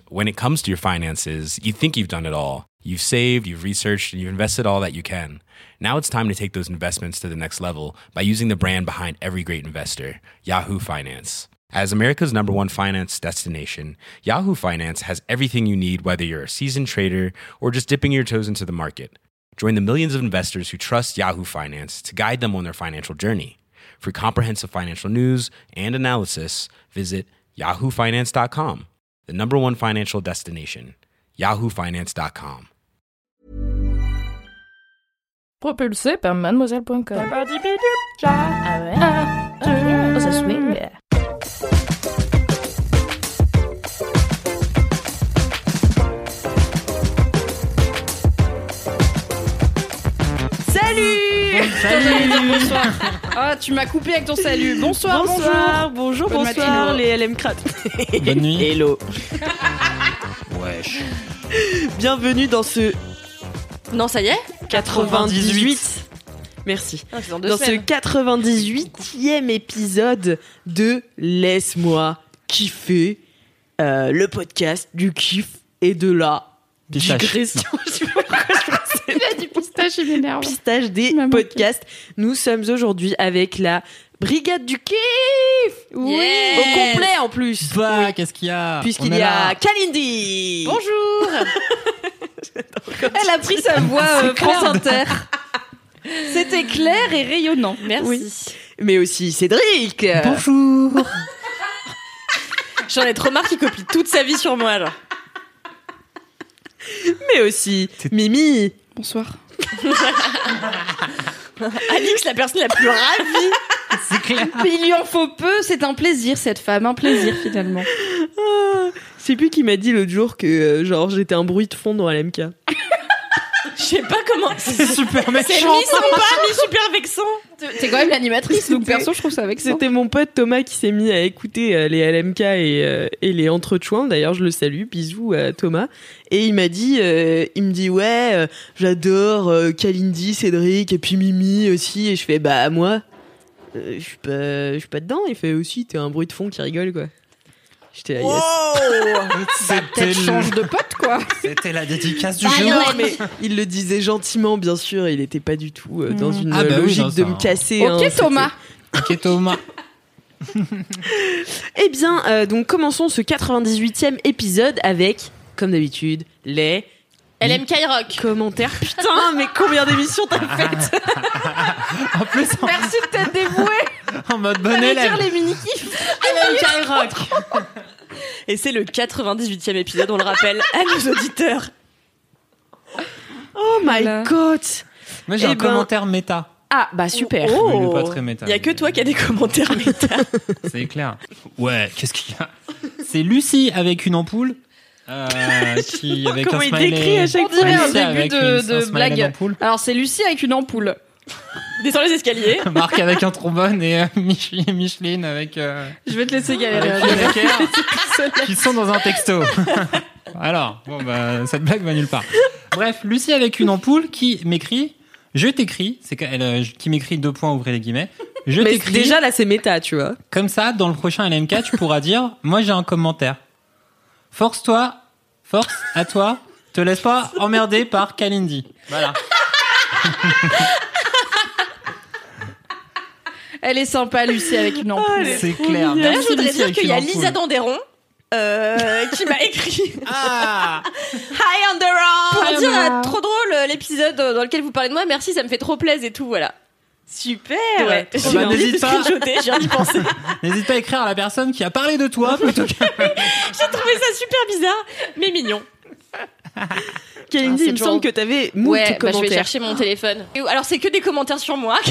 when it comes to your finances, you think you've done it all. You've saved, you've researched, and you've invested all that you can. Now it's time to take those investments to the next level by using the brand behind every great investor, Yahoo Finance. As America's #1 finance destination, Yahoo Finance has everything you need, whether you're a seasoned trader or just dipping your toes into the market. Join the millions of investors who trust Yahoo Finance to guide them on their financial journey. For comprehensive financial news and analysis, visit yahoofinance.com, the #1 financial destination, yahoofinance.com. Propulsé par mademoiselle.com. Ça swing. Bonsoir. Ah, tu m'as coupé avec ton salut. Bonsoir. Bonjour, les LM Crats. Bonne nuit. Hello. Wesh. Bienvenue dans ce Non, ça y est 98. Merci. Ah, c'est Dans ce 98e épisode de Laisse-moi kiffer, le podcast du kiff et de la digression. Je sais pas pourquoi je pensais. Il a du pistache, il m'énerve. Pistage des podcasts. Nous sommes aujourd'hui avec la brigade du kiff. Oui, Yes. au complet en plus. Bah, Oui. qu'est-ce qu'il y a? Puisqu'il On est y là. a Kalindi. Bonjour. Elle a pris sa voix France Inter. C'était clair et rayonnant. Merci. Oui. Mais aussi Cédric. Bonjour. J'en ai trop marre qu'il copie toute sa vie sur moi, genre. Mais aussi Mimi. Bonsoir. Alix, la personne la plus ravie. C'est clair. Mais il lui en faut peu, c'est un plaisir cette femme, un plaisir finalement. Je sais plus qui m'a dit l'autre jour que genre j'étais un bruit de fond dans LMK. Je sais pas comment. C'est super C'est méchant. mi-sympa, mi-super vexant. T'es quand même l'animatrice, donc perso je trouve ça vexant. C'était mon pote Thomas qui s'est mis à écouter les LMK et les Entrechouins. D'ailleurs, je le salue. Bisous à Thomas. Et il m'a dit, il me dit ouais, j'adore Kalindi, Cédric et puis Mimi aussi. Et je fais bah moi, je suis pas dedans. Il fait aussi, t'es un bruit de fond qui rigole quoi. J'étais là, yes. Peut-être change de pote quoi. C'était la dédicace du Ah jour. non, mais il le disait gentiment, bien sûr. Il était pas du tout dans une Ah bah oui, logique non, de ça, me hein. casser. Ok hein, Thomas. Ok, Thomas. Eh bien, donc commençons ce 98e épisode avec, comme d'habitude, les LM Rock. commentaires. Putain, mais combien d'émissions t'as faites? En plus, Merci de t'être dévoué. en mode bon Fallait élève. dire les mini-kifs. LM Rock. Et c'est le 98e épisode, on le rappelle à nos auditeurs. Oh my Voilà. god. Moi, j'ai Eh un ben- commentaire méta. Ah, bah super. Oui, il est pas très méta. Il y a que toi qui as des commentaires méta. C'est clair. Ouais, qu'est-ce qu'il y a? C'est Lucie avec une ampoule. Qui avec Comment un il smiley. décrit à chaque On dirait un Lucie début avec de un smiley blague. d'ampoule. Alors c'est Lucie avec une ampoule. Descends les escaliers. Marc avec un trombone et Micheline avec Je vais te laisser galérer. avec une équerre qui sont dans un texto. Alors, bon bah cette blague va nulle part. Bref, Lucie avec une ampoule qui m'écrit je t'écris, c'est qu'elle qui m'écrit 2 points ouvrez les guillemets. Je Mais t'écris. déjà là, c'est méta, tu vois. Comme ça, dans le prochain LMK, tu pourras dire moi j'ai un commentaire. Force-toi, force à toi, te laisse pas emmerder par Kalindi. Voilà. Elle est sympa Lucie avec une ampoule. C'est clair. D'ailleurs, Merci, je voudrais Lucie, dire avec qu'il y une a ampoule. Lisa Danderon qui m'a écrit Ah Hi Anderon pour Hi, dire Anderon. trop drôle l'épisode dans lequel vous parlez de moi. Merci, ça me fait trop plaisir et tout. Voilà. Super. Ouais. J'ai Bah, envie de n'hésite pas. screenshotter, j'ai envie d'y penser. N'hésite pas à écrire à la personne qui a parlé de toi plutôt que... J'ai trouvé ça super bizarre, mais mignon. Kalindi, c'est il me toujours- semble que t'avais moult Ouais, bah, je vais commentaires. chercher mon téléphone. Alors, c'est que des commentaires sur moi.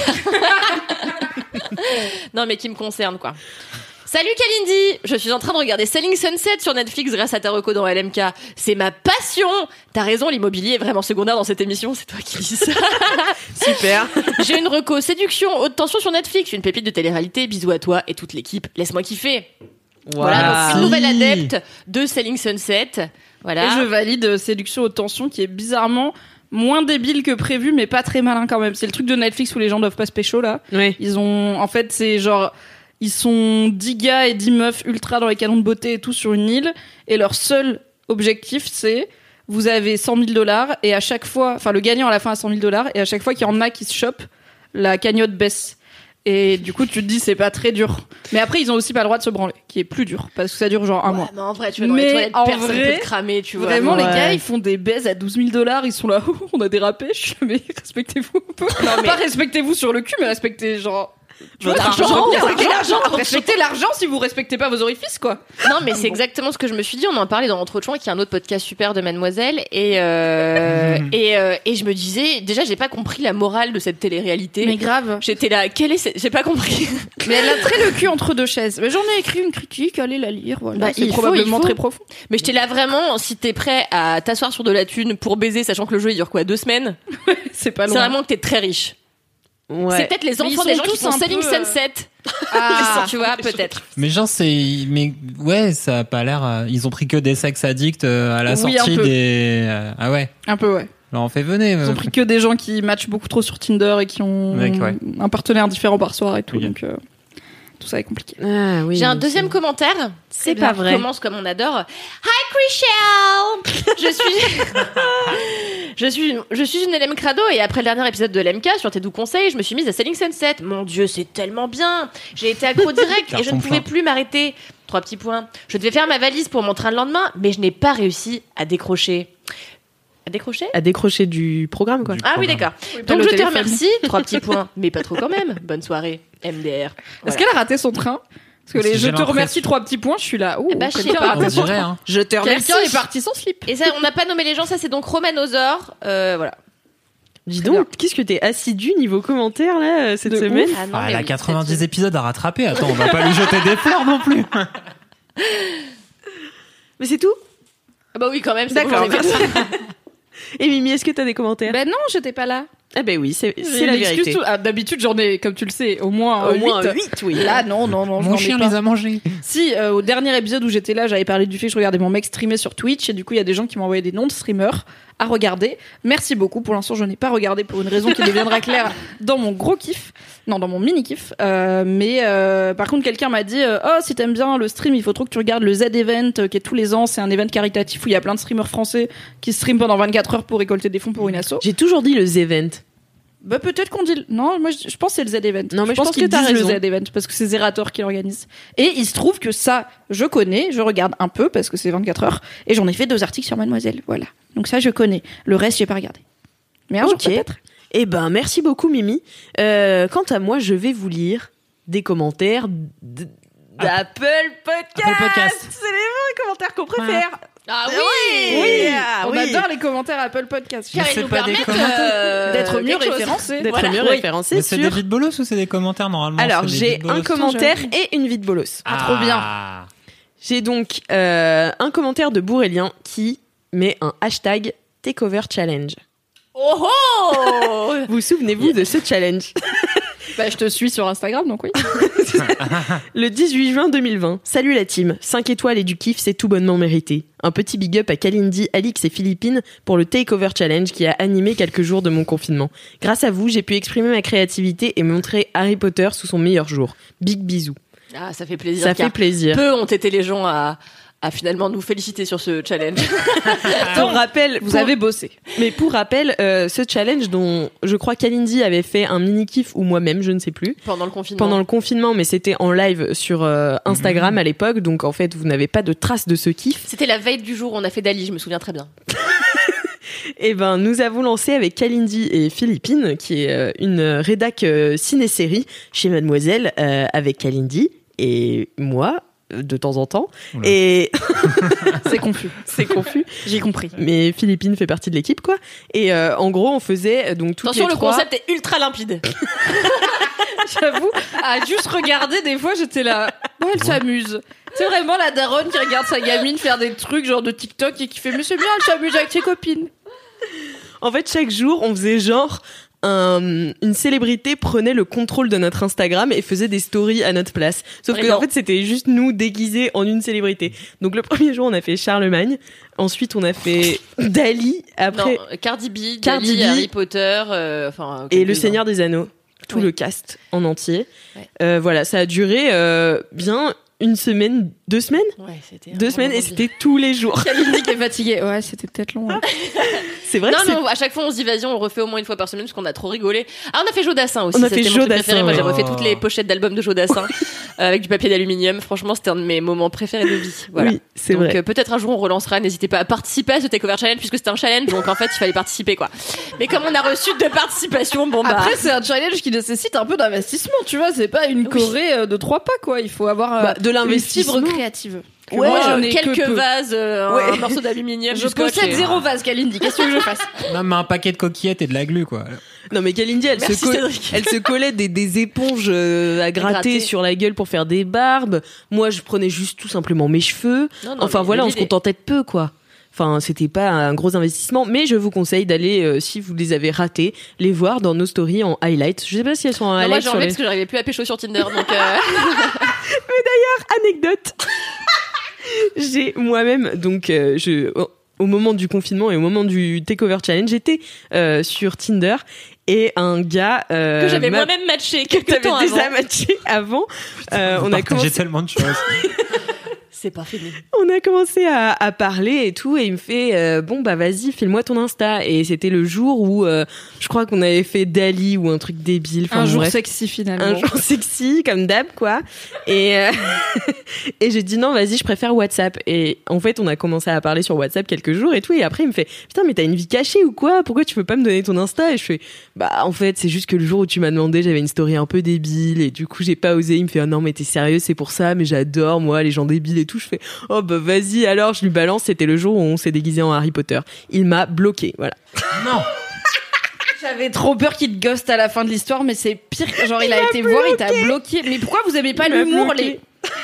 Non, mais qui me concernent, quoi. Salut Kalindi, je suis en train de regarder Selling Sunset sur Netflix grâce à ta reco dans LMK. C'est ma passion. T'as raison, l'immobilier est vraiment secondaire dans cette émission. C'est toi qui dis ça. Super. J'ai une reco séduction haute tension sur Netflix, une pépite de télé-réalité. Bisous à toi et toute l'équipe. Laisse-moi kiffer. Voilà, donc une nouvelle adepte de Selling Sunset. Voilà. Et je valide Séduction haute tension qui est bizarrement moins débile que prévu mais pas très malin quand même. C'est le truc de Netflix où les gens doivent pas se pécho là. Ouais. Ils ont en fait c'est genre ils sont 10 gars et 10 meufs ultra dans les canons de beauté et tout sur une île et leur seul objectif, c'est vous avez $100 000 et à chaque fois, enfin le gagnant à la fin a $100 000 et à chaque fois qu'il y en a qui se chopent, la cagnotte baisse. Et du coup, tu te dis, c'est pas très dur. Mais après, ils ont aussi pas le droit de se branler, qui est plus dur, parce que ça dure genre un mois. Mais en vrai, tu vas dans les toilettes, personne peut te cramer, tu vois. Vraiment, les gars, ils font des baises à $12 000, ils sont là, on a dérapé, mais respectez-vous un peu. Non, mais... Pas respectez-vous sur le cul, mais respectez, genre... Votre argent, respectez l'argent si vous respectez pas vos orifices, quoi. Non, mais c'est exactement ce que je me suis dit. On en parlait dans Entre Chouans, qui est un autre podcast super de Mademoiselle, et je me disais, déjà, j'ai pas compris la morale de cette télé-réalité. Mais grave. J'étais là, j'ai pas compris. Mais elle a très le cul entre deux chaises. Mais j'en ai écrit une critique, allez la lire, voilà. Bah, c'est probablement très profond. Mais j'étais là vraiment, si t'es prêt à t'asseoir sur de la thune pour baiser, sachant que le jeu il dure quoi, 2 semaines? C'est pas loin. C'est vraiment que t'es très riche. Ouais. C'est peut-être les enfants des gens qui font Selling Sunset. Tu vois, peut-être. Mais genre, ouais, ça a pas l'air, ils ont pris que des sex addicts à la sortie des, ah ouais. Un peu, ouais. Alors on fait venez. Ils ont pris que des gens qui matchent beaucoup trop sur Tinder et qui ont un partenaire différent par soir et tout, donc tout ça est compliqué. Ah, oui, j'ai un deuxième commentaire. C'est pas vrai. On commence comme on adore. Hi Chrishell. Je suis une LM Crado et après le dernier épisode de LMK sur tes doux conseils, je me suis mise à Selling Sunset. Mon Dieu, c'est tellement bien. J'ai été accro direct et je ne pouvais plus m'arrêter. 3 petits points. Je devais faire ma valise pour mon train le lendemain, mais je n'ai pas réussi à décrocher. À décrocher du programme, quoi. Oui, d'accord. Oui, donc je te remercie. 3 petits points, mais pas trop quand même. Bonne soirée, MDR. Voilà. Est-ce qu'elle a raté son train? Parce que je te remercie 3 petits points, je suis là. Je te remercie. Quelqu'un est parti sans slip. Et ça, on n'a pas nommé les gens, ça c'est donc Romanosaure. Voilà. Dis donc, qu'est-ce que t'es assidu niveau commentaires là cette semaine? Elle a 90 épisodes à rattraper. Attends, on va pas lui jeter des fleurs non plus. Mais c'est tout? Ah bah oui, quand même. D'accord. Et Mimi, est-ce que t'as des commentaires? Ben non, j'étais pas là. Ah ben oui, c'est la vérité. D'habitude, j'en ai, comme tu le sais, au moins 8, oui. Là, non. Mon chien les a mangés. Si, au dernier épisode où j'étais là, j'avais parlé du fait que je regardais mon mec streamer sur Twitch, et du coup, il y a des gens qui m'ont envoyé des noms de streamers à regarder. Merci beaucoup. Pour l'instant, je n'ai pas regardé pour une raison qui deviendra claire dans mon gros kiff. Non, dans mon mini kiff. Mais par contre, quelqu'un m'a dit si t'aimes bien le stream, il faut trop que tu regardes le Z-Event qui est tous les ans. C'est un event caritatif où il y a plein de streamers français qui streament pendant 24 heures pour récolter des fonds pour une asso. J'ai toujours dit le Z-Event. Bah peut-être qu'on dit non, moi je pense que c'est le Z-Event. Non mais je pense qu'ils que t'as disent raison. le Z-Event parce que c'est Zerator qui l'organise. Et il se trouve que ça, je connais, je regarde un peu parce que c'est 24 heures et j'en ai fait 2 articles sur Mademoiselle, voilà. Donc ça je connais. Le reste j'ai pas regardé. Mais un jour peut-être. Eh ben merci beaucoup Mimi. Quant à moi, je vais vous lire des commentaires d'Apple Podcast. C'est les vrais commentaires qu'on préfère. Ah oui, on adore les commentaires Apple Podcast. Car ils nous permettent d'être mieux référencés. Référencés. Mais c'est des vides bolos ou c'est des commentaires normalement? Alors j'ai un commentaire et une vie de bolos. Trop bien. J'ai donc un commentaire de Bourrélien qui met un hashtag Takeover Challenge. Oh oh. Vous souvenez-vous de ce challenge? Bah, je te suis sur Instagram, donc oui. Le 18 juin 2020. Salut la team. 5 étoiles et du kiff, c'est tout bonnement mérité. Un petit big up à Kalindi, Alix et Philippine pour le Takeover Challenge qui a animé quelques jours de mon confinement. Grâce à vous, j'ai pu exprimer ma créativité et montrer Harry Potter sous son meilleur jour. Big bisous. Ah, ça fait plaisir. Ça fait plaisir. Peu ont été les gens à finalement nous féliciter sur ce challenge. Pour rappel, vous avez bossé. Mais pour rappel, ce challenge dont je crois Kalindi avait fait un mini kiff ou moi-même, je ne sais plus. Pendant le confinement, mais c'était en live sur Instagram à l'époque, donc en fait vous n'avez pas de traces de ce kiff. C'était la veille du jour où on a fait Dali, je me souviens très bien. Et ben nous avons lancé avec Kalindi et Philippine, qui est une rédac ciné-série chez Mademoiselle, avec Kalindi et moi. De temps en temps. Oula. Et c'est confus. J'ai compris. Mais Philippine fait partie de l'équipe, quoi. Et en gros, on faisait donc toutes Attention, les trois. Attention, le concept est ultra limpide. J'avoue, à juste regarder, des fois, j'étais là. Ouais, elle s'amuse. C'est vraiment la daronne qui regarde sa gamine faire des trucs genre de TikTok et qui fait mais c'est bien, elle s'amuse avec ses copines. En fait, chaque jour, on faisait genre une célébrité prenait le contrôle de notre Instagram et faisait des stories à notre place. Sauf que en fait, c'était juste nous déguisés en une célébrité. Donc le premier jour, on a fait Charlemagne. Ensuite, on a fait Dali. Après, non, Cardi B, Dali, Harry Potter, et Le Seigneur des Anneaux. Tout le cast en entier. Ouais. Voilà, ça a duré bien une semaine, 2 semaines. Ouais, c'était 2 semaines et c'était tous les jours. Kalindi qui est fatiguée. Ouais, c'était peut-être long. Ouais. C'est vrai que non, à chaque fois on se dit vas-y, on le refait au moins une fois par semaine parce qu'on a trop rigolé. Ah, on a fait Jodassin aussi. On a fait c'était mon truc Jodassin, préféré. Moi, j'ai ouais. refait toutes les pochettes d'albums de Jodassin avec du papier d'aluminium. Franchement, c'était un de mes moments préférés de vie. Voilà. Oui, c'est donc, vrai. Peut-être un jour on relancera. N'hésitez pas à participer à ce Takeover Challenge puisque c'était un challenge. Donc en fait, il fallait participer quoi. Mais comme on a reçu de participation, bon bah. Après, c'est un challenge qui nécessite un peu d'investissement, tu vois. C'est pas une Corée de 3 pas, quoi. Il faut avoir de l'investissement. une fibre créative. Ouais, moi, j'en ai quelques peu. vases, un morceau d'aluminium. Je possède 0 vase, Kalindi. Qu'est-ce que je fasse? Non, mais un paquet de coquillettes et de la glu, quoi. Non, mais Kalindi, elle se collait des éponges à gratter sur la gueule pour faire des barbes. Moi, je prenais juste tout simplement mes cheveux. Non, enfin, voilà, on se contentait de peu, quoi. Enfin, c'était pas un gros investissement, mais je vous conseille d'aller, si vous les avez ratés, les voir dans nos stories en highlight. Je sais pas si elles sont en highlight. Moi, j'ai enlevé parce que j'arrivais plus à pécho sur Tinder, donc. Mais d'ailleurs, anecdote. J'ai moi-même, donc, au moment du confinement et au moment du Takeover Challenge, j'étais sur Tinder et un gars que j'avais moi-même matché que quelques temps t'avais déjà avant. matché avant. On a commencé. J'ai tellement de choses. C'est pas fini. On a commencé à parler et tout, et il me fait bon bah vas-y, file-moi ton Insta. Et c'était le jour où je crois qu'on avait fait Dali ou un truc débile. Un jour sexy finalement. Un jour sexy comme d'hab quoi. Et et j'ai dit non vas-y, je préfère WhatsApp. Et en fait on a commencé à parler sur WhatsApp quelques jours et tout. Et après il me fait putain mais t'as une vie cachée ou quoi? Pourquoi tu peux pas me donner ton Insta? Et je fais bah en fait c'est juste que le jour où tu m'as demandé j'avais une story un peu débile et du coup j'ai pas osé. Il me fait ah non mais t'es sérieux c'est pour ça mais j'adore moi les gens débiles et tout. Je fais oh bah vas-y alors, je lui balance. C'était le jour où on s'est déguisé en Harry Potter. Il m'a bloqué, voilà. Non. J'avais trop peur qu'il te ghoste à la fin de l'histoire, mais c'est pire. Genre il a été voir, il t'a bloqué. Mais pourquoi vous aimez pas l'humour les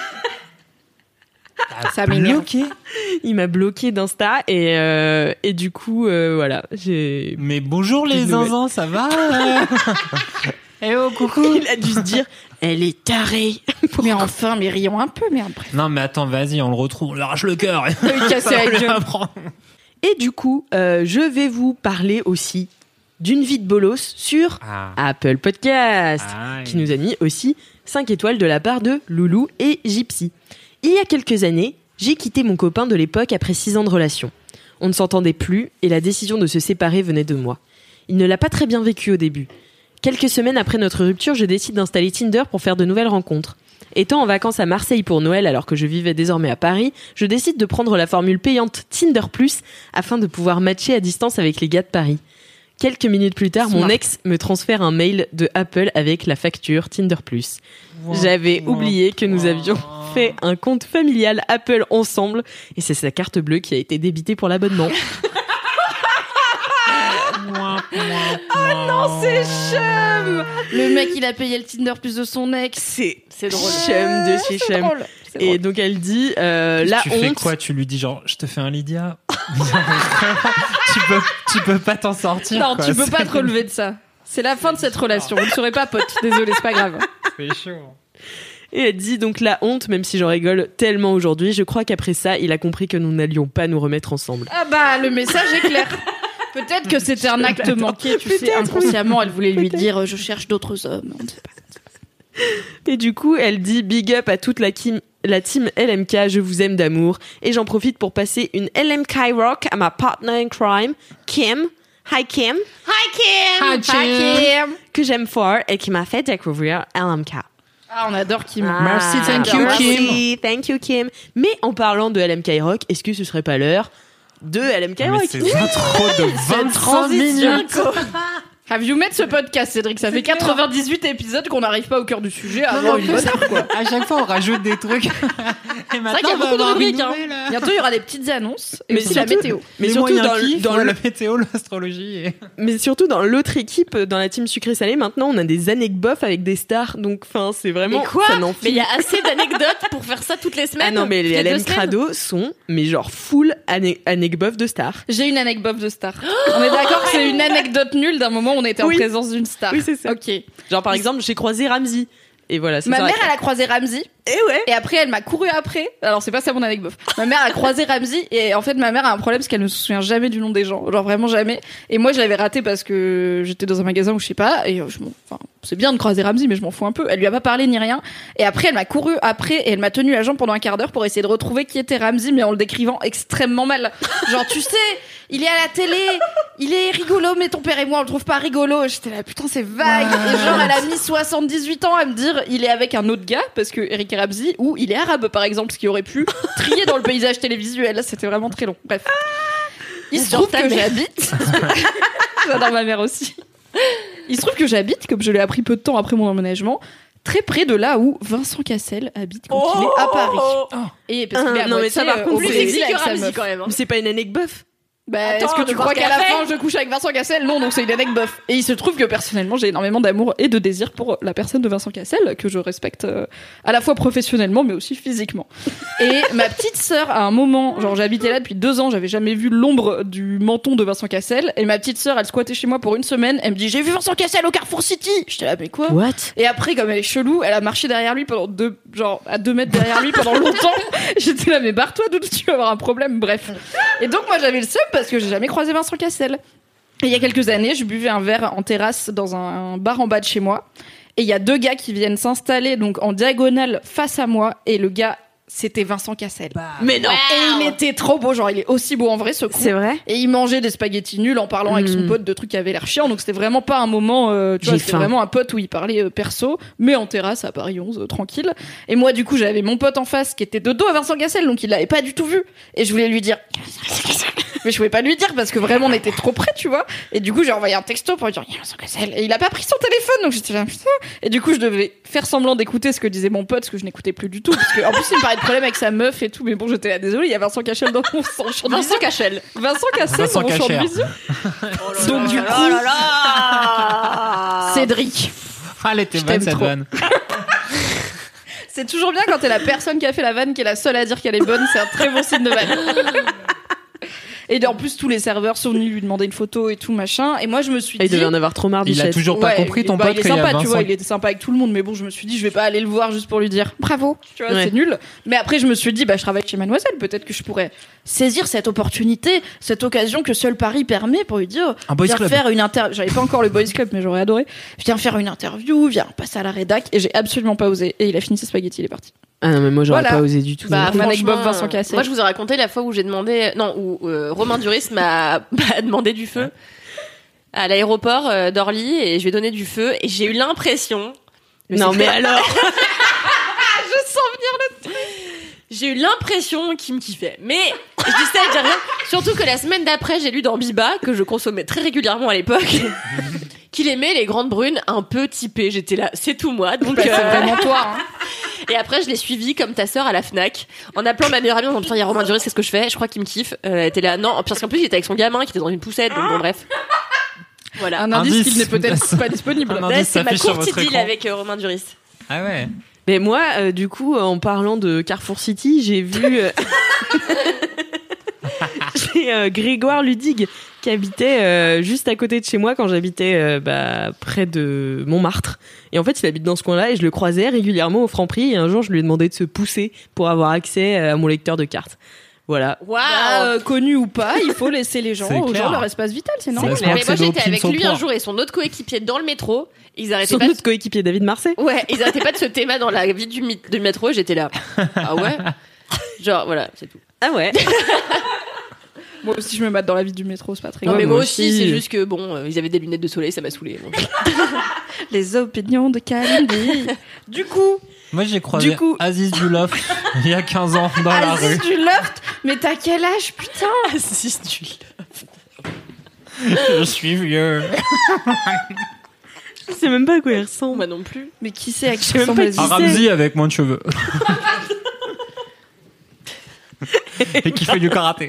Ça m'énerve. Il m'a bloqué d'Insta et du coup voilà j'ai. Mais bonjour les zinzins, ça va? Eh oh coucou. Il a dû se dire elle est tarée. Mais enfin, mais rions un peu, merde. Non mais attends, vas-y, on le retrouve, on lui arrache le cœur. Il casse la gueule. Et du coup, je vais vous parler aussi d'une vie de bolos sur Apple Podcast, qui nous a mis aussi 5 étoiles de la part de Loulou et Gypsy. Il y a quelques années, j'ai quitté mon copain de l'époque après 6 ans de relation. On ne s'entendait plus et la décision de se séparer venait de moi. Il ne l'a pas très bien vécu au début. Quelques semaines après notre rupture, je décide d'installer Tinder pour faire de nouvelles rencontres. Étant en vacances à Marseille pour Noël alors que je vivais désormais à Paris, je décide de prendre la formule payante Tinder Plus afin de pouvoir matcher à distance avec les gars de Paris. Quelques minutes plus tard, mon ex me transfère un mail de Apple avec la facture Tinder Plus. J'avais oublié que nous avions fait un compte familial Apple ensemble et c'est sa carte bleue qui a été débitée pour l'abonnement. Oh non, c'est chum. Le mec, il a payé le Tinder Plus de son ex. C'est drôle. Chum de chez chum. Et donc elle dit la tu honte. fais quoi? Tu lui dis genre je te fais un Lydia? tu peux pas t'en sortir. Non, quoi. tu peux pas te relever de ça. C'est la fin de cette relation. Vous ne serez pas potes. Désolé, c'est pas grave. C'est chaud. Et elle dit donc la honte, même si j'en rigole tellement aujourd'hui, je crois qu'après ça, il a compris que nous n'allions pas nous remettre ensemble. Ah bah, le message est clair. Peut-être que c'était un acte manqué, tu sais, inconsciemment, elle voulait lui dire je cherche d'autres hommes. On ne sait pas. Et du coup, elle dit big up à toute la team LMK, je vous aime d'amour. Et j'en profite pour passer une LMK rock à ma partner in crime, Kim. Hi Kim. Hi Kim. Hi Kim. Que j'aime fort et qui m'a fait découvrir LMK. Ah, on adore Kim. Merci, thank you, Kim. Thank you, Kim. Mais en parlant de LMK Rock, est-ce que ce serait pas l'heure de LMK Rock? Mais c'est trop de 23 minutes. Have you met ce podcast, Cédric? Ça fait 98 épisodes qu'on n'arrive pas au cœur du sujet avant une bonne heure, quoi. À chaque fois, on rajoute des trucs. Et C'est vrai qu'il y a beaucoup de rubriques, hein. Bientôt, il y aura des petites annonces. Et aussi la météo. Mais surtout dans la météo, l'astrologie. Mais surtout dans l'autre équipe, dans la team sucré salé, maintenant on a des anecdotes avec des stars. Donc, enfin, c'est vraiment. Mais quoi? Ça n'en Mais il y a assez d'anecdotes pour faire ça toutes les semaines. Ah non, mais les LM Crado sont, mais genre full anecdotes de stars. J'ai une anecdote de star. On est d'accord que c'est une anecdote nulle d'un moment où on était en présence d'une star. Oui, c'est ça. Ok. Genre par exemple, j'ai croisé Ramzy. Et voilà. Ça Ma s'arrête mère, là. elle a croisé Ramzy. Et après, elle m'a couru après. Alors, c'est pas ça mon anecdote. Ma mère a croisé Ramzy. Et en fait, ma mère a un problème parce qu'elle ne se souvient jamais du nom des gens. Genre, vraiment jamais. Et moi, je l'avais raté parce que j'étais dans un magasin où je sais pas. Et c'est bien de croiser Ramzy, mais je m'en fous un peu. Elle lui a pas parlé ni rien. Et après, elle m'a couru après et elle m'a tenu la jambe pendant un quart d'heure pour essayer de retrouver qui était Ramzy, mais en le décrivant extrêmement mal. Genre, tu sais, il est à la télé, il est rigolo, mais ton père et moi, on le trouve pas rigolo. J'étais là, putain, c'est vague. Et genre, elle a mis 78 ans à me dire, il est avec un autre gars, parce que Eric Ramzy, ou il est arabe, par exemple, ce qui aurait pu trier dans le paysage télévisuel. C'était vraiment très long. Bref. Il se trouve que j'habite. J'adore ma mère aussi. Il se trouve que j'habite, comme je l'ai appris peu de temps après mon emménagement, très près de là où Vincent Cassel habite quand il est à Paris. Et parce qu'il est à non, mais ça, par contre, Plus c'est sexy que Ramzy quand même. Mais c'est pas une anecdote. Est-ce que tu crois qu'à la fin je couche avec Vincent Cassel? Non, donc c'est une anecdote. Et il se trouve que personnellement j'ai énormément d'amour et de désir pour la personne de Vincent Cassel, que je respecte à la fois professionnellement mais aussi physiquement. Et ma petite sœur, à un moment, genre j'habitais là depuis 2 ans, j'avais jamais vu l'ombre du menton de Vincent Cassel, et ma petite sœur elle squattait chez moi pour une semaine, elle me dit j'ai vu Vincent Cassel au Carrefour City. J'étais là mais quoi? What? Et après, comme elle est chelou, elle a marché derrière lui pendant à 2 mètres derrière lui pendant longtemps. J'étais là, mais barre-toi, d'où tu vas avoir un problème, bref. Et donc, moi, j'avais le seum parce que j'ai jamais croisé Vincent Cassel. Et il y a quelques années, je buvais un verre en terrasse dans un bar en bas de chez moi. Et il y a 2 gars qui viennent s'installer, donc, en diagonale face à moi. Et le gars, c'était Vincent Cassel. Mais non! Et il était trop beau, genre, il est aussi beau en vrai, ce con. C'est vrai? Et il mangeait des spaghettis nuls en parlant avec son pote de trucs qui avaient l'air chiants. Donc c'était vraiment pas un moment, tu vois, c'était vraiment un pote où il parlait perso, mais en terrasse à Paris 11, tranquille. Et moi, du coup, j'avais mon pote en face qui était de dos à Vincent Cassel, donc il l'avait pas du tout vu. Et je voulais lui dire, mais je pouvais pas lui dire parce que vraiment on était trop près, tu vois. Et du coup, j'ai envoyé un texto pour lui dire, il y a Vincent Cassel. Et il a pas pris son téléphone, donc j'étais là, putain. Et du coup, je devais faire semblant d'écouter ce que disait mon pote, parce que je n'écoutais plus du tout. Parce que, en plus, il me parlait de problème avec sa meuf et tout, mais bon, j'étais là, désolée, il y a Vincent Cassel dans mon champ de vision. Vincent Cassel dans mon champ de vision. Donc du coup, Cédric. Ah, elle était bonne, cette vanne. C'est toujours bien quand t'es la personne qui a fait la vanne qui est la seule à dire qu'elle est bonne, c'est un très bon signe de vanne. Et en plus, tous les serveurs sont venus lui demander une photo et tout, machin. Et moi, je me suis dit... Il devait en avoir trop marre, Il a toujours pas compris, ton pote, il est sympa, tu vois, il était sympa avec tout le monde. Mais bon, je me suis dit, je vais pas aller le voir juste pour lui dire bravo, tu vois, c'est nul. Mais après, je me suis dit, je travaille chez Mademoiselle, peut-être que je pourrais saisir cette opportunité, cette occasion que seul Paris permet pour lui dire, viens faire une interview. J'avais pas encore le Boys Club, mais j'aurais adoré. Viens faire une interview, viens passer à la rédac. Et j'ai absolument pas osé. Et il a fini ses spaghettis, il est parti. Ah non, mais moi j'aurais pas osé du tout. Bob Vincent Cassel. Moi je vous ai raconté la fois où j'ai demandé, où Romain Duris m'a demandé du feu à l'aéroport d'Orly et je lui ai donné du feu et j'ai eu l'impression. Non mais alors. Je sens venir le truc. J'ai eu l'impression qu'il me kiffait. Mais je dis ça et je dis rien. Surtout que la semaine d'après, j'ai lu dans Biba, que je consommais très régulièrement à l'époque, qu'il aimait les grandes brunes un peu typées. J'étais là, c'est tout moi. Donc c'est vraiment toi. Hein. Et après, je l'ai suivi comme ta sœur à la Fnac, en appelant ma meilleure amie en disant putain, il y a Romain Duris, qu'est-ce que je fais? Je crois qu'il me kiffe. Elle était là, non, parce qu'en plus, il était avec son gamin qui était dans une poussette, donc bon, bref. Voilà. Un indice qui n'est peut-être pas disponible. C'est ma courte idylle avec Romain Duris. Ah ouais. Mais moi, du coup, en parlant de Carrefour City, j'ai vu j'ai Grégoire Ludig qui habitait juste à côté de chez moi quand j'habitais près de Montmartre. Et en fait, il habite dans ce coin-là et je le croisais régulièrement au Franprix. Et un jour, je lui ai demandé de se pousser pour avoir accès à mon lecteur de cartes. Voilà. Waouh. Connu ou pas, il faut laisser les gens aux gens leur espace vital, c'est normal. Mais moi j'étais avec lui un jour et son autre coéquipier dans le métro. Ils arrêtaient son autre coéquipier David Marseille. Ouais, ils arrêtaient pas de se théma dans la vie du métro. J'étais là. Ah ouais. Genre voilà, c'est tout. Ah ouais. Moi aussi je me mate dans la vie du métro, c'est pas très grave. Non mais moi aussi, aussi c'est juste que bon, ils avaient des lunettes de soleil, ça m'a saoulé. Bon. Les opinions de Kalindi. Du coup. Moi j'ai croisé Aziz du Loft il y a 15 ans dans la rue. Aziz du Loft? Mais t'as quel âge, putain? Aziz du Loft. Je suis vieux. Je sais même pas à quoi il ressemble. Moi non plus. Mais qui c'est à qui il ressemble? Ramzy avec moins de cheveux. Et qui fait du karaté.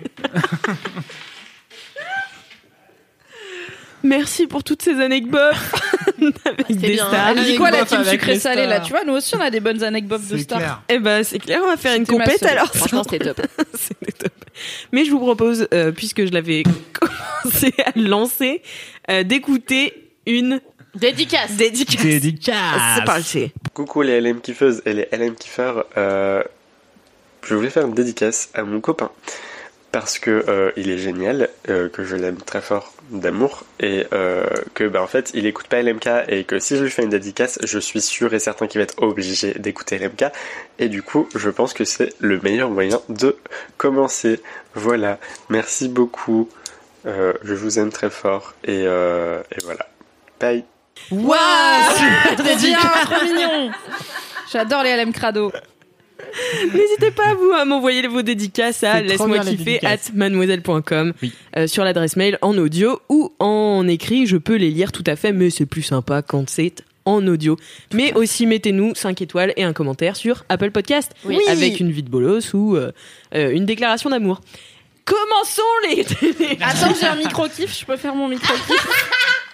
Merci pour toutes ces anecdotes avec des bien. stars. Elle dit quoi la team sucré salé là? Tu vois, nous aussi on a des bonnes anecdotes de stars. Clair. Eh ben c'est clair, on va faire une compète alors. Franchement, c'était top. C'était top. Mais je vous propose, puisque je l'avais commencé à lancer, d'écouter une dédicace. C'est parti. coucou les LM kiffeuses et les LM kiffeurs. Je voulais faire une dédicace à mon copain parce que il est génial, que je l'aime très fort d'amour et que en fait il écoute pas LMK et que si je lui fais une dédicace, je suis sûr et certain qu'il va être obligé d'écouter LMK et du coup je pense que c'est le meilleur moyen de commencer. Voilà, merci beaucoup, je vous aime très fort et voilà, bye. Waouh, trop bien, trop mignon. J'adore les LM Crado. N'hésitez pas vous à m'envoyer vos dédicaces à laisse-moi kiffer @mademoiselle.com sur l'adresse mail en audio ou en écrit. Je peux les lire tout à fait, mais c'est plus sympa quand c'est en audio. Mais aussi mettez-nous 5 étoiles et un commentaire sur Apple Podcast avec une vie de bolos ou une déclaration d'amour. Commençons les... Attends, j'ai un micro-kiff, je peux faire mon micro-kiff.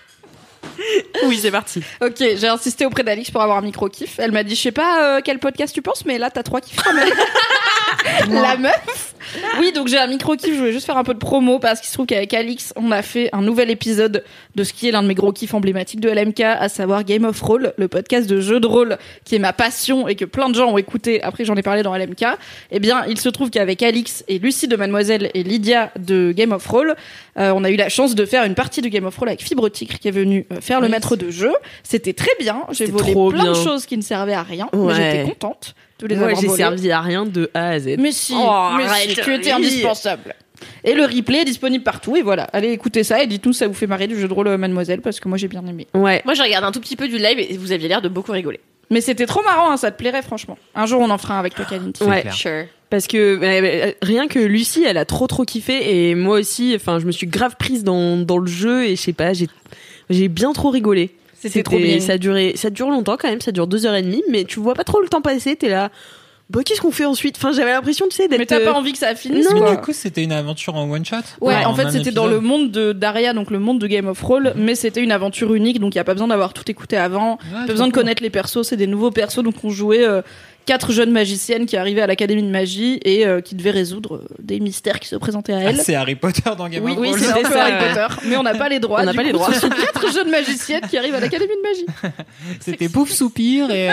Oui, c'est parti. Ok, j'ai insisté auprès d'Alix pour avoir un micro-kiff. Elle m'a dit, je sais pas quel podcast tu penses, mais là, t'as 3 kiffs quand même. La meuf. Oui, donc j'ai un micro-kiff, je voulais juste faire un peu de promo parce qu'il se trouve qu'avec Alix, on a fait un nouvel épisode de ce qui est l'un de mes gros kiffs emblématiques de LMK, à savoir Game of Roll, le podcast de jeux de rôle qui est ma passion et que plein de gens ont écouté. Après, j'en ai parlé dans LMK. Eh bien, il se trouve qu'avec Alix et Lucie de Mademoiselle et Lydia de Game of Roll, on a eu la chance de faire une partie de Game of Roll avec Fibre Tigre qui est venu faire le maître de jeu. C'était très bien. J'ai volé plein de choses qui ne servaient à rien, mais j'étais contente. Moi, j'ai servi à rien de A à Z. Mais si, tu étais indispensable. Et le replay est disponible partout. Et voilà, allez écouter ça et dites-nous si ça vous fait marrer du jeu de rôle Mademoiselle, parce que moi j'ai bien aimé. Ouais. Moi j'ai regardé un tout petit peu du live et vous aviez l'air de beaucoup rigoler. Mais c'était trop marrant, hein, ça te plairait franchement. Un jour on en fera un avec toi, Kalindi. Ouais, sure. Parce que rien que Lucie, elle a trop kiffé et moi aussi. Enfin, je me suis grave prise dans le jeu et je sais pas, j'ai bien trop rigolé. C'était trop bien. Ça dure longtemps quand même, ça dure 2h30, mais tu vois pas trop le temps passer. T'es là. Bah, qu'est-ce qu'on fait ensuite? Enfin, j'avais l'impression, tu sais, d'être... Mais t'as pas envie que ça finisse, non. quoi. Mais du coup, c'était une aventure en one shot? Ouais, en fait, c'était épisode. dans le monde d'Aria, donc le monde de Game of Roll, mais c'était une aventure unique, donc il y a pas besoin d'avoir tout écouté avant, pas besoin de connaître les persos, c'est des nouveaux persos, donc on jouait 4 jeunes magiciennes qui arrivaient à l'Académie de magie et qui devaient résoudre des mystères qui se présentaient à elles. Ah, c'est Harry Potter dans Game of Thrones. Oui, c'est un peu Harry Potter, mais on n'a pas les droits. On n'a pas les droits. Ce sont 4 jeunes magiciennes qui arrivent à l'Académie de magie. C'était Pouf Soupir et...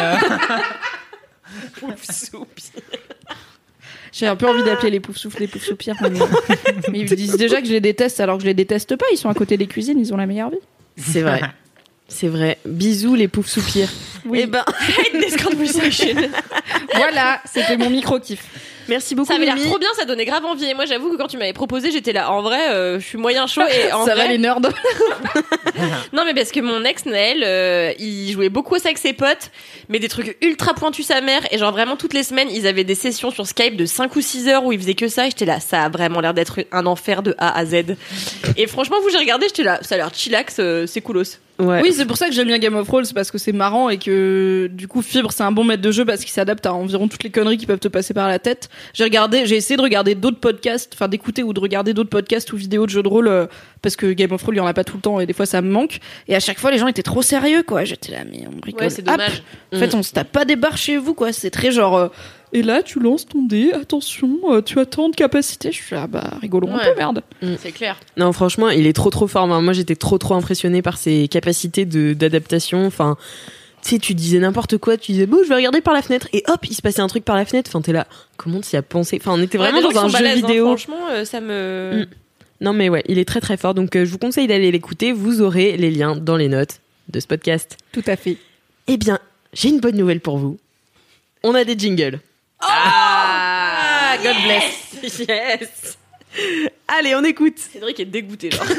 J'ai un peu envie d'appeler les poufs souffles, les poufs soupirs. Mais ils disent déjà que je les déteste alors que je les déteste pas. Ils sont à côté des cuisines, ils ont la meilleure vie. C'est vrai. C'est vrai. Bisous les poufs soupirs. Oui. Eh ben, this conversation. Voilà, c'était mon micro-kiff. Merci beaucoup. Ça avait l'air Mimi. trop bien, ça donnait grave envie. Et moi, j'avoue que quand tu m'avais proposé, j'étais là. En vrai, je suis moyen chaud. Et en ça vrai... va les nerds. Non, mais parce que mon ex Naël, il jouait beaucoup à ça avec ses potes, mais des trucs ultra pointus sa mère. Et genre vraiment toutes les semaines, ils avaient des sessions sur Skype de 5 ou 6 heures où ils faisaient que ça. Et j'étais là, ça a vraiment l'air d'être un enfer de A à Z. Et franchement, vous, j'ai regardé, j'étais là, ça a l'air chillax, c'est coolos. Ouais. Oui, c'est pour ça que j'aime bien Game of Thrones, c'est parce que c'est marrant et que du coup Fibre c'est un bon maître de jeu parce qu'il s'adapte à environ toutes les conneries qui peuvent te passer par la tête. J'ai essayé de regarder d'autres podcasts, enfin d'écouter ou de regarder d'autres podcasts ou vidéos de jeux de rôle parce que Game of Thrones il y en a pas tout le temps et des fois ça me manque. Et à chaque fois les gens étaient trop sérieux quoi. J'étais là mais on rigole. Ouais, c'est dommage. Hop. En fait on se tape pas des barres chez vous quoi. C'est très genre et là tu lances ton dé, attention, tu as tant de capacité. Je suis là bah rigolons un peu merde. C'est clair. Non, franchement, il est trop fort. Moi, j'étais trop impressionnée par ses capacités d'adaptation. Enfin, tu sais, tu disais n'importe quoi, tu disais bon, je vais regarder par la fenêtre et hop, il se passait un truc par la fenêtre. Enfin, t'es là, comment t'y as pensé? Enfin, on était vraiment dans un jeu vidéo. Franchement, ça me... Non, mais ouais, il est très fort. Donc, je vous conseille d'aller l'écouter. Vous aurez les liens dans les notes de ce podcast. Tout à fait. Eh bien, j'ai une bonne nouvelle pour vous. On a des jingles. Ah, God bless. Yes. Allez, on écoute. Cédric est dégoûté, genre.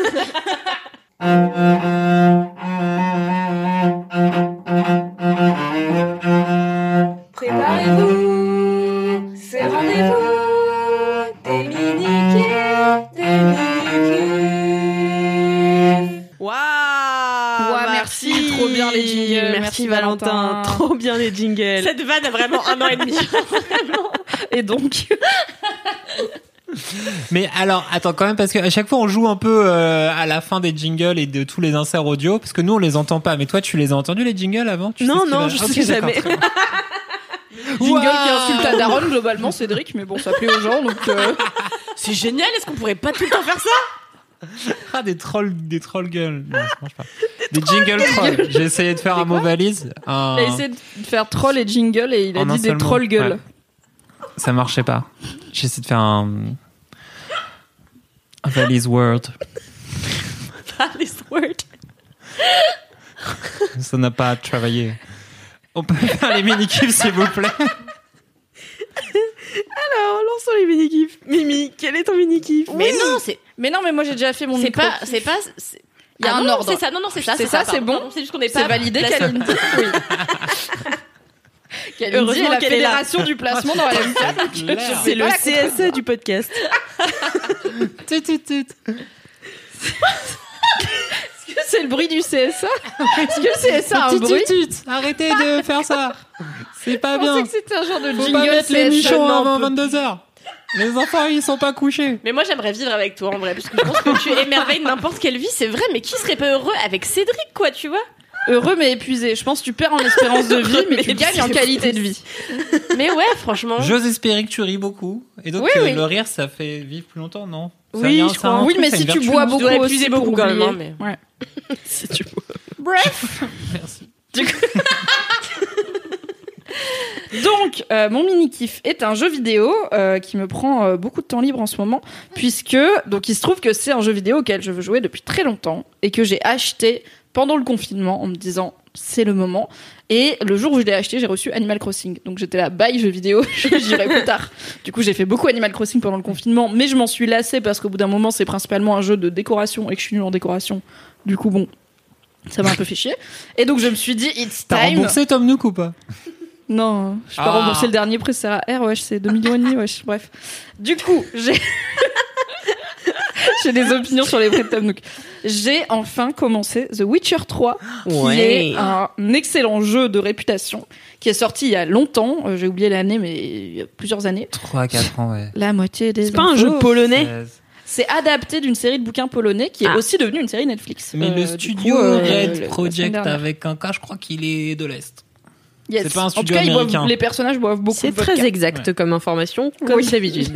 Préparez-vous, c'est rendez-vous des mini-kiffs. Waouh, merci, trop bien les jingles. Merci Valentin, trop bien les jingles. Cette vanne a vraiment 1 an et demi. Et donc Mais alors, attends quand même, parce qu'à chaque fois on joue un peu à la fin des jingles et de tous les inserts audio, parce que nous on les entend pas, mais toi tu les as entendus les jingles avant? Non, je sais jamais. jingle qui insulte ta daronne globalement Cédric, mais bon ça plaît aux gens donc C'est génial, est-ce qu'on pourrait pas tout le temps faire ça? Ah, des trolls gueules. Non, ça marche pas. Des jingle trolls. J'ai essayé de faire un mot valise. Il a essayé de faire troll et jingle et il a dit des troll gueules. Ouais. Ça marchait pas. J'ai essayé de faire un valise word. Valise word. Ça n'a pas travaillé. On peut faire les mini-kiffs, s'il vous plaît. Alors, lançons les mini-kiffs. Mimi, quel est ton mini-kiff? Mais non, c'est mais moi j'ai déjà fait mon c'est micro. pas. Il y a un non, ordre. C'est ça. Non, c'est ça. C'est ça, c'est pardon. bon. Pardon, c'est juste qu'on n'est C'est pas validé, placé. Kalindi. Oui. Kalindi Heureusement est la qu'elle est là. fédération du placement dans la LMK. C'est le CSA du podcast. Est-ce que c'est le bruit du CSA? Est-ce que le CSA a un bruit? Arrêtez de faire ça. C'est pas Je pensais bien. que c'était un genre de Faut jingle pas mettre les CSA. nichons Non, avant 22h. Les enfants, ils sont pas couchés. Mais moi, j'aimerais vivre avec toi, en vrai, parce que je pense que tu émerveilles n'importe quelle vie, c'est vrai, mais qui serait pas heureux avec Cédric, quoi, tu vois? Heureux mais épuisé. Je pense que tu perds en espérance de vie, mais tu gagnes en qualité de vie. Mais ouais, franchement. J'ose espérer que tu ris beaucoup. Et donc, Oui. le rire, ça fait vivre plus longtemps, non? Oui, je crois. Oui, mais si tu bois beaucoup dois aussi épuiser pour beaucoup quand même, oublier. hein, Ouais. Si tu veux. Bref. Merci. Donc, mon mini-kiff est un jeu vidéo qui me prend beaucoup de temps libre en ce moment, puisque donc il se trouve que c'est un jeu vidéo auquel je veux jouer depuis très longtemps et que j'ai acheté pendant le confinement en me disant c'est le moment. Et le jour où je l'ai acheté, j'ai reçu Animal Crossing. Donc j'étais là, bye jeu vidéo, j'irai plus tard. Du coup, j'ai fait beaucoup Animal Crossing pendant le confinement, mais je m'en suis lassée parce qu'au bout d'un moment, c'est principalement un jeu de décoration et que je suis nulle en décoration. Du coup, bon, ça m'a un peu fait chier. Et donc je me suis dit, it's T'as time. remboursé Tom Nook ou pas? Non, je peux pas rembourser le dernier prêt, ça R, wesh, c'est 2,5 millions, wesh, bref. Du coup, j'ai des opinions sur les prêts de Tom Nook. J'ai enfin commencé The Witcher 3, qui est un excellent jeu de réputation, qui est sorti il y a longtemps, j'ai oublié l'année, mais il y a plusieurs années. 3-4 ans, ouais. La moitié des C'est pas un jeu polonais? C'est adapté d'une série de bouquins polonais, qui est aussi devenue une série Netflix. Mais le du studio coup, Red la semaine Project dernière. avec un K, je crois qu'il est de l'Est. Yes. C'est pas un En studio tout cas, américain. les personnages boivent beaucoup C'est de vodka. très exact comme information, comme Oui. d'habitude.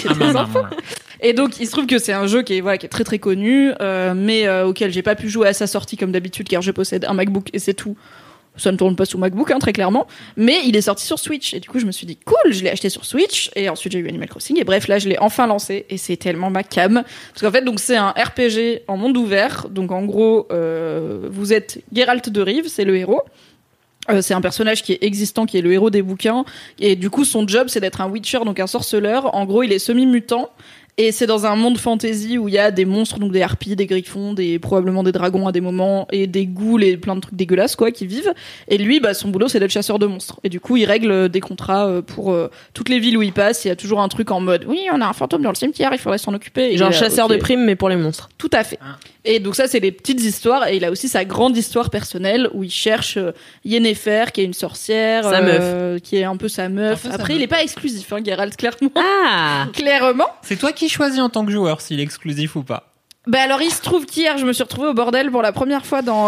Et donc, il se trouve que c'est un jeu qui est très très connu, mais auquel j'ai pas pu jouer à sa sortie comme d'habitude, car je possède un MacBook et c'est tout. Ça ne tourne pas sous MacBook, hein, très clairement. Mais il est sorti sur Switch. Et du coup, je me suis dit, cool, je l'ai acheté sur Switch. Et ensuite, j'ai eu Animal Crossing. Et bref, là, je l'ai enfin lancé. Et c'est tellement ma cam. Parce qu'en fait, donc, c'est un RPG en monde ouvert. Donc, en gros, vous êtes Geralt de Rive, c'est le héros. C'est un personnage qui est existant, qui est le héros des bouquins. Et du coup, son job, c'est d'être un Witcher, donc un sorceleur. En gros, il est semi-mutant. Et c'est dans un monde fantasy où il y a des monstres, donc des harpies, des griffons, probablement des dragons à des moments, et des ghouls et plein de trucs dégueulasses, quoi, qui vivent. Et lui, son boulot, c'est d'être chasseur de monstres. Et du coup, il règle des contrats pour toutes les villes où il passe. Il y a toujours un truc en mode, oui, on a un fantôme dans le cimetière, il faudrait s'en occuper. Et Genre il est là, chasseur ok. de primes, mais pour les monstres. Tout à fait. Et donc ça, c'est les petites histoires. Et il a aussi sa grande histoire personnelle où il cherche Yennefer, qui est une sorcière. Sa meuf. Qui est un peu sa meuf. Un peu sa Après, il meuf. est pas exclusif, hein, Geralt, clairement. Ah Clairement. C'est toi qui choisis en tant que joueur s'il est exclusif ou pas. Bah alors il se trouve qu'hier je me suis retrouvée au bordel pour la première fois dans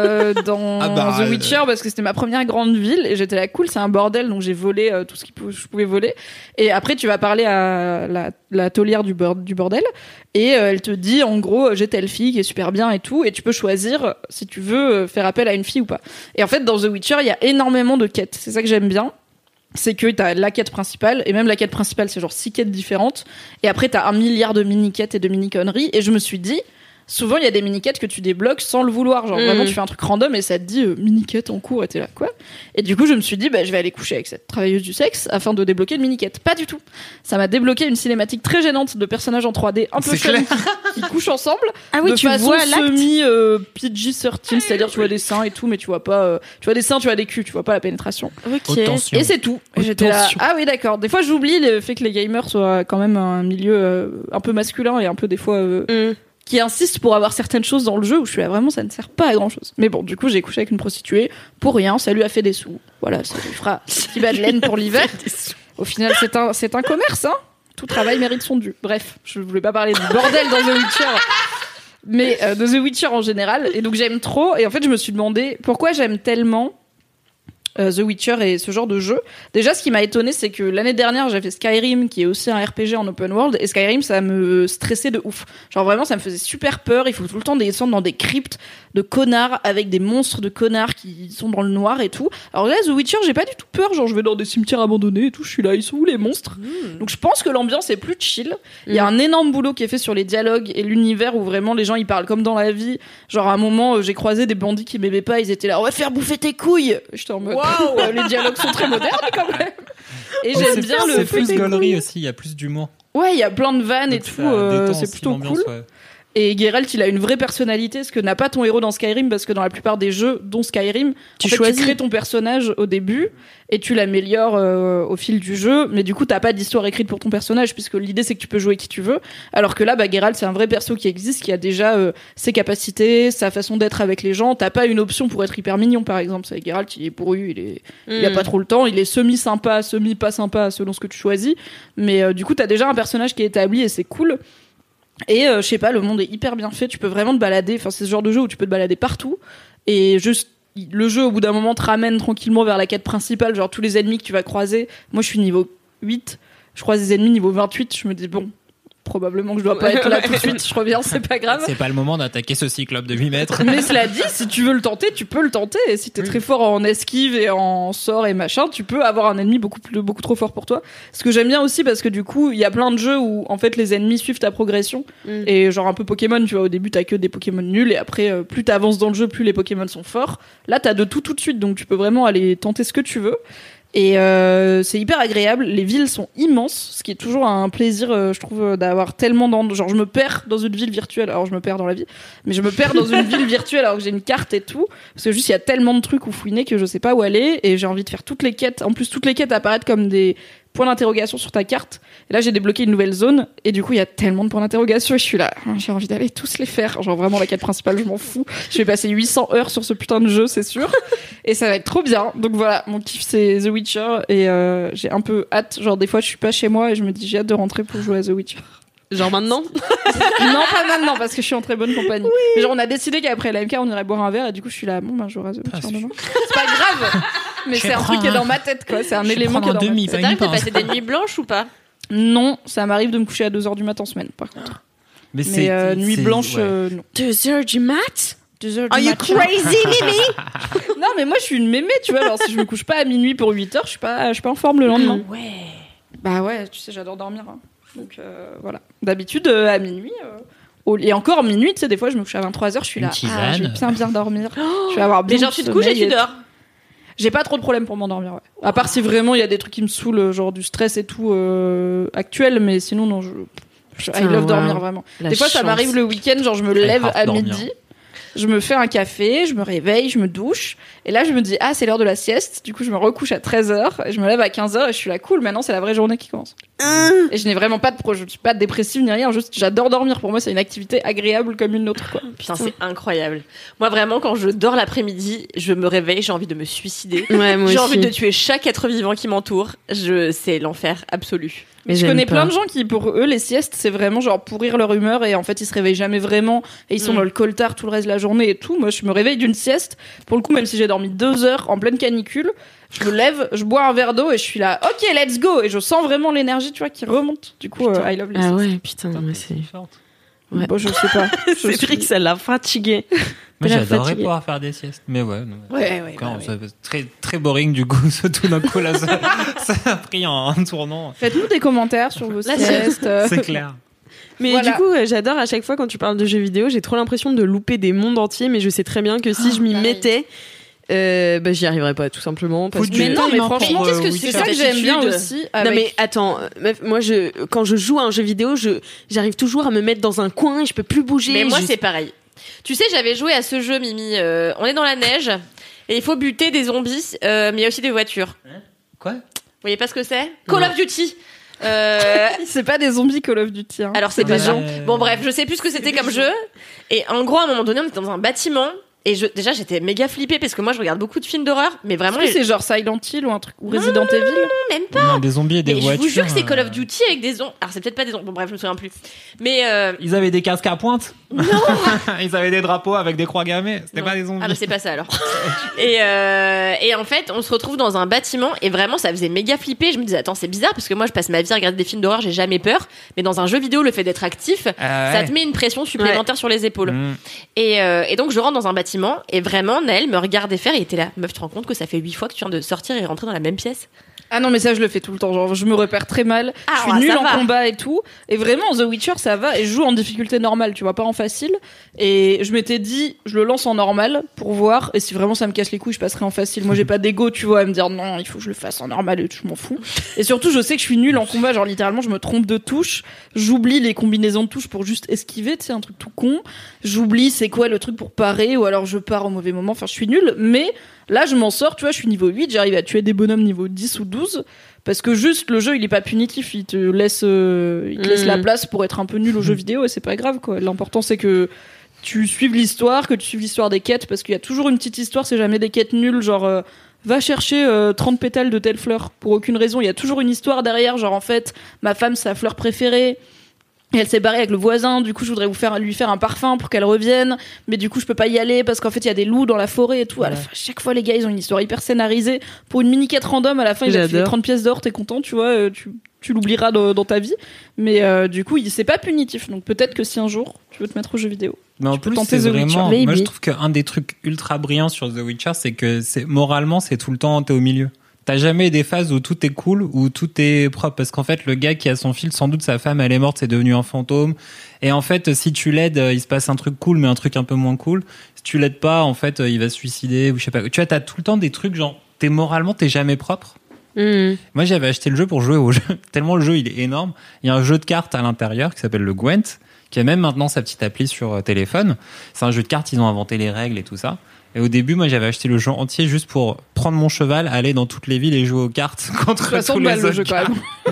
The Witcher parce que c'était ma première grande ville et j'étais là cool, c'est un bordel, donc j'ai volé tout ce que je pouvais voler. Et après tu vas parler à la taulière du bordel et elle te dit en gros j'ai telle fille qui est super bien et tout, et tu peux choisir si tu veux faire appel à une fille ou pas. Et en fait dans The Witcher il y a énormément de quêtes, c'est ça que j'aime bien. C'est que t'as la quête principale, et même la quête principale, c'est genre 6 quêtes différentes, et après t'as 1 milliard de mini-quêtes et de mini-conneries, et je me suis dit, souvent il y a des mini-quêtes que tu débloques sans le vouloir, genre vraiment tu fais un truc random et ça te dit mini-quête en cours, et t'es là, quoi? Et du coup je me suis dit, je vais aller coucher avec cette travailleuse du sexe afin de débloquer une mini-quête. Pas du tout. Ça m'a débloqué une cinématique très gênante de personnages en 3D un peu chum qui couchent ensemble. Ah oui, de tu façon vois l'acte. semi PG-13, c'est-à-dire tu vois des seins et tout, mais tu vois pas, tu vois des seins, tu vois des culs, tu vois pas la pénétration. Ok. Attention. Et c'est tout. Et j'étais là. Ah oui, d'accord. Des fois, j'oublie le fait que les gamers soient quand même un milieu un peu masculin et un peu des fois qui insiste pour avoir certaines choses dans le jeu où je suis là vraiment, ça ne sert pas à grand chose. Mais bon, du coup, j'ai couché avec une prostituée pour rien. Ça lui a fait des sous. Voilà, ça lui fera un petit bas de laine pour l'hiver. Au final, c'est un commerce, hein. Tout travail mérite son dû. Bref, je voulais pas parler du bordel dans The Witcher. Mais de The Witcher en général. Et donc, j'aime trop. Et en fait, je me suis demandé pourquoi j'aime tellement The Witcher et ce genre de jeu. Déjà, ce qui m'a étonné, c'est que l'année dernière, j'ai fait Skyrim, qui est aussi un RPG en open world, et Skyrim, ça me stressait de ouf. Genre vraiment, ça me faisait super peur. Il faut tout le temps descendre dans des cryptes de connards avec des monstres de connards qui sont dans le noir et tout. Alors là, The Witcher, j'ai pas du tout peur. Genre, je vais dans des cimetières abandonnés et tout. Je suis là, ils sont où les monstres? Donc, je pense que l'ambiance est plus chill. Il y a un énorme boulot qui est fait sur les dialogues et l'univers où vraiment les gens ils parlent comme dans la vie. Genre, à un moment, j'ai croisé des bandits qui m'aimaient pas. Ils étaient là, on va faire bouffer tes couilles. J'étais en mode, waouh, les dialogues sont très modernes quand même. Et j'aime bien le C'est plus fait gaulerie aussi, il y a plus d'humour. Ouais, il y a plein de vannes et Donc, tout, ça détend c'est aussi plutôt l'ambiance, cool. ouais. Et Geralt, il a une vraie personnalité, ce que n'a pas ton héros dans Skyrim, parce que dans la plupart des jeux, dont Skyrim, tu crées ton personnage au début et tu l'améliores au fil du jeu, mais du coup, t'as pas d'histoire écrite pour ton personnage, puisque l'idée c'est que tu peux jouer qui tu veux. Alors que là, Geralt, c'est un vrai perso qui existe, qui a déjà ses capacités, sa façon d'être avec les gens. T'as pas une option pour être hyper mignon, par exemple. C'est Geralt, il est bourru, il a pas trop le temps, il est semi-sympa, semi-pas sympa, selon ce que tu choisis. Mais du coup, t'as déjà un personnage qui est établi et c'est cool. Et je sais pas, le monde est hyper bien fait, tu peux vraiment te balader, enfin c'est ce genre de jeu où tu peux te balader partout et juste le jeu au bout d'un moment te ramène tranquillement vers la quête principale, genre tous les ennemis que tu vas croiser. Moi je suis niveau 8, je croise des ennemis niveau 28, je me dis bon, probablement que je dois pas être là tout de suite, je reviens, c'est pas grave. C'est pas le moment d'attaquer ce cyclope de 8 mètres. Mais cela dit, si tu veux le tenter, tu peux le tenter. Et si t'es très fort en esquive et en sort et machin, tu peux avoir un ennemi beaucoup trop fort pour toi. Ce que j'aime bien aussi, parce que du coup, il y a plein de jeux où en fait les ennemis suivent ta progression. Et genre un peu Pokémon, tu vois, au début t'as que des Pokémon nuls et après plus t'avances dans le jeu, plus les Pokémon sont forts. Là t'as de tout de suite, donc tu peux vraiment aller tenter ce que tu veux. Et c'est hyper agréable, les villes sont immenses, ce qui est toujours un plaisir, je trouve, d'avoir tellement genre je me perds dans une ville virtuelle, alors je me perds dans la vie, mais je me perds dans une ville virtuelle alors que j'ai une carte et tout, parce que juste il y a tellement de trucs où fouiner que je sais pas où aller, et j'ai envie de faire toutes les quêtes. En plus, toutes les quêtes apparaissent comme des points d'interrogation sur ta carte, et là j'ai débloqué une nouvelle zone, et du coup il y a tellement de points d'interrogation, et je suis là, j'ai envie d'aller tous les faire, genre vraiment la quête principale je m'en fous, je vais passer 800 heures sur ce putain de jeu, c'est sûr, et ça va être trop bien. Donc voilà, mon kiff c'est The Witcher, et j'ai un peu hâte, genre des fois je suis pas chez moi et je me dis j'ai hâte de rentrer pour jouer à The Witcher. Genre maintenant? Non, pas maintenant, parce que je suis en très bonne compagnie. Mais genre, on a décidé qu'après la MK, on irait boire un verre, et du coup, je suis là, bon, ben, je jouerai à The Witcher demain. C'est pas grave, mais c'est un truc qui est dans ma tête, quoi. C'est un élément qui est dans ma tête. Ça t'arrive de passer des nuits blanches ou pas? Non, ça m'arrive de me coucher à 2h du matin en semaine, par contre. Mais nuit blanche, non. 2h du mat? 2h du Are you matin. crazy, Mimi? Non, mais moi, je suis une mémé, tu vois. Alors, si je me couche pas à minuit pour 8h, je suis pas en forme le lendemain. Ouais. Bah ouais, tu sais, j'adore dormir. Hein. Donc voilà. D'habitude, à minuit, et encore minuit, tu sais, des fois, je me couche à 23h, je suis là, je vais bien dormir. Je vais avoir bien. Mais genre, tu te couches et tu dors. J'ai pas trop de problème pour m'endormir, ouais. À part si vraiment il y a des trucs qui me saoulent, genre du stress et tout actuel, mais sinon, non, I love dormir vraiment. Des fois, ça m'arrive le week-end, genre, je me lève à midi. Je me fais un café, je me réveille, je me douche. Et là, je me dis, ah, c'est l'heure de la sieste. Du coup, je me recouche à 13h. Et je me lève à 15h et je suis là, cool, maintenant, c'est la vraie journée qui commence. Et je n'ai vraiment pas je suis pas dépressive ni rien. Juste, j'adore dormir. Pour moi, c'est une activité agréable comme une autre, quoi. Putain, c'est incroyable. Moi, vraiment, quand je dors l'après-midi, je me réveille, j'ai envie de me suicider. Ouais, moi j'ai aussi. envie de tuer chaque être vivant qui m'entoure. C'est l'enfer absolu. Mais je connais plein de gens qui, pour eux, les siestes, c'est vraiment genre pourrir leur humeur et en fait, ils se réveillent jamais vraiment et ils sont dans le coltard tout le reste de la journée et tout. Moi, je me réveille d'une sieste. Pour le coup, même si j'ai dormi 2 heures en pleine canicule, je me lève, je bois un verre d'eau et je suis là, ok, let's go! Et je sens vraiment l'énergie, tu vois, qui remonte. Du coup, I love les siestes. Ah ouais, putain, mais c'est... Ouais. Bon, je sais pas. Cédric, ça l'a fatigué. Moi, j'adorerais pouvoir faire des siestes, mais ouais. Ouais. Ça va être très, très boring du coup, tout d'un coup, là, ça a pris un tournant. Faites-nous des commentaires sur vos siestes. C'est clair. Mais voilà. du coup, j'adore à chaque fois quand tu parles de jeux vidéo, j'ai trop l'impression de louper des mondes entiers, mais je sais très bien que si je m'y mettais, j'y arriverais pas, tout simplement. Parce que... Mais non, mais franchement, qu'est-ce que c'est ça que j'aime bien aussi. Avec... Non mais attends, moi quand je joue à un jeu vidéo, j'arrive toujours à me mettre dans un coin et je peux plus bouger. Mais moi, c'est pareil. Tu sais, j'avais joué à ce jeu, Mimi. On est dans la neige et il faut buter des zombies, mais il y a aussi des voitures. Quoi? Vous voyez pas ce que c'est? Call of Duty. C'est pas des zombies Call of Duty. Hein. Alors c'est pas gens. Bon bref, je sais plus ce que c'était comme jeu. Et en gros, à un moment donné, on était dans un bâtiment. Et déjà, j'étais méga flippée parce que moi, je regarde beaucoup de films d'horreur, mais vraiment. Est-ce que c'est genre Silent Hill ou un truc ou Resident Evil? Non, même pas. Non, des zombies et des voitures. Je vous jure que c'est Call of Duty avec des zombies. Alors c'est peut-être pas des zombies. Bon bref, je me souviens plus. Mais ils avaient des casques à pointe. Ils avaient des drapeaux avec des croix gammées. C'était pas des zombies. Ah bah c'est pas ça alors. Et en fait, on se retrouve dans un bâtiment et vraiment ça faisait méga flipper. Je me disais attends c'est bizarre parce que moi je passe ma vie à regarder des films d'horreur, j'ai jamais peur. Mais dans un jeu vidéo, le fait d'être actif, ça te met une pression supplémentaire sur les épaules. Et donc je rentre dans un bâtiment et vraiment Naël me regardait faire et était là. Meuf, tu te rends compte que ça fait 8 fois que tu viens de sortir et rentrer dans la même pièce? Ah non, mais ça, je le fais tout le temps. Genre, je me repère très mal. Je suis nulle en combat et tout. Et vraiment, The Witcher, ça va. Et je joue en difficulté normale, tu vois, pas en facile. Et je m'étais dit, je le lance en normal pour voir. Et si vraiment ça me casse les couilles, je passerai en facile. Moi, j'ai pas d'ego, tu vois, à me dire non, il faut que je le fasse en normal et tout, je m'en fous. Et surtout, je sais que je suis nulle en combat. Genre, littéralement, je me trompe de touche. J'oublie les combinaisons de touches pour juste esquiver, tu sais, un truc tout con. J'oublie c'est quoi le truc pour parer. Ou alors je pars au mauvais moment. Enfin, je suis nulle. Mais là, je m'en sors, tu vois, je suis niveau 8. J'arrive à tuer des bonhommes niveau 10 ou 12. Parce que juste le jeu il est pas punitif, il te laisse la place pour être un peu nul au jeu vidéo et c'est pas grave quoi. L'important c'est que tu suives l'histoire, que tu suives l'histoire des quêtes parce qu'il y a toujours une petite histoire, c'est jamais des quêtes nulles genre va chercher 30 pétales de telle fleur pour aucune raison, il y a toujours une histoire derrière genre en fait ma femme c'est sa fleur préférée. Et elle s'est barrée avec le voisin, du coup je voudrais lui faire un parfum pour qu'elle revienne, mais du coup je peux pas y aller parce qu'en fait il y a des loups dans la forêt et tout. À la fin, chaque fois les gars ils ont une histoire hyper scénarisée. Pour une mini quête random à la fin ils ont fait 30 pièces d'or, t'es content, tu vois, tu l'oublieras dans ta vie. Mais du coup c'est pas punitif, donc peut-être que si un jour tu veux te mettre au jeu vidéo. Mais en plus c'est vraiment, moi je trouve qu'un des trucs ultra brillants sur The Witcher c'est que moralement c'est tout le temps t'es au milieu. T'as jamais des phases où tout est cool, où tout est propre, parce qu'en fait, le gars qui a son fil, sans doute sa femme, elle est morte, c'est devenu un fantôme. Et en fait, si tu l'aides, il se passe un truc cool, mais un truc un peu moins cool. Si tu l'aides pas, en fait, il va se suicider, ou je sais pas. Tu vois, t'as tout le temps des trucs, genre, moralement, t'es jamais propre. Moi, j'avais acheté le jeu pour jouer au jeu, tellement le jeu, il est énorme. Il y a un jeu de cartes à l'intérieur qui s'appelle le Gwent, qui a même maintenant sa petite appli sur téléphone. C'est un jeu de cartes, ils ont inventé les règles et tout ça. Et au début, moi, j'avais acheté le jeu entier juste pour prendre mon cheval, aller dans toutes les villes et jouer aux cartes contre tous les autres gars.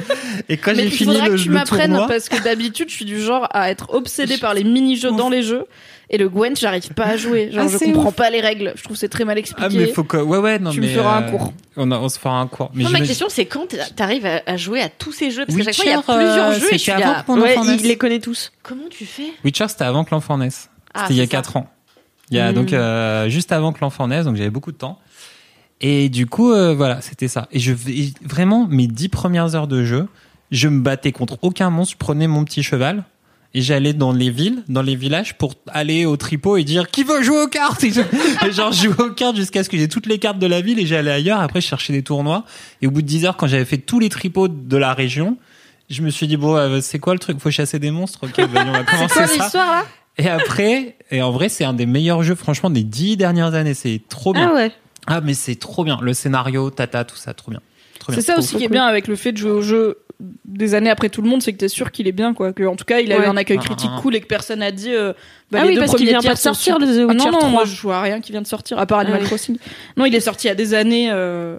Et quand j'ai fini le tournoi... Mais il faudra que tu m'apprennes, parce que d'habitude, je suis du genre à être obsédée par les mini-jeux dans les jeux. Et le Gwent, j'arrive pas à jouer. Genre, je comprends pas les règles. Je trouve que c'est très mal expliqué. Ah, mais faut que... Ouais, non, tu me feras un cours. On se fera un cours. Mais ma question, c'est quand t'arrives à jouer à tous ces jeux? Parce qu'à chaque fois, il y a plusieurs jeux et je suis là... Il les connaît tous. Comment tu fais? Witcher, c'était avant que l'enfant naisse. C'était il y a 4 ans. Il y a donc juste avant que l'enfant naisse, donc j'avais beaucoup de temps. Et du coup, voilà, c'était ça. Et vraiment, mes 10 premières heures de jeu, je me battais contre aucun monstre. Je prenais mon petit cheval et j'allais dans les villes, dans les villages pour aller au tripot et dire qui veut jouer aux cartes. Et genre, je jouais aux cartes jusqu'à ce que j'ai toutes les cartes de la ville et j'allais ailleurs. Après, je cherchais des tournois. Et au bout de 10 heures, quand j'avais fait tous les tripots de la région, je me suis dit bon, c'est quoi le truc? Faut chasser des monstres. Ok, on va commencer ça. C'est quoi l'histoire là? Et après, en vrai, c'est un des meilleurs jeux, franchement, des 10 dernières années. C'est trop bien. Ah ouais. Ah, mais c'est trop bien. Le scénario, tout ça, trop bien. C'est ça aussi qui est bien avec le fait de jouer au jeu des années après tout le monde, c'est que t'es sûr qu'il est bien, quoi. Que, en tout cas, il a eu un accueil critique cool et que personne n'a dit, les deux premiers tiers de sortir, le The Witcher 3. Non, moi, je joue à rien qui vient de sortir, à part Animal Crossing. Non, il est sorti il y a des années,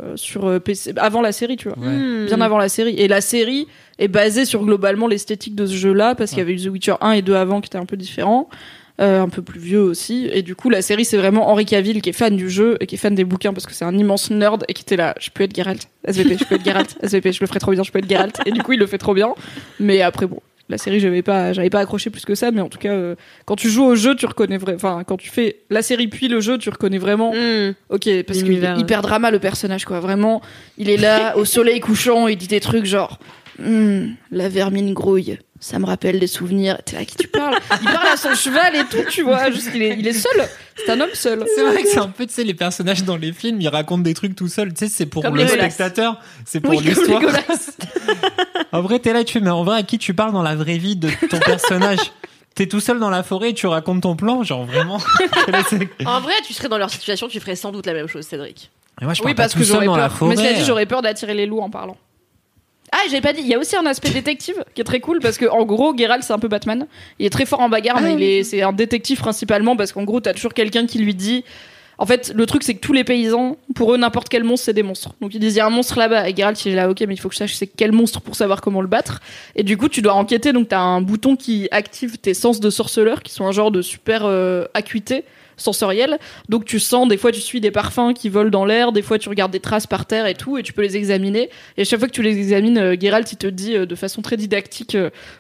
sur PC, avant la série, tu vois. Bien avant la série. Et la série est basée sur globalement l'esthétique de ce jeu-là, parce qu'il y avait eu The Witcher 1 et 2 avant qui étaient un peu différents. Un peu plus vieux aussi, et du coup la série c'est vraiment Henry Cavill qui est fan du jeu et qui est fan des bouquins parce que c'est un immense nerd et qui était là, je peux être Geralt, SVP, je peux être Geralt, SVP, je le ferai trop bien, je peux être Geralt, et du coup il le fait trop bien, mais après bon, la série j'avais pas accroché plus que ça, mais en tout cas quand tu joues au jeu tu reconnais enfin quand tu fais la série puis le jeu tu reconnais vraiment ok, parce qu'il est hyper drama le personnage quoi, vraiment il est là au soleil couchant, il dit des trucs genre la vermine grouille, ça me rappelle des souvenirs. T'es là, à qui tu parles? Il parle à son cheval et tout, tu vois. Juste, il est seul. C'est un homme seul. C'est vrai que c'est un peu, tu sais, les personnages dans les films, ils racontent des trucs tout seuls. Tu sais, c'est pour le spectateur, c'est pour l'histoire. En vrai, t'es là, tu fais, mais en vrai, à qui tu parles dans la vraie vie de ton personnage? T'es tout seul dans la forêt et tu racontes ton plan, genre vraiment. En vrai, tu serais dans leur situation, tu ferais sans doute la même chose, Cédric. Et moi, je parle parce que j'aurais peur. Mais cela dit, j'aurais peur d'attirer les loups en parlant. Ah, j'avais pas dit, il y a aussi un aspect détective qui est très cool parce que en gros, Geralt c'est un peu Batman. Il est très fort en bagarre, mais c'est un détective principalement parce qu'en gros, t'as toujours quelqu'un qui lui dit. En fait, le truc c'est que tous les paysans, pour eux, n'importe quel monstre c'est des monstres. Donc ils disent il y a un monstre là-bas et Geralt il est là, ok, mais il faut que je sache c'est quel monstre pour savoir comment le battre. Et du coup, tu dois enquêter. Donc t'as un bouton qui active tes sens de sorceleur qui sont un genre de super acuité sensorielle. Donc tu sens, des fois tu suis des parfums qui volent dans l'air, des fois tu regardes des traces par terre et tout, et tu peux les examiner. Et à chaque fois que tu les examines, Geralt il te dit de façon très didactique,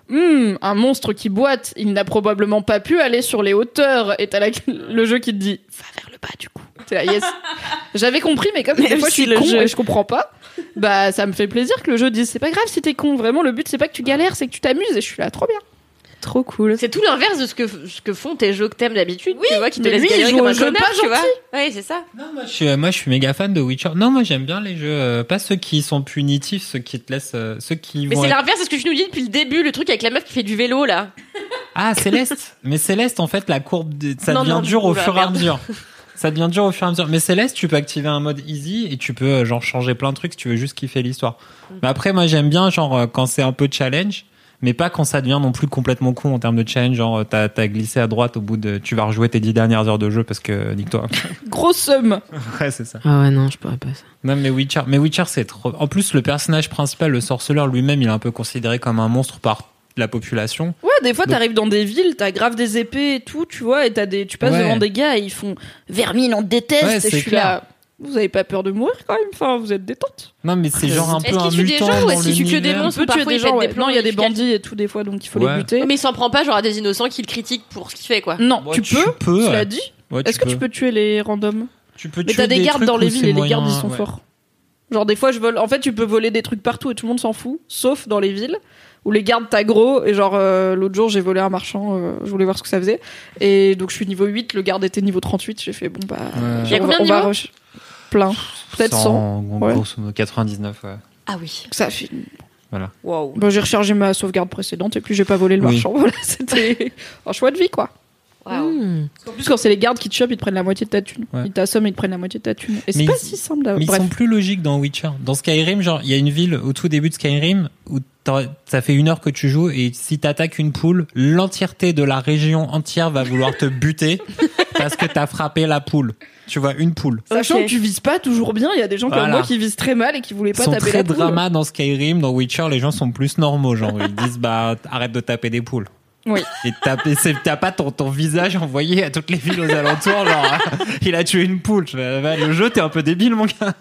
un monstre qui boite, il n'a probablement pas pu aller sur les hauteurs. Et t'as le jeu qui te dit, va vers le bas du coup. T'es là, yes. J'avais compris, mais comme des fois je suis con et je comprends pas, bah ça me fait plaisir que le jeu dise, c'est pas grave si t'es con, vraiment le but c'est pas que tu galères, c'est que tu t'amuses, et je suis là, trop bien. Trop cool. C'est tout l'inverse de ce que font tes jeux que t'aimes d'habitude, Oui, tu vois, qui te mais laissent lui, il galérer joue comme au un jeu connard, pas tu vois. gentil. Ouais, c'est ça. Non, moi je suis méga fan de Witcher. Non, moi j'aime bien les jeux, pas ceux qui sont punitifs, ceux qui te laissent, ceux qui Mais vont c'est être- l'inverse de ce que je nous dis depuis le début, le truc avec la meuf qui fait du vélo là. Ah, Céleste. Mais Céleste, en fait, la courbe, ça Non, devient non, dur au oula, fur et à merde. mesure. Ça devient dur au fur et à mesure. Mais Céleste, tu peux activer un mode easy et tu peux genre changer plein de trucs si tu veux juste kiffer l'histoire. Mais après, moi j'aime bien genre quand c'est un peu challenge, mais pas quand ça devient non plus complètement con en termes de challenge. Genre t'as glissé à droite au bout de, tu vas rejouer tes 10 dernières heures de jeu parce que nique-toi. Grosse somme. Ouais, c'est ça. Ah ouais, non, je pourrais pas ça. Non, mais Witcher, c'est trop. En plus, le personnage principal, le sorceleur lui-même, il est un peu considéré comme un monstre par la population. Ouais, des fois Donc- t'arrives dans des villes, t'as grave des épées et tout, tu vois, et tu passes Ouais. devant des gars et ils font Vermine, on te déteste, Ouais, et je c'est suis clair. là. Vous avez pas peur de mourir quand même, enfin vous êtes détente. Non, mais c'est genre un Est-ce peu un qu'il tue des mutant gens ou dans est-ce qu'il tue que des l'univers. monstres? On peut tuer Parfois, des ils pètent gens, des ouais. plombs Non, il y a des efficaces. bandits et tout des fois, donc il faut Ouais. les buter. Mais il s'en prend pas genre à des innocents qu'il critique pour ce qu'il fait quoi. Non, Ouais, tu peux, cela ouais. dit. Ouais, Est-ce que tu peux tuer les randoms? Tu peux Mais tuer t'as des gardes trucs dans les où villes c'est et les moyen, gardes ils sont ouais. forts. Genre des fois je vole. En fait tu peux voler des trucs partout et tout le monde s'en fout, sauf dans les villes où les gardes t'aggro. Et genre l'autre jour j'ai volé un marchand, je voulais voir ce que ça faisait. Et donc je suis niveau 8, le garde était niveau 38. J'ai fait bon bah. Ouais. Il y a combien de niveaux Plein. Peut-être 100. Ouais. Grosso modo, 99, ouais. Ah oui. Ça fait. Waouh. Bah, j'ai rechargé ma sauvegarde précédente et puis j'ai pas volé le Oui. marchand. Voilà, c'était un choix de vie quoi. Waouh. En plus quand c'est les gardes qui te chopent, ils te prennent la moitié de ta thune. Ouais. Ils t'assomment, ils te prennent la moitié de ta thune. Et c'est Mais pas ils- si simple d'avoir. Mais ils Bref. sont plus logiques dans Witcher. Dans Skyrim, genre, il y a une ville au tout début de Skyrim où ça fait 1 heure que tu joues et si t'attaques une poule, l'entièreté de la région entière va vouloir te buter parce que t'as frappé la poule. Tu vois, une poule. Sachant Ok. que tu vises pas toujours bien, il y a des gens comme Voilà. moi qui visent très mal et qui voulaient Ils pas sont taper très la poule. drama dans Skyrim. Dans Witcher, les gens sont plus normaux. Genre, ils disent, bah, arrête de taper des poules. Oui. Et t'as pas ton visage envoyé à toutes les villes aux alentours, genre, il a tué une poule. Je fais, bah, le jeu, t'es un peu débile, mon gars.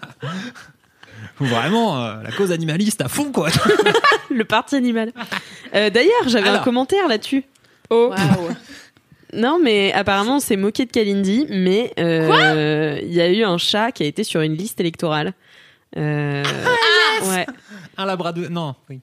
Ou vraiment, la cause animaliste à fond, quoi. Le parti animal. D'ailleurs, j'avais un Alors. commentaire là-dessus. Oh. Waouh. Non, mais apparemment, on s'est moqué de Kalindi, mais il y a eu un chat qui a été sur une liste électorale. Ouais. Un labrador. Non, oui.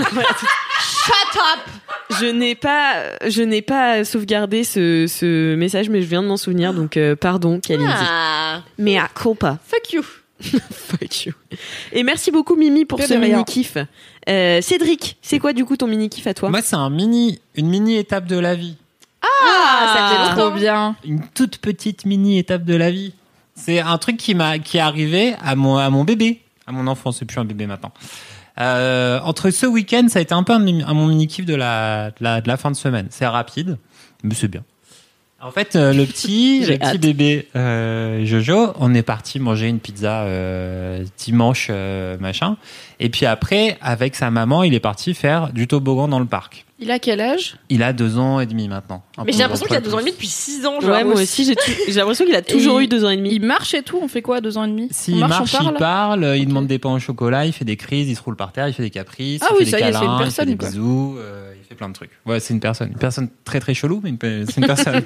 Shut up. Je n'ai pas sauvegardé ce message, mais je viens de m'en souvenir, donc pardon, Kalindi. Ah. Mais à culpa. Fuck you. Fuck you. Et merci beaucoup, Mimi, pour Que ce de rien. mini-kiff. Cédric, c'est quoi du coup ton mini-kiff à toi? Moi, c'est une mini étape de la vie. Ah, ça faisait Trop longtemps. bien. Une toute petite mini étape de la vie. C'est un truc qui est arrivé à mon bébé, à mon enfant. C'est plus un bébé maintenant. Entre ce week-end, ça a été un peu mon mini kiff de la fin de semaine. C'est rapide, mais c'est bien. En fait, le petit bébé Jojo, on est parti manger une pizza dimanche machin, et puis après, avec sa maman, il est parti faire du toboggan dans le parc. Il a quel âge? Il a 2 ans et demi maintenant. Un Mais peu j'ai l'impression qu'il a plus. 2 ans et demi depuis 6 ans. Genre. Ouais, moi aussi, j'ai l'impression qu'il a toujours Et eu 2 ans et demi. Il marche et tout, on fait quoi à 2 ans et demi? S'il On marche, on il parle, il Ok. demande des pains au chocolat, il fait des crises, il se roule par terre, il fait des caprices, Ah il oui, fait ça des y est, c'est une câlins, il fait personne, des quoi. bisous, il fait plein de trucs. Ouais, c'est une personne très très chelou, mais c'est une personne.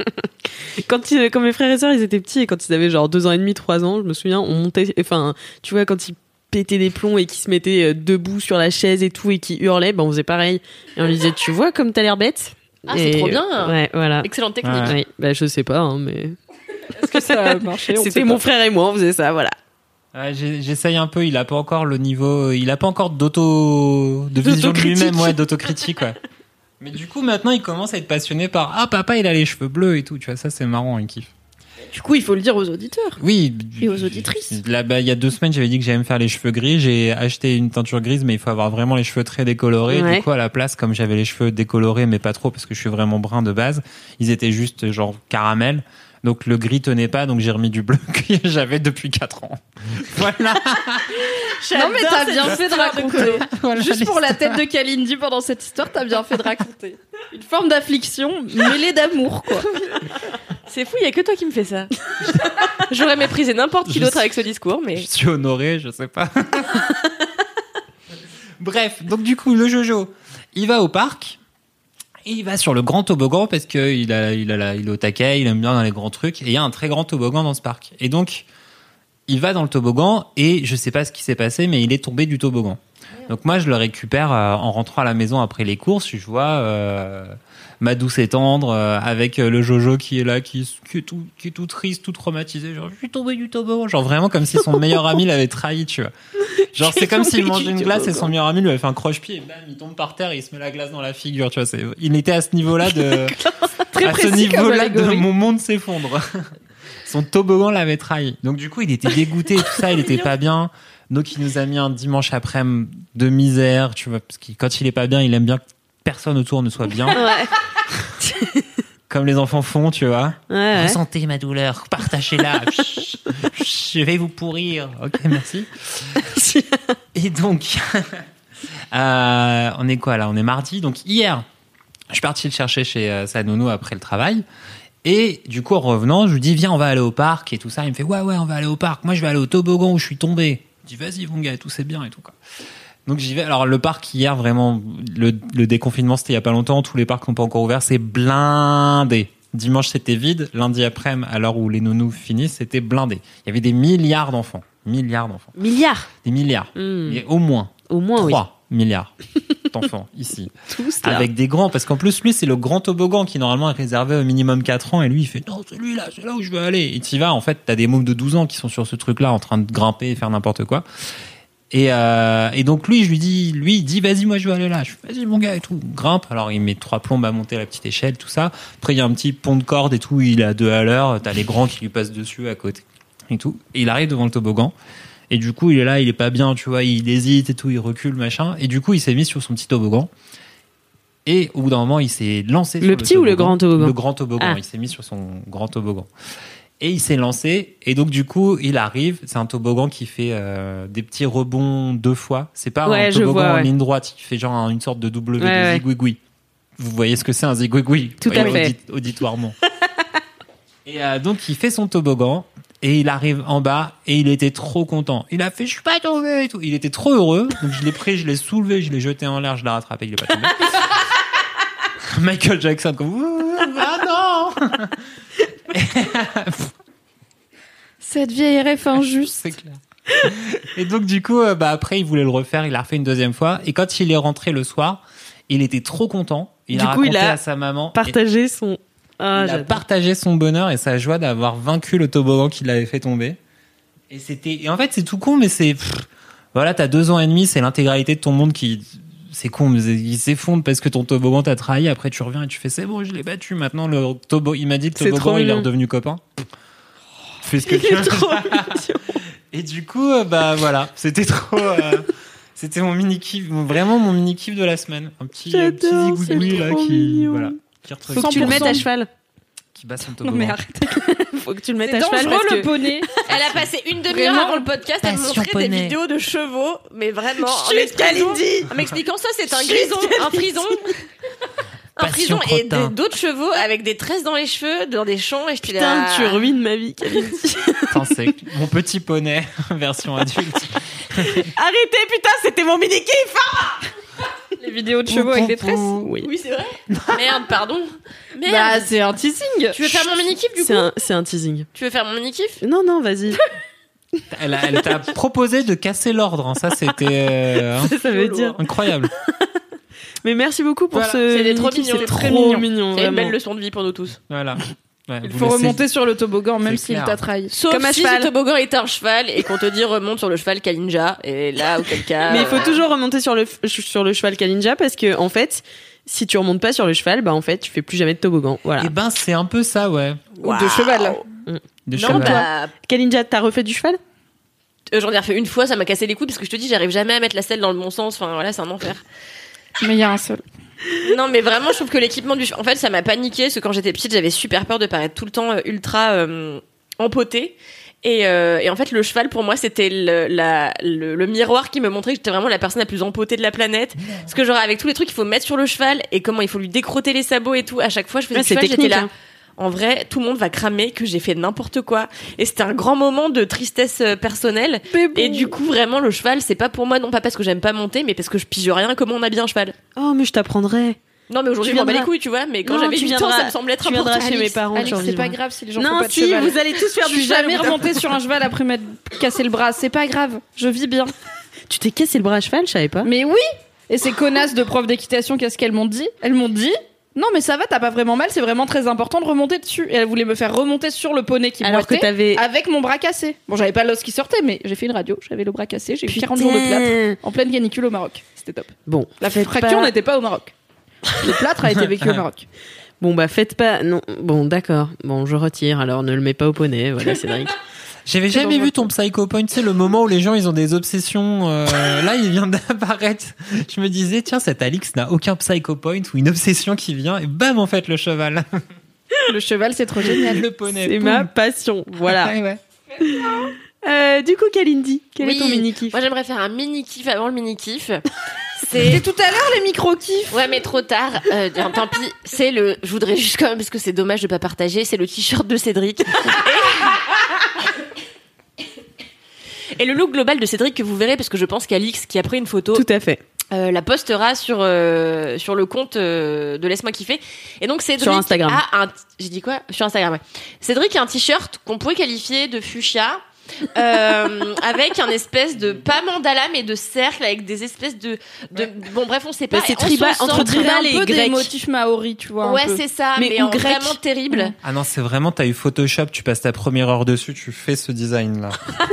Quand mes frères et sœurs ils étaient petits et quand ils avaient genre 2 ans et demi, 3 ans, je me souviens, on montait, enfin, tu vois, quand ils pétaient des plombs et qu'ils se mettaient debout sur la chaise et tout et qui hurlaient, ben on faisait pareil. Et on lui disait, tu vois comme t'as l'air bête. Ah, c'est Et- trop bien. Ouais, voilà. Excellente technique. Ouais. Oui, bah, je sais pas, hein, mais Est-ce que ça a marché? On sait c'était pas. mon frère et moi, on faisait ça, voilà. Ouais, j'essaye un peu, il a pas encore le niveau, il a pas encore de vision de lui-même, ouais, d'autocritique, ouais. Mais du coup, maintenant, il commence à être passionné par, ah, papa, il a les cheveux bleus et tout, tu vois, ça, c'est marrant, il kiffe. Du coup, il faut le dire aux auditeurs. Oui. Et aux auditrices. Là, bah, il y a 2 semaines, j'avais dit que j'allais me faire les cheveux gris. J'ai acheté une teinture grise, mais il faut avoir vraiment les cheveux très décolorés. Ouais. Du coup, à la place, comme j'avais les cheveux décolorés, mais pas trop, parce que je suis vraiment brun de base, ils étaient juste genre caramel. Donc le gris tenait pas, donc j'ai remis du bleu que j'avais depuis 4 ans. Voilà. Non mais t'as bien fait de raconter. Voilà Juste pour la l'histoire. tête de Kalindi pendant cette histoire, t'as bien fait de raconter. Une forme d'affliction mêlée d'amour, quoi. C'est fou, il y a que toi qui me fais ça. J'aurais méprisé n'importe qui d'autre avec ce discours, mais... Je suis honoré, je sais pas. Bref, donc du coup, le Jojo, il va au parc. Et il va sur le grand toboggan parce que il est au taquet, il aime bien dans les grands trucs. Et il y a un très grand toboggan dans ce parc. Et donc, il va dans le toboggan et je sais pas ce qui s'est passé, mais il est tombé du toboggan. Donc moi, je le récupère en rentrant à la maison après les courses. Je vois ma douce et tendre avec le Jojo qui est là, qui est tout triste, tout traumatisé. Genre, je suis tombé du toboggan. Genre vraiment comme si son meilleur ami l'avait trahi, tu vois. Genre c'est comme s'il mangeait une glace et son meilleur ami lui avait fait un croche-pied et bam, il tombe par terre et il se met la glace dans la figure, tu vois. Il était à ce niveau-là de... Très à ce précis comme niveau-là de allégorie. mon monde s'effondre. Son toboggan l'avait trahi. Donc du coup, il était dégoûté, tout ça, il était pas bien. Donc il nous a mis un dimanche après-midi de misère, tu vois, parce que quand il est pas bien, il aime bien que personne autour ne soit bien. Ouais. Comme les enfants font, tu vois. Ouais. Ressentez ma douleur, partagez-la. Je vais vous pourrir. Ok, merci. Et donc, on est quoi là ? On est mardi. Donc hier, je suis parti le chercher chez sa nounou après le travail. Et du coup, en revenant, je lui dis, viens, on va aller au parc et tout ça. Il me fait, ouais, on va aller au parc. Moi, je vais aller au toboggan où je suis tombé. Je dis, vas-y, mon gars, et tout, c'est bien et tout, quoi. Donc, j'y vais. Alors, le parc, hier, vraiment, le déconfinement, c'était il y a pas longtemps. Tous les parcs n'ont pas encore ouvert. C'est blindé. Dimanche, c'était vide. Lundi après-midi, à l'heure où les nounous finissent, c'était blindé. Il y avait des milliards d'enfants. Milliards. Des milliards. Et au moins. Au moins, 3 milliards d'enfants ici. Tous là. Avec des grands, parce qu'en plus, lui, c'est le grand toboggan qui normalement est réservé au minimum 4 ans, et lui, il fait non, celui-là, c'est là où je veux aller. Et tu y vas, en fait, t'as des mômes de 12 ans qui sont sur ce truc-là en train de grimper et faire n'importe quoi. Et donc, lui, il dit, vas-y, moi, je veux aller là. Je fais, vas-y, mon gars, et tout. Grimpe. Alors, il met 3 plombes à monter la petite échelle, tout ça. Après, il y a un petit pont de corde et tout, il est à 2 à l'heure. T'as les grands qui lui passent dessus à côté et tout. Et il arrive devant le toboggan. Et du coup, il est là, il est pas bien, tu vois, il hésite et tout, il recule, machin. Et du coup, il s'est mis sur son petit toboggan. Et au bout d'un moment, il s'est lancé sur le petit ou le grand toboggan ? Le grand toboggan. Ah. Il s'est mis sur son grand toboggan. Et il s'est lancé. Et donc, du coup, il arrive. C'est un toboggan qui fait des petits rebonds 2 fois. C'est pas un toboggan en ligne droite. Il fait genre une sorte de W de zigouigoui. Vous voyez ce que c'est un zigouigoui ? Tout à fait. Auditoirement. Et donc, il fait son toboggan. Et il arrive en bas et il était trop content. Il a fait, je suis pas tombé et tout. Il était trop heureux. Donc je l'ai pris, je l'ai soulevé, je l'ai jeté en l'air, je l'ai rattrapé, il est pas tombé. Michael Jackson comme, ah non! Cette vieille ref injuste. C'est clair. Et donc du coup, après il voulait le refaire, il a refait une deuxième fois. Et quand il est rentré le soir, il était trop content. Il a raconté à sa maman. Partagé son... il a partagé son bonheur et sa joie d'avoir vaincu le toboggan qui l'avait fait tomber. Et en fait, c'est tout con, mais voilà, t'as 2 ans et demi, c'est l'intégralité de ton monde c'est con, mais il s'effondre parce que ton toboggan t'a trahi. Après, tu reviens et tu fais, c'est bon, je l'ai battu. Maintenant, il m'a dit le toboggan, il est redevenu copain. Fais ce que tu veux. Trop et du coup, voilà, c'était trop, c'était mon mini-kiff, vraiment mon mini-kiff de la semaine. Un petit zigouigoui, là, voilà. Faut que tu le mettes à cheval. Qui bat son toboggan. Non mais arrêtez. Faut que tu le mettes C'est à cheval. dangereux parce le que... poney. Elle a passé une demi-heure Vraiment avant le podcast à me montrer des vidéos de chevaux, mais vraiment en m'expliquant ça, c'est un grison, un frison. Un frison et d'autres chevaux avec des tresses dans les cheveux, dans des champs, et je suis là. Putain, tu ruines ma vie, Kalindi. Attends, c'est mon petit poney, version adulte. Arrêtez, putain, c'était mon mini-kiff. Les vidéos de chevaux avec des tresses. Oui, c'est vrai. Merde, pardon. Merde. Bah, c'est un teasing. Tu veux faire mon mini-kiff du coup C'est un teasing. Tu veux faire mon mini-kiff Non, vas-y. Elle t'a proposé de casser l'ordre. Hein. Ça, c'était ça veut dire incroyable. Mais merci beaucoup pour ce. C'était trop mignon. C'est trop mignon. C'est une belle leçon de vie pour nous tous. Voilà. Ouais, Il faut remonter sur le toboggan, même s'il t'a trahi. Sauf comme un si cheval. ce toboggan est un cheval et qu'on te dit remonte sur le cheval Kalinja. Et là, auquel cas. Mais il faut toujours remonter sur le cheval Kalinja parce que, en fait, si tu remontes pas sur le cheval, bah, en fait, tu fais plus jamais de toboggan. Voilà. Et ben, c'est un peu ça, ouais. Ou de cheval. De Non, cheval. bah. Kalinja, t'as refait du cheval? J'en ai refait une fois, ça m'a cassé les couilles parce que je te dis, j'arrive jamais à mettre la selle dans le bon sens. Enfin, voilà, c'est un enfer. Mais il y a un seul. Non, mais vraiment, je trouve que l'équipement en fait, ça m'a paniqué parce que quand j'étais petite, j'avais super peur de paraître tout le temps ultra empotée. Et en fait, le cheval, pour moi, c'était le miroir qui me montrait que j'étais vraiment la personne la plus empotée de la planète. Parce que genre, avec tous les trucs qu'il faut mettre sur le cheval et comment il faut lui décrotter les sabots et tout, à chaque fois, je faisais du cheval, j'étais là. en vrai, tout le monde va cramer que j'ai fait n'importe quoi. Et c'était un grand moment de tristesse personnelle. Et du coup, vraiment, le cheval, c'est pas pour moi, non pas parce que j'aime pas monter, mais parce que je pige rien comment on habille un cheval. Oh, mais je t'apprendrai. Non, mais aujourd'hui, je m'en bats les couilles, tu vois. Mais quand j'avais 8 ans, ça me semblait être important. Tu viendras chez mes parents. Alex, c'est pas grave si les gens font Non, pas de si, cheval. vous allez tous faire Je du suis cheval. jamais remontée sur un cheval après m'être cassé le bras. C'est pas grave. Je vis bien. Tu t'es cassé le bras à cheval, je savais pas. Mais oui. Et ces connasses de profs d'équitation, qu'est-ce qu'elles m'ont dit? Elles m'ont dit, non mais ça va, t'as pas vraiment mal, c'est vraiment très important de remonter dessus. Et elles voulaient me faire remonter sur le poney qui Alors que boitait t'avais... avec mon bras cassé. Bon, j'avais pas l'os qui sortait, mais j'ai fait une radio, j'avais le bras cassé, j'ai eu 40 jours de plâtre en pleine canicule au Maroc. C'était top. Bon, La fracture n'était pas au Maroc. Le plâtre a été vécu au Maroc. Bon, bah faites pas... Non, bon, d'accord. Bon, je retire, alors ne le mets pas au poney, voilà, Cédric. J'avais jamais vu ton Psycho Point, tu sais, le moment où les gens ils ont des obsessions. Là, il vient d'apparaître. Je me disais, tiens, cet Alix n'a aucun Psycho Point ou une obsession qui vient, et bam, en fait, le cheval. Le cheval, c'est trop génial. Le poney. C'est boum. ma passion, voilà. Ouais, ouais. Du coup, Kalindi, quel est ton mini-kiff? Moi, j'aimerais faire un mini-kiff avant le mini-kiff. C'était tout à l'heure les micro-kiffs. Ouais, mais trop tard. Tant pis. C'est le. Je voudrais juste quand même parce que c'est dommage de pas partager. C'est le t-shirt de Cédric. Et le look global de Cédric que vous verrez parce que je pense qu'Alix qui a pris une photo. Tout à fait. La postera sur le compte de Laisse-moi kiffer. Et donc Cédric sur Instagram. a un. J'ai dit quoi? Sur Instagram. Ouais. Cédric a un t-shirt qu'on pourrait qualifier de fuchsia. Avec un espèce de pas mandala mais de cercle avec des espèces de bon bref on sait pas, c'est tribal entre tribal et un peu des grec. motifs maoris, tu vois. Ouais, c'est ça, mais ou grec. vraiment terrible. Ah non, c'est vraiment, t'as eu Photoshop, tu passes ta première heure dessus, tu fais ce design-là.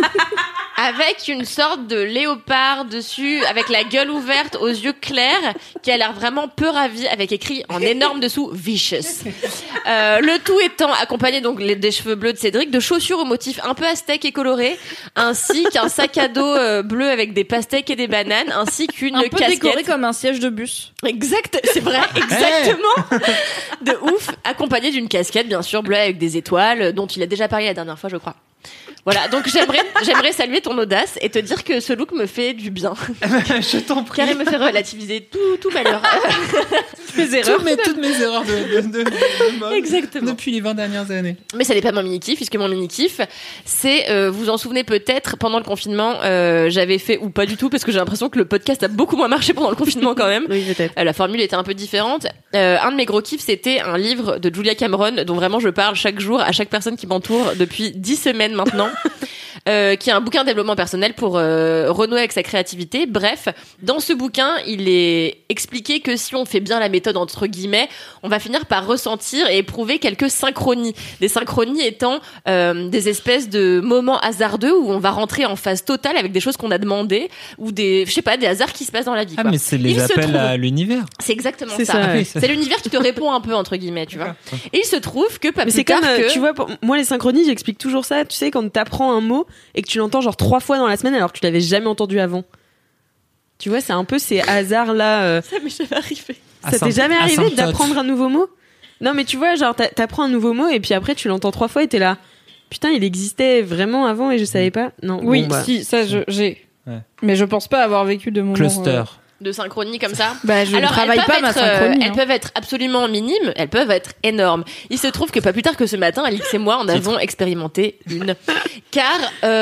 Avec une sorte de léopard dessus, avec la gueule ouverte, aux yeux clairs, qui a l'air vraiment peu ravi, avec écrit en énorme dessous Vicious. Le tout étant accompagné donc des cheveux bleus de Cédric, de chaussures au motif un peu aztèque et coloré, ainsi qu'un sac à dos bleu avec des pastèques et des bananes, ainsi qu'une un peu casquette. décoré comme un siège de bus. Exact, c'est vrai, exactement. De ouf, accompagné d'une casquette bien sûr bleue avec des étoiles, dont il a déjà parlé la dernière fois, je crois. Voilà, donc j'aimerais saluer ton audace et te dire que ce look me fait du bien. Je t'en prie. Car il me fait relativiser tout malheur. Mes erreurs. Toutes mes erreurs de mode. Exactement. Depuis les 20 dernières années. Mais ça n'est pas mon mini-kiff, puisque mon mini-kiff, c'est, vous en souvenez peut-être, pendant le confinement, j'avais fait, ou pas du tout, parce que j'ai l'impression que le podcast a beaucoup moins marché pendant le confinement quand même. Oui, peut-être. La formule était un peu différente. Un de mes gros kiffs, c'était un livre de Julia Cameron, dont vraiment je parle chaque jour à chaque personne qui m'entoure depuis 10 semaines maintenant. Qui est un bouquin de développement personnel pour renouer avec sa créativité. Bref, dans ce bouquin, il est expliqué que si on fait bien la méthode entre guillemets, on va finir par ressentir et éprouver quelques synchronies. Des synchronies étant des espèces de moments hasardeux où on va rentrer en phase totale avec des choses qu'on a demandées ou des, je sais pas, des hasards qui se passent dans la vie. Ah, quoi. mais c'est les appels à l'univers. C'est exactement C'est ça. ça, ouais. C'est l'univers qui te répond un peu entre guillemets, tu vois. Et il se trouve que pas Mais plus c'est tard comme, que tu vois, pour moi, les synchronies, j'explique toujours ça. Tu sais, quand t'apprends un mot et que tu l'entends genre 3 fois dans la semaine alors que tu l'avais jamais entendu avant. Tu vois, c'est un peu ces hasards-là. ça m'est jamais arrivé. Ça t'est jamais arrivé d'apprendre un nouveau mot? Non, mais tu vois, genre, t'apprends un nouveau mot et puis après, tu l'entends 3 fois et t'es là. Putain, il existait vraiment avant et je savais pas. Non. Oui, bon, bah. si, ça, j'ai. Ouais. Mais je pense pas avoir vécu de moments. Cluster. De synchronie comme ça. Bah, je ne Alors, travaille elles pas peuvent ma être, synchronie. elles peuvent être absolument minimes, elles peuvent être énormes. Il se trouve que pas plus tard que ce matin, Alix et moi, on avons expérimenté une. Car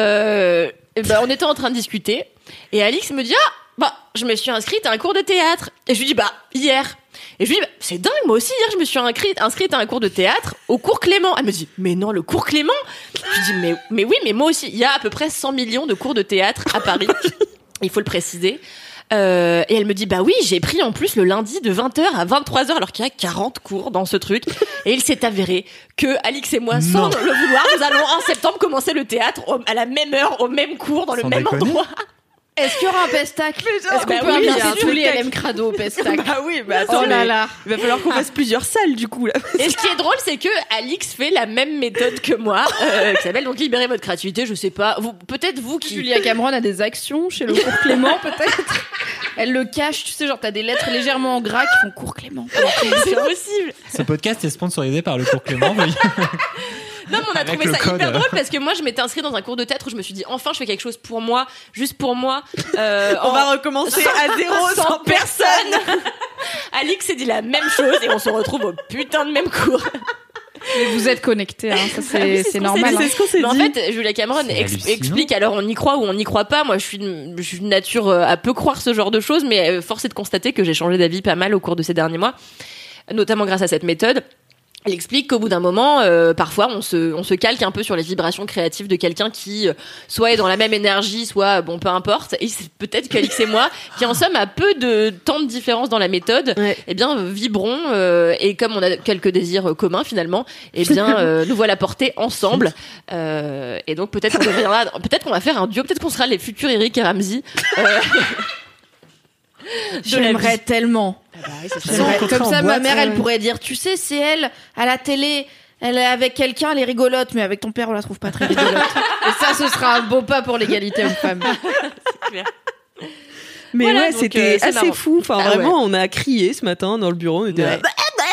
on était en train de discuter et Alix me dit je me suis inscrite à un cours de théâtre. Et je lui dis hier. Et je lui dis c'est dingue, moi aussi hier je me suis inscrite à un cours de théâtre au cours Clément. Elle me dit mais non, le cours Clément. Je dis mais oui, mais moi aussi, il y a à peu près 100 millions de cours de théâtre à Paris. Il faut le préciser. Et elle me dit oui, j'ai pris en plus le lundi de 20h à 23h alors qu'il y a 40 cours dans ce truc. Et il s'est avéré que Alix et moi, sans le vouloir, nous allons en septembre commencer le théâtre à la même heure, au même cours, dans le même endroit. Est-ce qu'il y aura un pestacle? Est-ce qu'on peut oui, il y a inviter un tous les spectacle. LM Crado au pestacle? Bah oui, bah attends, Oh là là. il va falloir qu'on fasse plusieurs salles du coup là. Et ce qui est drôle, c'est que Alix fait la même méthode que moi, qui s'appelle donc libérer votre créativité. Je sais pas, peut-être vous qui. Julia Cameron a des actions chez le cours Clément, peut-être. Elle le cache, tu sais, genre t'as des lettres légèrement en gras qui font cours Clément. C'est possible. Ce podcast est sponsorisé par le cours Clément. Oui. Non, mais on a Avec trouvé le ça code. hyper drôle parce que moi, je m'étais inscrite dans un cours de théâtre où je me suis dit, enfin, je fais quelque chose pour moi, juste pour moi. On va recommencer à zéro sans personne. Alix s'est dit la même chose et on se retrouve au putain de même cours. Mais vous êtes connectés, hein, ça c'est normal. C'est ce qu'on s'est Mais en dit. fait, Julia Cameron C'est hallucinant. explique, alors on y croit ou on n'y croit pas. Moi, je suis de nature à peu croire ce genre de choses, mais force est de constater que j'ai changé d'avis pas mal au cours de ces derniers mois, notamment grâce à cette méthode. Elle explique qu'au bout d'un moment, parfois, on se calque un peu sur les vibrations créatives de quelqu'un qui soit est dans la même énergie, soit bon, peu importe. Et c'est peut-être qu'Alix et moi, qui en somme à peu de temps de différence dans la méthode, Ouais. eh bien vibrons et comme on a quelques désirs communs finalement, eh bien nous voilà portés ensemble. Et donc peut-être qu'on va faire un duo, peut-être qu'on sera les futurs Eric et Ramsey. J'aimerais tellement. Ah bah oui, ce serait- J'aimerais- rencontrer Comme en ça, ma boîte, mère, elle pourrait dire, tu sais, c'est elle, à la télé, elle est avec quelqu'un, elle est rigolote, mais avec ton père, on la trouve pas très rigolote. Et ça, ce sera un beau pas pour l'égalité homme-femme. Mais Voilà, ouais, donc, c'était c'est assez marrant. fou. Enfin, Ah vraiment, on a crié ce matin dans le bureau. On était là. Ouais.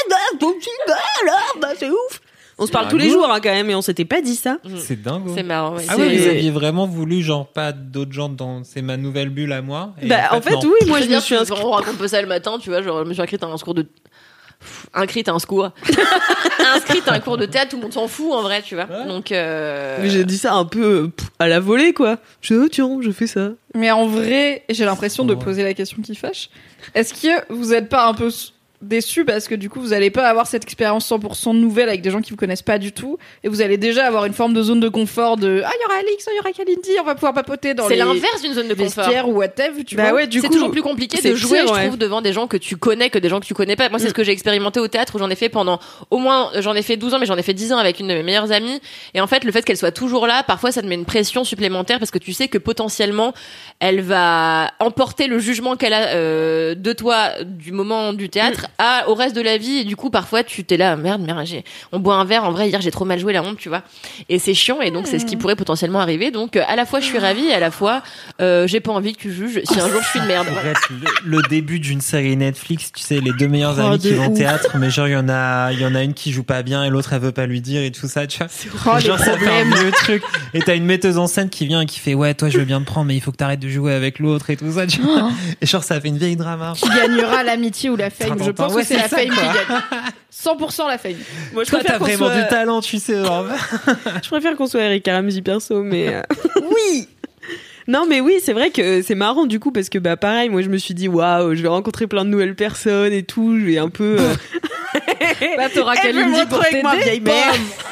C'est ouf. On se parle tous les jours, hein, quand même, et on s'était pas dit ça. C'est dingue. C'est marrant. Ouais. Ah C'est- ouais, vous aviez vraiment voulu, genre, pas d'autres gens dans. C'est ma nouvelle bulle à moi. Et Bah, en fait, non. oui, moi, Je je veux me dire, suis inscrite. on raconte pas ça le matin, tu vois, genre, je me suis inscrite à un secours de. Inscrite à un secours. Inscrite à un cours de théâtre, tout le monde s'en fout en vrai, tu vois. Ouais. Donc. Mais j'ai dit ça un peu à la volée, quoi. Je dis, oh, tiens, je fais ça. Mais en vrai, j'ai l'impression de Ouais. poser la question qui fâche. Est-ce que vous êtes pas un peu déçus parce que du coup, vous allez pas avoir cette expérience 100% nouvelle avec des gens qui vous connaissent pas du tout et vous allez déjà avoir une forme de zone de confort de il y aura Alix, il y aura Kalindi, on va pouvoir papoter dans C'est les l'inverse d'une zone de confort. vestiaires ou whatever, tu Bah vois. ouais, du C'est coup. toujours plus compliqué c'est de jouer, pire, je ouais. trouve, devant des gens que tu connais que des gens que tu connais pas. Moi, c'est ce que j'ai expérimenté au théâtre où j'en ai fait pendant au moins, j'en ai fait 12 ans, mais j'en ai fait 10 ans avec une de mes meilleures amies. Et en fait, le fait qu'elle soit toujours là, parfois, ça te met une pression supplémentaire parce que tu sais que potentiellement, elle va emporter le jugement qu'elle a de toi du moment du théâtre au reste de la vie. Et du coup, parfois, tu t'es là, merde, on boit un verre. En vrai, hier, j'ai trop mal joué, la honte, tu vois. Et c'est chiant. Et donc, c'est ce qui pourrait potentiellement arriver. Donc, à la fois, je suis ravie et à la fois, j'ai pas envie que tu juges si un jour je suis de merde. Arrête, le début d'une série Netflix, tu sais, les deux meilleurs Oh, amis de qui vont au ouf. théâtre, mais genre, il y en a une qui joue pas bien et l'autre, elle veut pas lui dire et tout ça, tu vois. Oh, Genre, les ça fait un problèmes. vieux truc. Et t'as une metteuse en scène qui vient et qui fait, ouais, toi, je veux bien te prendre, mais il faut que t'arrêtes de jouer avec l'autre et tout ça, tu vois. Et genre, ça fait une vieille drama. Qui gagnera l'amitié ou la fame. Je pense Ouais, que c'est la c'est ça, fame qui quoi. gagne. 100% la fame. Moi, je Toi, t'as préfère qu'on vraiment soit... du talent, tu sais. genre. Je préfère qu'on soit Eric Ramsey perso, mais oui. Non, mais oui, c'est vrai que c'est marrant du coup parce que bah pareil, moi je me suis dit waouh, je vais rencontrer plein de nouvelles personnes et tout, je vais un peu. Bah, t'auras Elle veut me Kalindi pour retrouver avec ma t'aider. vieille mère.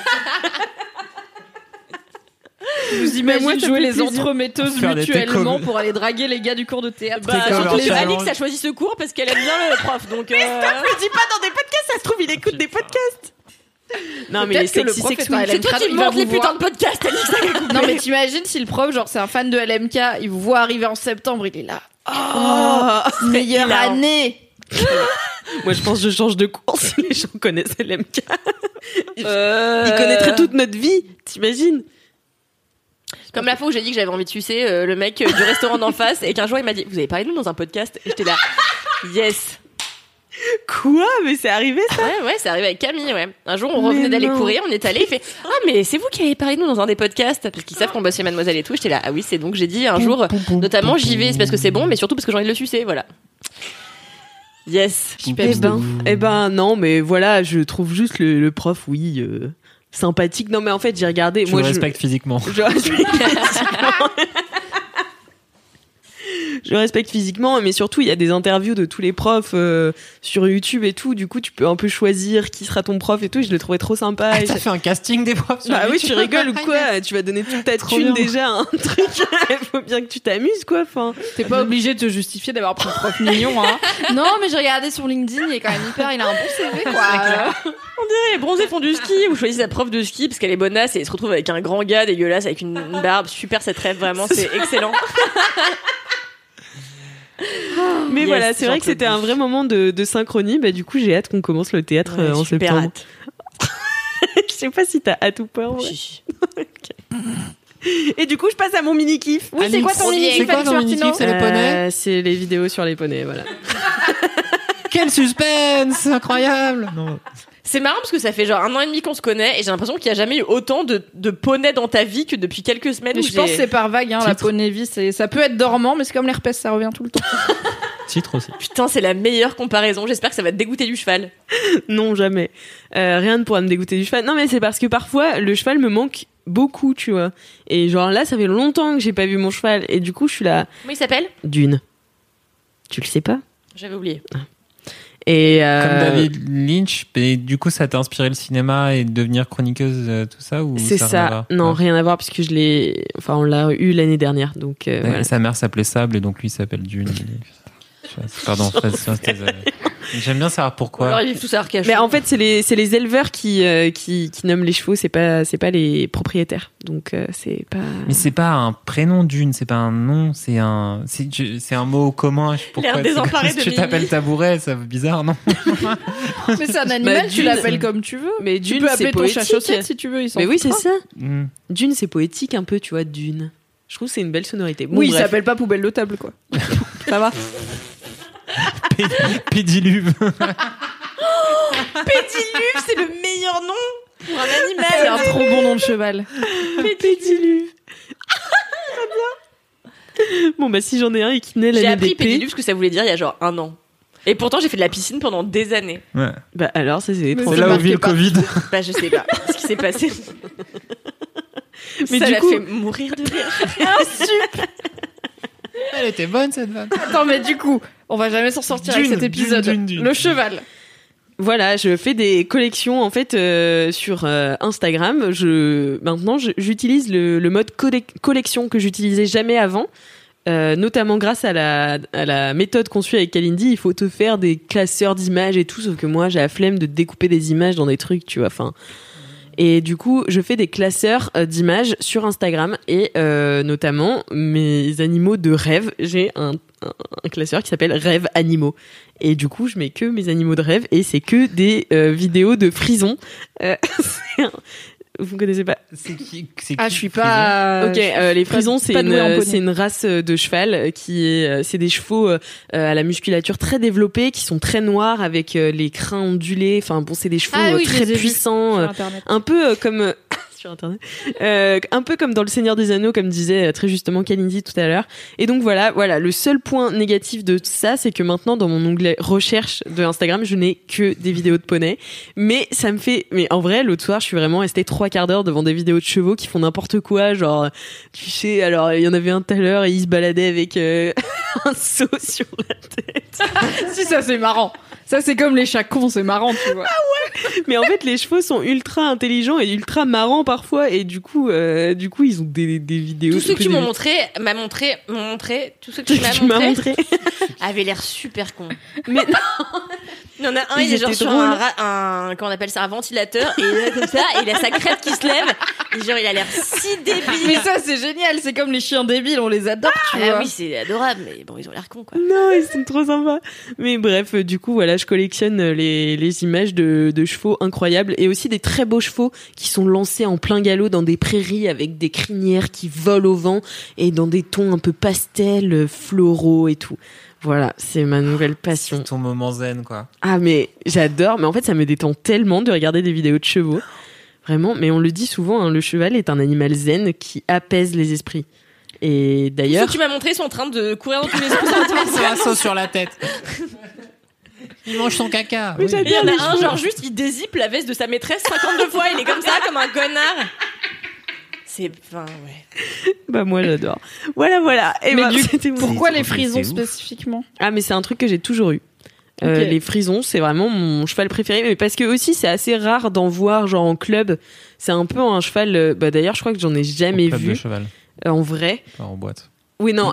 Vous Mais moi, imaginez ça jouer fait les plaisir. entremetteuses Faire des mutuellement takeovers. pour aller draguer les gars du cours de théâtre. Bah, Très surtout cover que challenge. Alix a choisi ce cours parce qu'elle aime bien le prof. Donc, Je dis pas dans des podcasts, ça se trouve il écoute des podcasts. Non mais les Peut-être que le sexy prof est sexy. un c'est LMK, toi qui il va montes vous les voir. putains de podcasts, Alix. Non mais t'imagines si le prof, genre c'est un fan de LMK, il vous voit arriver en septembre, il est là. Oh, meilleure hilarant. année. Moi je pense que je change de cours si les gens connaissent LMK. Ils connaîtraient toute notre vie, t'imagines? Comme la fois où j'ai dit que j'avais envie de sucer le mec du restaurant d'en face et qu'un jour il m'a dit vous avez parlé de nous dans un podcast et j'étais là yes. Quoi? Mais c'est arrivé ça? Ouais, c'est arrivé avec Camille, ouais. Un jour, on Mais revenait d'aller non. courir, on est allé, il fait ah mais c'est vous qui avez parlé de nous dans un des podcasts parce qu'ils savent qu'on bosse chez Mademoiselle et tout. J'étais là ah oui c'est donc j'ai dit un jour notamment j'y vais c'est parce que c'est bon mais surtout parce que j'ai envie de le sucer voilà. Yes. Eh ben non, mais voilà, je trouve juste le prof, oui, sympathique. Non mais en fait j'ai regardé. Je moi le respecte physiquement. Je respecte physiquement. Je respecte physiquement, mais surtout il y a des interviews de tous les profs sur YouTube et tout. Du coup, tu peux un peu choisir qui sera ton prof et tout. Je le trouvais trop sympa. Et T'as fait un casting des profs sur bah oui, YouTube. tu rigoles ou quoi? Tu vas donner toute ta Trop thune bien. déjà à un truc. Il faut bien que tu t'amuses, quoi. Enfin, T'es pas obligé de te justifier d'avoir pris un prof mignon, hein. Non, mais j'ai regardé sur LinkedIn, il est quand même hyper, il a un bon CV, quoi. On dirait les bronzés font du ski. Vous choisissez la prof de ski parce qu'elle est bonasse et elle se retrouve avec un grand gars dégueulasse avec une barbe. Super cette rêve, vraiment, c'est excellent. mais Yes, voilà, c'est vrai que Jean-Claude c'était un vrai moment de synchronie. Bah du coup, j'ai hâte qu'on commence le théâtre Ouais, en super septembre. hâte. Je sais pas si t'as hâte ou peur. Ouais. Si. Et du coup, je passe à mon mini kiff. Oui, c'est quoi ton Alix, mini-kiff, c'est quoi Alix ton Martineau mini-kiff, c'est les poneys C'est les vidéos sur les poneys, voilà. Quel suspense incroyable. Non. C'est marrant parce que ça fait genre 1 an et demi qu'on se connaît et j'ai l'impression qu'il y a jamais eu autant de poneys dans ta vie que depuis quelques semaines. Mais où je pense que j'ai- c'est par vague, hein, la Titre. poney vie, ça peut être dormant, mais c'est comme l'herpès, ça revient tout le temps. titre aussi. Putain, c'est la meilleure comparaison. J'espère que ça va te dégoûter du cheval. Non, jamais. Rien ne pourra me dégoûter du cheval. Non, mais c'est parce que parfois, le cheval me manque beaucoup, tu vois. Et genre là, ça fait longtemps que j'ai pas vu mon cheval. Et du coup, je suis là. Comment il s'appelle ? Dune. Tu le sais pas ? J'avais oublié. Et Comme David Lynch, et du coup, ça t'a inspiré le cinéma et devenir chroniqueuse, tout ça ou c'est rien à ça. voir Non, Ouais. rien à voir puisque on l'a eu l'année dernière. Donc Ouais, voilà. Sa mère s'appelait Sable et donc lui il s'appelle Dune. Pardon, j'aime bien savoir pourquoi. Alors ils vivent tous à Arcachon. Mais en fait, c'est les éleveurs qui nomment les chevaux. C'est pas les propriétaires. Donc c'est pas. Mais c'est pas un prénom Dune, c'est pas un nom, c'est un mot commun. Pourquoi L'air désemparé c'est de tu Mimi. t'appelles tabouret, ça fait bizarre, non? Mais c'est un animal, Bah, tu Dune, l'appelles comme tu veux. Mais Tu Dune, peux c'est appeler ton chat poétique. chaussette si tu veux. Il s'en Mais oui, c'est foutra. ça. Hmm. Dune, c'est poétique un peu, tu vois. Dune. Je trouve que c'est une belle sonorité. Bon, Oui, il bref. s'appelle pas poubelle de table, quoi. Ça va. Pédiluve. Pédiluve, c'est le meilleur nom pour un C'est un animal. trop bon nom de cheval. Pédiluve. Bon, bah si j'en ai un et qui naît J'ai l'année appris d'été, pédiluve ce que ça voulait dire il y a genre 1 an. Et pourtant j'ai fait de la piscine pendant des années. Ouais. bah alors ça c'est Mais étrange. C'est là où marqué vit le pas. Covid. Bah je sais pas ce qui s'est passé. Mais ça du l'a coup- fait mourir de rire. Elle était bonne cette vanne. Attends, mais du coup, on va jamais s'en sortir avec Dune, cet épisode. Dune. Le cheval. Voilà, je fais des collections en fait sur Instagram. Maintenant, j'utilise le mode collection que j'utilisais jamais avant. Notamment grâce à la méthode qu'on suit avec Kalindi, il faut te faire des classeurs d'images et tout, sauf que moi j'ai la flemme de découper des images dans des trucs, tu vois. Enfin, et du coup, je fais des classeurs d'images sur Instagram et notamment mes animaux de rêve. J'ai un classeur qui s'appelle Rêve Animaux. Et du coup, je mets que mes animaux de rêve et c'est que des vidéos de frison. Vous connaissez pas? Ah, je suis pas. Ok, les frisons, c'est une race de cheval qui est, c'est des chevaux à la musculature très développée, qui sont très noirs avec les crins ondulés. Enfin bon, c'est des chevaux Ah oui, je très les ai vus puissants, sur Internet. un peu comme sur Internet, un peu comme dans Le Seigneur des Anneaux, comme disait très justement Kalindi tout à l'heure. Et donc voilà, le seul point négatif de ça, c'est que maintenant dans mon onglet recherche de Instagram, je n'ai que des vidéos de poneys. Mais ça me fait, mais en vrai, l'autre soir, je suis vraiment restée 3/4 d'heure devant des vidéos de chevaux qui font n'importe quoi, genre, tu sais, alors il y en avait un tout à l'heure et il se baladait avec un seau sur la tête. Si, ça c'est marrant. Ça c'est comme les chats cons, c'est marrant, tu vois. Mais en fait, les chevaux sont ultra intelligents et ultra marrants parfois, et du coup, ils ont des vidéos. Tous ceux que tu m'as montré, tous ceux que tu Tu m'as m'as montré montré. avaient l'air super cons. Mais Il y en a un, Ils il est genre étaient sur drôles. comment on appelle ça, un ventilateur, et il est là comme ça, et il a sa crête qui se lève, et genre il a l'air si débile. Mais ça c'est génial, c'est comme les chiens débiles, on les adore, tu vois. Ah oui, c'est adorable, mais bon, ils ont l'air cons, quoi. non, ils sont trop sympas. Mais bref, du coup, voilà, je collectionne les images de chevaux incroyables et aussi des très beaux chevaux qui sont lancés en plein galop dans des prairies avec des crinières qui volent au vent et dans des tons un peu pastels, floraux et tout. Voilà, c'est ma nouvelle passion. C'est ton moment zen, quoi. Ah, mais j'adore. Mais en fait, ça me détend tellement de regarder des vidéos de chevaux. Vraiment, mais on le dit souvent, hein, le cheval est un animal zen qui apaise les esprits. Et Ceux d'ailleurs, que tu m'as montré sont en train de courir dans tous les sens. C'est un saut sur la tête. Il mange son caca. Mais oui. j'adore. Il y en les a un, chevaux. genre juste, il dézippe la veste de sa maîtresse 52 fois, il est comme ça, comme un connard. C'est, enfin, ouais. bah moi j'adore. Voilà. Et Mais bah, du- c'était mon- Pourquoi C'est les ouf. frisons C'est ouf. spécifiquement? Ah, mais c'est un truc que j'ai toujours eu. Ok. Les frisons, c'est vraiment mon cheval préféré, mais parce que aussi c'est assez rare d'en voir genre en club. C'est un peu un cheval. Bah d'ailleurs, je crois que j'en ai jamais Club de vu cheval, en vrai. pas en boîte. Oui, non.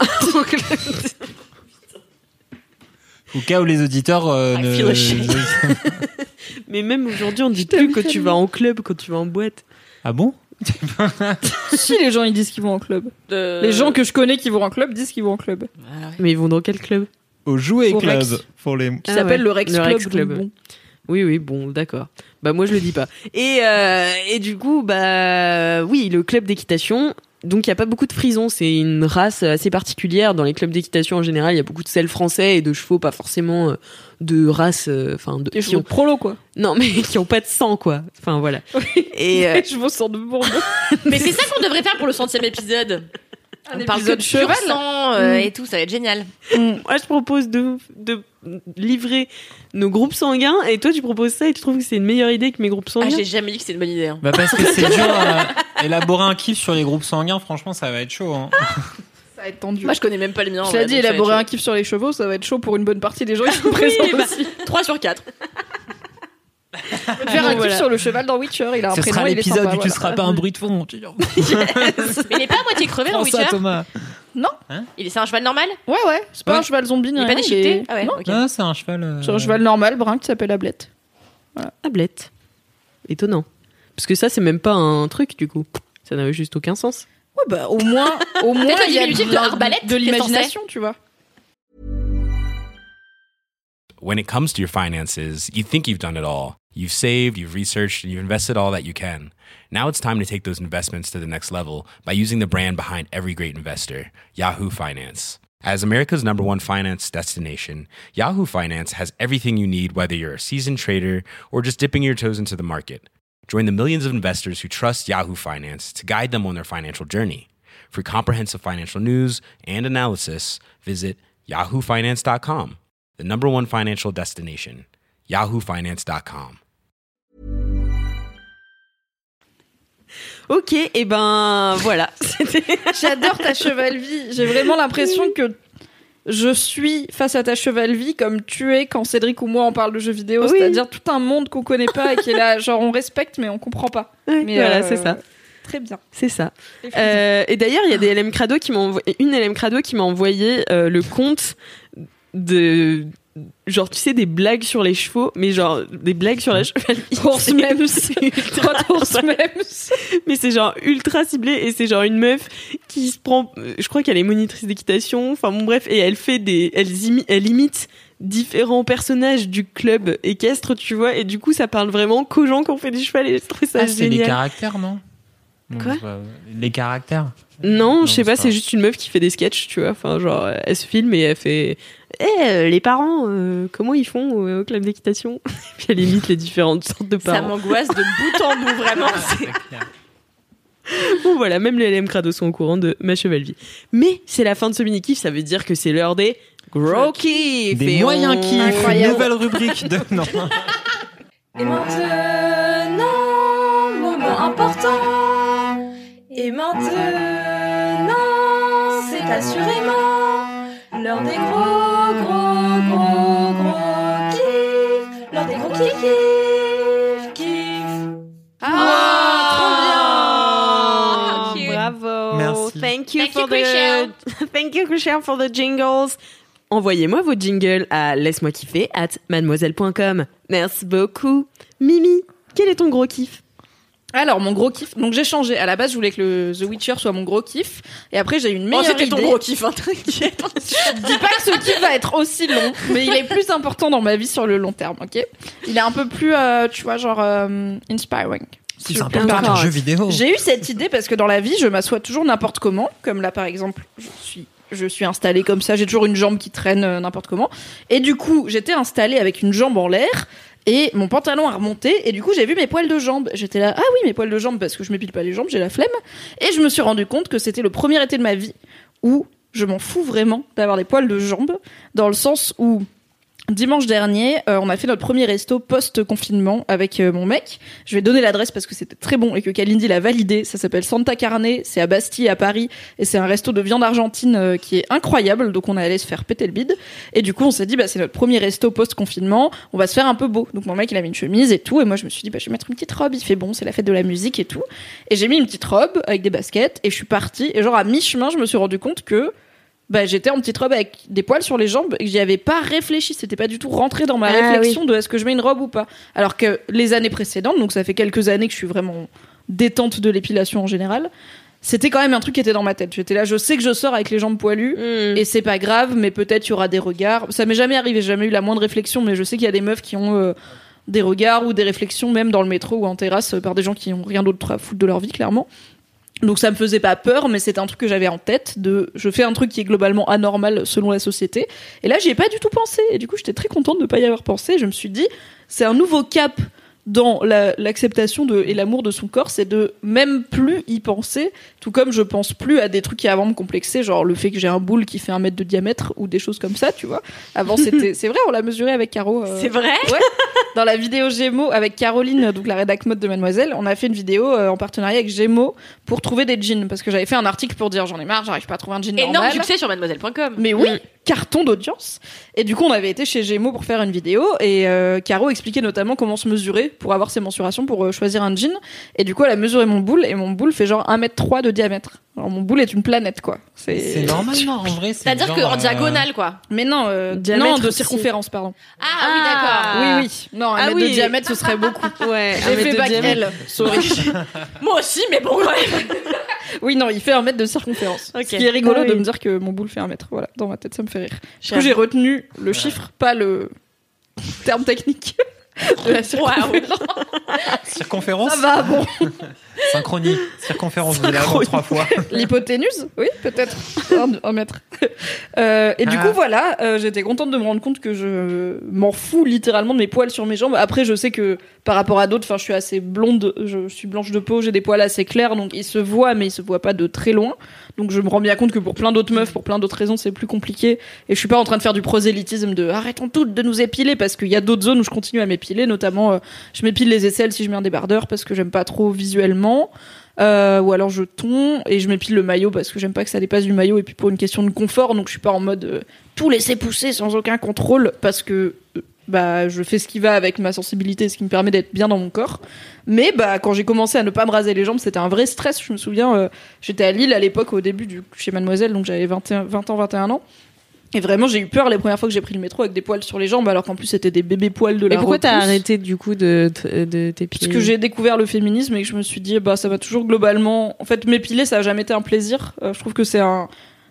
Au cas où les auditeurs I feel ashamed. Mais même aujourd'hui, on dit plus que tu vas en club quand tu vas en boîte. Ah bon? Si les gens ils disent qu'ils vont en club. Les gens que je connais qui vont en club disent qu'ils vont en club. Ah ouais. Mais ils vont dans quel club? Au Jouet Au Club. Rex. Pour les... Qui Ah s'appelle ouais, le Rex le Club. Rex Club. donc bon. Oui, bon, d'accord. Bah moi je le dis pas. Et du coup, bah oui, le club d'équitation. Donc il y a pas beaucoup de frisons, c'est une race assez particulière. Dans les clubs d'équitation en général, il y a beaucoup de selles français et de chevaux, pas forcément de race, enfin de Des qui chevaux ont, de prolo quoi. non mais qui ont pas de sang quoi. Enfin voilà. Et Les chevaux sortent de Bourbon. Mais c'est ça qu'on devrait faire pour le 100e épisode. On parle que de cheval sang et tout, ça va être génial. Moi, je propose de livrer nos groupes sanguins et toi, tu proposes ça et tu trouves que c'est une meilleure idée que mes groupes sanguins. J'ai jamais dit que c'était une bonne idée. Bah parce que c'est dur élaborer un kiff sur les groupes sanguins, franchement, ça va être chaud. Hein. Ça va être tendu. Moi, je connais même pas les miens. Je l'ai dit, élaborer un kiff sur les chevaux, ça va être chaud pour une bonne partie des gens qui sont présents aussi. 3 sur 4. Faire un kiff sur le cheval dans Witcher, il a un Ce prénom, sera il est l'épisode sympa, où tu seras pas un bruit de fond. Mais il est pas à moitié crevé dans Prends ça, Witcher. Thomas. C'est un cheval normal. Ouais, c'est pas un cheval zombie, Il est pas déchiqueté. Ah ouais. Non, Ok. Ah, c'est un cheval. c'est un cheval normal, brun, qui s'appelle Ablette. Ablette. Étonnant. Parce que ça, c'est même pas un truc, du coup. Ça n'avait juste aucun sens. Ouais, bah, au moins, Peut-être il y a le diminutif de arbalète, de l'imagination, tu vois. When it comes to your finances, you think you've done it all. You've saved, you've researched, and you've invested all that you can. Now it's time to take those investments to the next level by using the brand behind every great investor, Yahoo Finance. As America's #1 finance destination, Yahoo Finance has everything you need, whether you're a seasoned trader or just dipping your toes into the market. Join the millions of investors who trust Yahoo Finance to guide them on their financial journey. For comprehensive financial news and analysis, visit yahoofinance.com, the #1 financial destination, yahoofinance.com. Ok, et ben voilà. J'adore ta cheval-vie. J'ai vraiment l'impression que je suis face à ta cheval-vie comme tu es quand Cédric ou moi on parle de jeux vidéo, Oui. c'est-à-dire tout un monde qu'on connaît pas et qui est là, genre on respecte mais on comprend pas. Ouais, Mais voilà, c'est ça. Très bien. C'est ça. Et d'ailleurs, il y a des LM Crado qui m'ont envoyé, une LM Crado qui m'a envoyé le compte de genre tu sais des blagues sur les chevaux, mais genre des blagues sur la chevallerie. Horse memes. Mais c'est genre ultra ciblé et c'est genre une meuf qui se prend, je crois qu'elle est monitrice d'équitation, enfin bon bref, et elle fait elle imite différents personnages du club équestre, tu vois, et du coup ça parle vraiment qu'aux gens qui ont fait du cheval et je trouve ça C'est les génial. caractères, non? Quoi? Les caractères. Non, je sais pas, c'est c'est pas- juste une meuf qui fait des sketchs, tu vois, enfin genre elle se filme et elle fait les parents, comment ils font au club d'équitation? Puis elle imite les différentes sortes de Ça parents. m'angoisse de bout en bout, vraiment. C'est clair. Bon voilà, même les LM Crado sont au courant de ma cheval-vie. Mais c'est la fin de ce mini-kiff, ça veut dire que c'est l'heure des gros kiffs. Des Et moyens kiffs. Une Incroyable. nouvelle rubrique de. Non. Et maintenant, moment important. Et maintenant, c'est assurément l'heure des gros kiffs. L'heure des gros kiffs. Ah, cute. Bravo. Merci. Thank you Thank for you, Christian. Thank you, Christian, for the jingles. Envoyez-moi vos jingles à laisse-moi kiffer @mademoiselle.com. Merci beaucoup. Mimi, quel est ton gros kiff? Alors mon gros kiff, donc j'ai changé. À la base, je voulais que The Witcher soit mon gros kiff, et après j'ai eu une meilleure C'était idée. ton gros kiff, hein, t'inquiète. Je dis pas que ce kiff va être aussi long, mais il est plus important dans ma vie sur le long terme, ok? Il est un peu plus, tu vois, genre inspiring. C'est Je peux important me qu'un permettre. jeu vidéo. J'ai eu cette idée parce que dans la vie, je m'assois toujours n'importe comment, comme là par exemple, je suis installée comme ça, j'ai toujours une jambe qui traîne n'importe comment, et du coup j'étais installée avec une jambe en l'air. Et mon pantalon a remonté, et du coup j'ai vu mes poils de jambes. J'étais là, ah oui, mes poils de jambes, parce que je m'épile pas les jambes, j'ai la flemme. Et je me suis rendu compte que c'était le premier été de ma vie où je m'en fous vraiment d'avoir des poils de jambes, dans le sens où dimanche dernier, on a fait notre premier resto post-confinement avec mon mec. Je vais donner l'adresse parce que c'était très bon et que Kalindi l'a validé. Ça s'appelle Santa Carne, c'est à Bastille, à Paris, et c'est un resto de viande argentine qui est incroyable. Donc on est allé se faire péter le bide. Et du coup, on s'est dit, bah c'est notre premier resto post-confinement, on va se faire un peu beau. Donc mon mec, il a mis une chemise et tout, et moi je me suis dit, bah je vais mettre une petite robe, il fait bon, c'est la fête de la musique et tout. Et j'ai mis une petite robe avec des baskets, et je suis partie, et genre à mi-chemin, je me suis rendu compte que bah, j'étais en petite robe avec des poils sur les jambes et que j'y avais pas réfléchi. C'était pas du tout rentré dans ma réflexion de est-ce que je mets une robe ou pas. Alors que les années précédentes, donc ça fait quelques années que je suis vraiment détente de l'épilation en général, c'était quand même un truc qui était dans ma tête. J'étais là, je sais que je sors avec les jambes poilues et c'est pas grave, mais peut-être il y aura des regards. Ça m'est jamais arrivé, j'ai jamais eu la moindre réflexion, mais je sais qu'il y a des meufs qui ont des regards ou des réflexions même dans le métro ou en terrasse par des gens qui ont rien d'autre à foutre de leur vie, clairement. Donc ça me faisait pas peur, mais c'était un truc que j'avais en tête je fais un truc qui est globalement anormal selon la société. Et là, j'y ai pas du tout pensé. Et du coup, j'étais très contente de pas y avoir pensé. Je me suis dit, c'est un nouveau cap dans l'acceptation et l'amour de son corps, c'est de même plus y penser, tout comme je pense plus à des trucs qui avant me complexaient, genre le fait que j'ai un boule qui fait 1 mètre de diamètre ou des choses comme ça, tu vois. Avant, c'est vrai, on l'a mesuré avec Caro. C'est vrai? Ouais. Dans la vidéo Gémeaux avec Caroline, donc la rédac mode de Mademoiselle, on a fait une vidéo en partenariat avec Gémeaux pour trouver des jeans, parce que j'avais fait un article pour dire j'en ai marre, j'arrive pas à trouver un jean normal. Énorme succès sur mademoiselle.com. Mais oui, carton d'audience. Et du coup, on avait été chez Gémeaux pour faire une vidéo et Caro expliquait notamment comment se mesurer pour avoir ses mensurations pour choisir un jean. Et du coup, elle a mesuré mon boule et mon boule fait genre 1,3 m de diamètre. Alors mon boule est une planète, quoi. C'est normal, non, en vrai. C'est-à-dire qu'en diagonale, quoi. Mais non, diamètre non, de aussi. circonférence, pardon. Ah oui, d'accord. Oui. Non, 1 mètre de diamètre, ce serait beaucoup. Ouais, J'ai fait bac L. Sorry. Moi aussi, mais bon, quand même. Oui, non, il fait 1 mètre de circonférence. Ok. Ce qui est rigolo Ah oui. de me dire que mon boule fait 1 mètre. Voilà, dans ma tête, ça me fait rire. Du coup, j'ai retenu le chiffre, pas le terme technique de la circonférence. Circonférence. Ça va, bon. Synchronie. Circonférence, vous allez avoir 3 fois. L'hypoténuse, oui, peut-être. 1 mètre. Et du coup, voilà, j'étais contente de me rendre compte que je m'en fous littéralement de mes poils sur mes jambes. Après, je sais que par rapport à d'autres, je suis assez blonde, je suis blanche de peau, j'ai des poils assez clairs, donc ils se voient, mais ils se voient pas de très loin. Donc je me rends bien compte que pour plein d'autres meufs, pour plein d'autres raisons, c'est plus compliqué. Et je suis pas en train de faire du prosélytisme de arrêtons toutes de nous épiler, parce qu'il y a d'autres zones où je continue à m'épiler, notamment je m'épile les aisselles si je mets un débardeur parce que j'aime pas trop visuellement. Ou alors je tonds et je m'épile le maillot parce que j'aime pas que ça dépasse du maillot, et puis pour une question de confort, donc je suis pas en mode tout laisser pousser sans aucun contrôle, parce que je fais ce qui va avec ma sensibilité, ce qui me permet d'être bien dans mon corps. Mais quand j'ai commencé à ne pas me raser les jambes, c'était un vrai stress. Je me souviens, j'étais à Lille à l'époque, au début chez Mademoiselle, donc j'avais 20 ans, 21 ans. Et vraiment, j'ai eu peur les premières fois que j'ai pris le métro avec des poils sur les jambes, alors qu'en plus c'était des bébés poils de la Et pourquoi t'as repousse. arrêté du coup de t'épiler? Parce que j'ai découvert le féminisme et que je me suis dit, ça va toujours globalement. En fait, m'épiler, ça a jamais été un plaisir. Je trouve que ça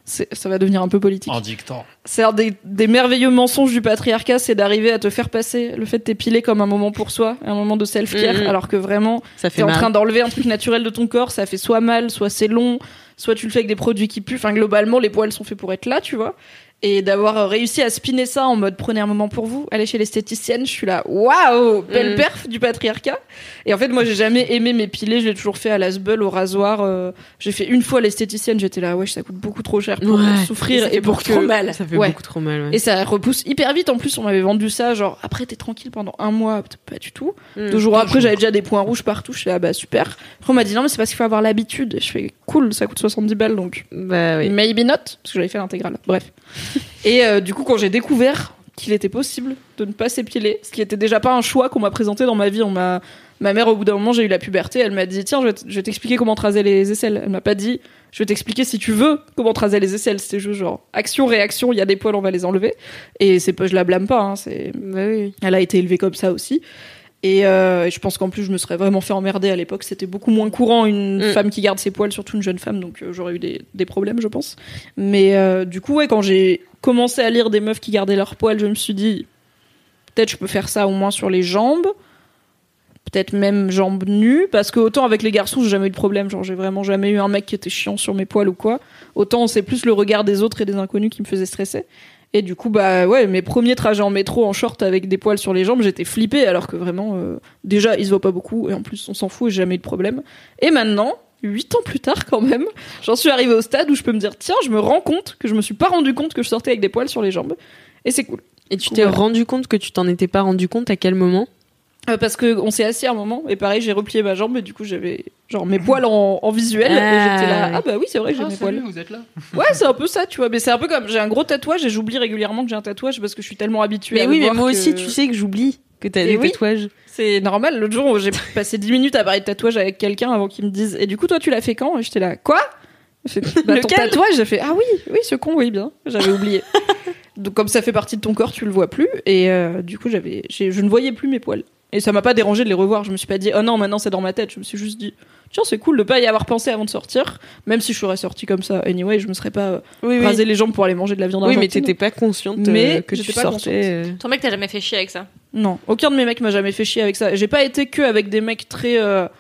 va devenir un peu politique. En dictant. C'est un des merveilleux mensonges du patriarcat, c'est d'arriver à te faire passer le fait de t'épiler comme un moment pour soi, un moment de self-care, alors que vraiment, ça t'es fait en mal. train d'enlever un truc naturel de ton corps, ça fait soit mal, soit c'est long, soit tu le fais avec des produits qui puent. Enfin, globalement, les poils sont faits pour être là, tu vois. Et d'avoir réussi à spinner ça en mode prenez un moment pour vous, allez chez l'esthéticienne, je suis là, waouh, belle perf du patriarcat. Et en fait, moi, j'ai jamais aimé m'épiler, je l'ai toujours fait à l'asbeul, au rasoir. J'ai fait une fois l'esthéticienne, j'étais là, ça coûte beaucoup trop cher pour souffrir et pour trop mal. Ça fait beaucoup trop mal. Ouais. Et ça repousse hyper vite. En plus, on m'avait vendu ça, genre après t'es tranquille pendant 1 mois, pas du tout. 2 jours après, j'avais déjà des points rouges partout. Je suis là, super. Après, on m'a dit non, mais c'est parce qu'il faut avoir l'habitude. Je fais cool, ça coûte 70 balles donc. Bah oui. Maybe not, parce que j'avais fait l'intégrale. Bref. Et du coup, quand j'ai découvert qu'il était possible de ne pas s'épiler, ce qui était déjà pas un choix qu'on m'a présenté dans ma vie, ma mère, au bout d'un moment, j'ai eu la puberté, elle m'a dit tiens, je vais t'expliquer comment te raser les aisselles. Elle m'a pas dit je vais t'expliquer si tu veux comment te raser les aisselles. C'était juste genre action réaction, il y a des poils, on va les enlever. Et c'est pas, je la blâme pas, Oui. Elle a été élevée comme ça aussi. Et je pense qu'en plus je me serais vraiment fait emmerder à l'époque, c'était beaucoup moins courant une femme qui garde ses poils, surtout une jeune femme, donc j'aurais eu des problèmes je pense. Mais du coup quand j'ai commencé à lire des meufs qui gardaient leurs poils, je me suis dit peut-être je peux faire ça au moins sur les jambes, peut-être même jambes nues, parce que autant avec les garçons j'ai jamais eu de problème, genre j'ai vraiment jamais eu un mec qui était chiant sur mes poils ou quoi, autant c'est plus le regard des autres et des inconnus qui me faisait stresser. Et du coup, mes premiers trajets en métro en short avec des poils sur les jambes, j'étais flippée, alors que vraiment, déjà, ils se voient pas beaucoup, et en plus, on s'en fout, et j'ai jamais eu de problème. Et maintenant, 8 ans plus tard quand même, j'en suis arrivée au stade où je peux me dire, tiens, je me rends compte que je me suis pas rendu compte que je sortais avec des poils sur les jambes. Et c'est cool. Et tu t'es rendu compte que tu t'en étais pas rendu compte à quel moment? Parce que on s'est assis à un moment, et pareil, j'ai replié ma jambe, et du coup, j'avais genre mes poils en visuel, et j'étais là, oui, c'est vrai que j'ai mes poils. Vous êtes là. Ouais, c'est un peu ça, tu vois. Mais c'est un peu comme, j'ai un gros tatouage, et j'oublie régulièrement que j'ai un tatouage parce que je suis tellement habituée à Mais oui, le mais voir moi que... aussi, tu sais que j'oublie que t'as des tatouages. C'est normal. L'autre jour, j'ai passé 10 minutes à parler de tatouage avec quelqu'un avant qu'il me dise, et du coup, toi, tu l'as fait quand? Et j'étais là, quoi? Ton tatouage? J'ai fait, ah oui, ce con, oui, bien. J'avais oublié. Donc, comme ça fait partie de ton corps, tu le vois plus. Et du coup, je ne voyais plus mes poils. Et ça m'a pas dérangé de les revoir. Je me suis pas dit, oh non, maintenant c'est dans ma tête. Je me suis juste dit, tiens, c'est cool de pas y avoir pensé avant de sortir. Même si je serais sortie comme ça, anyway, je me serais pas rasé les jambes pour aller manger de la viande argentine. Oui, mais t'étais pas consciente que tu sortais. Ton mec t'a jamais fait chier avec ça? Non, aucun de mes mecs m'a jamais fait chier avec ça. J'ai pas été que avec des mecs très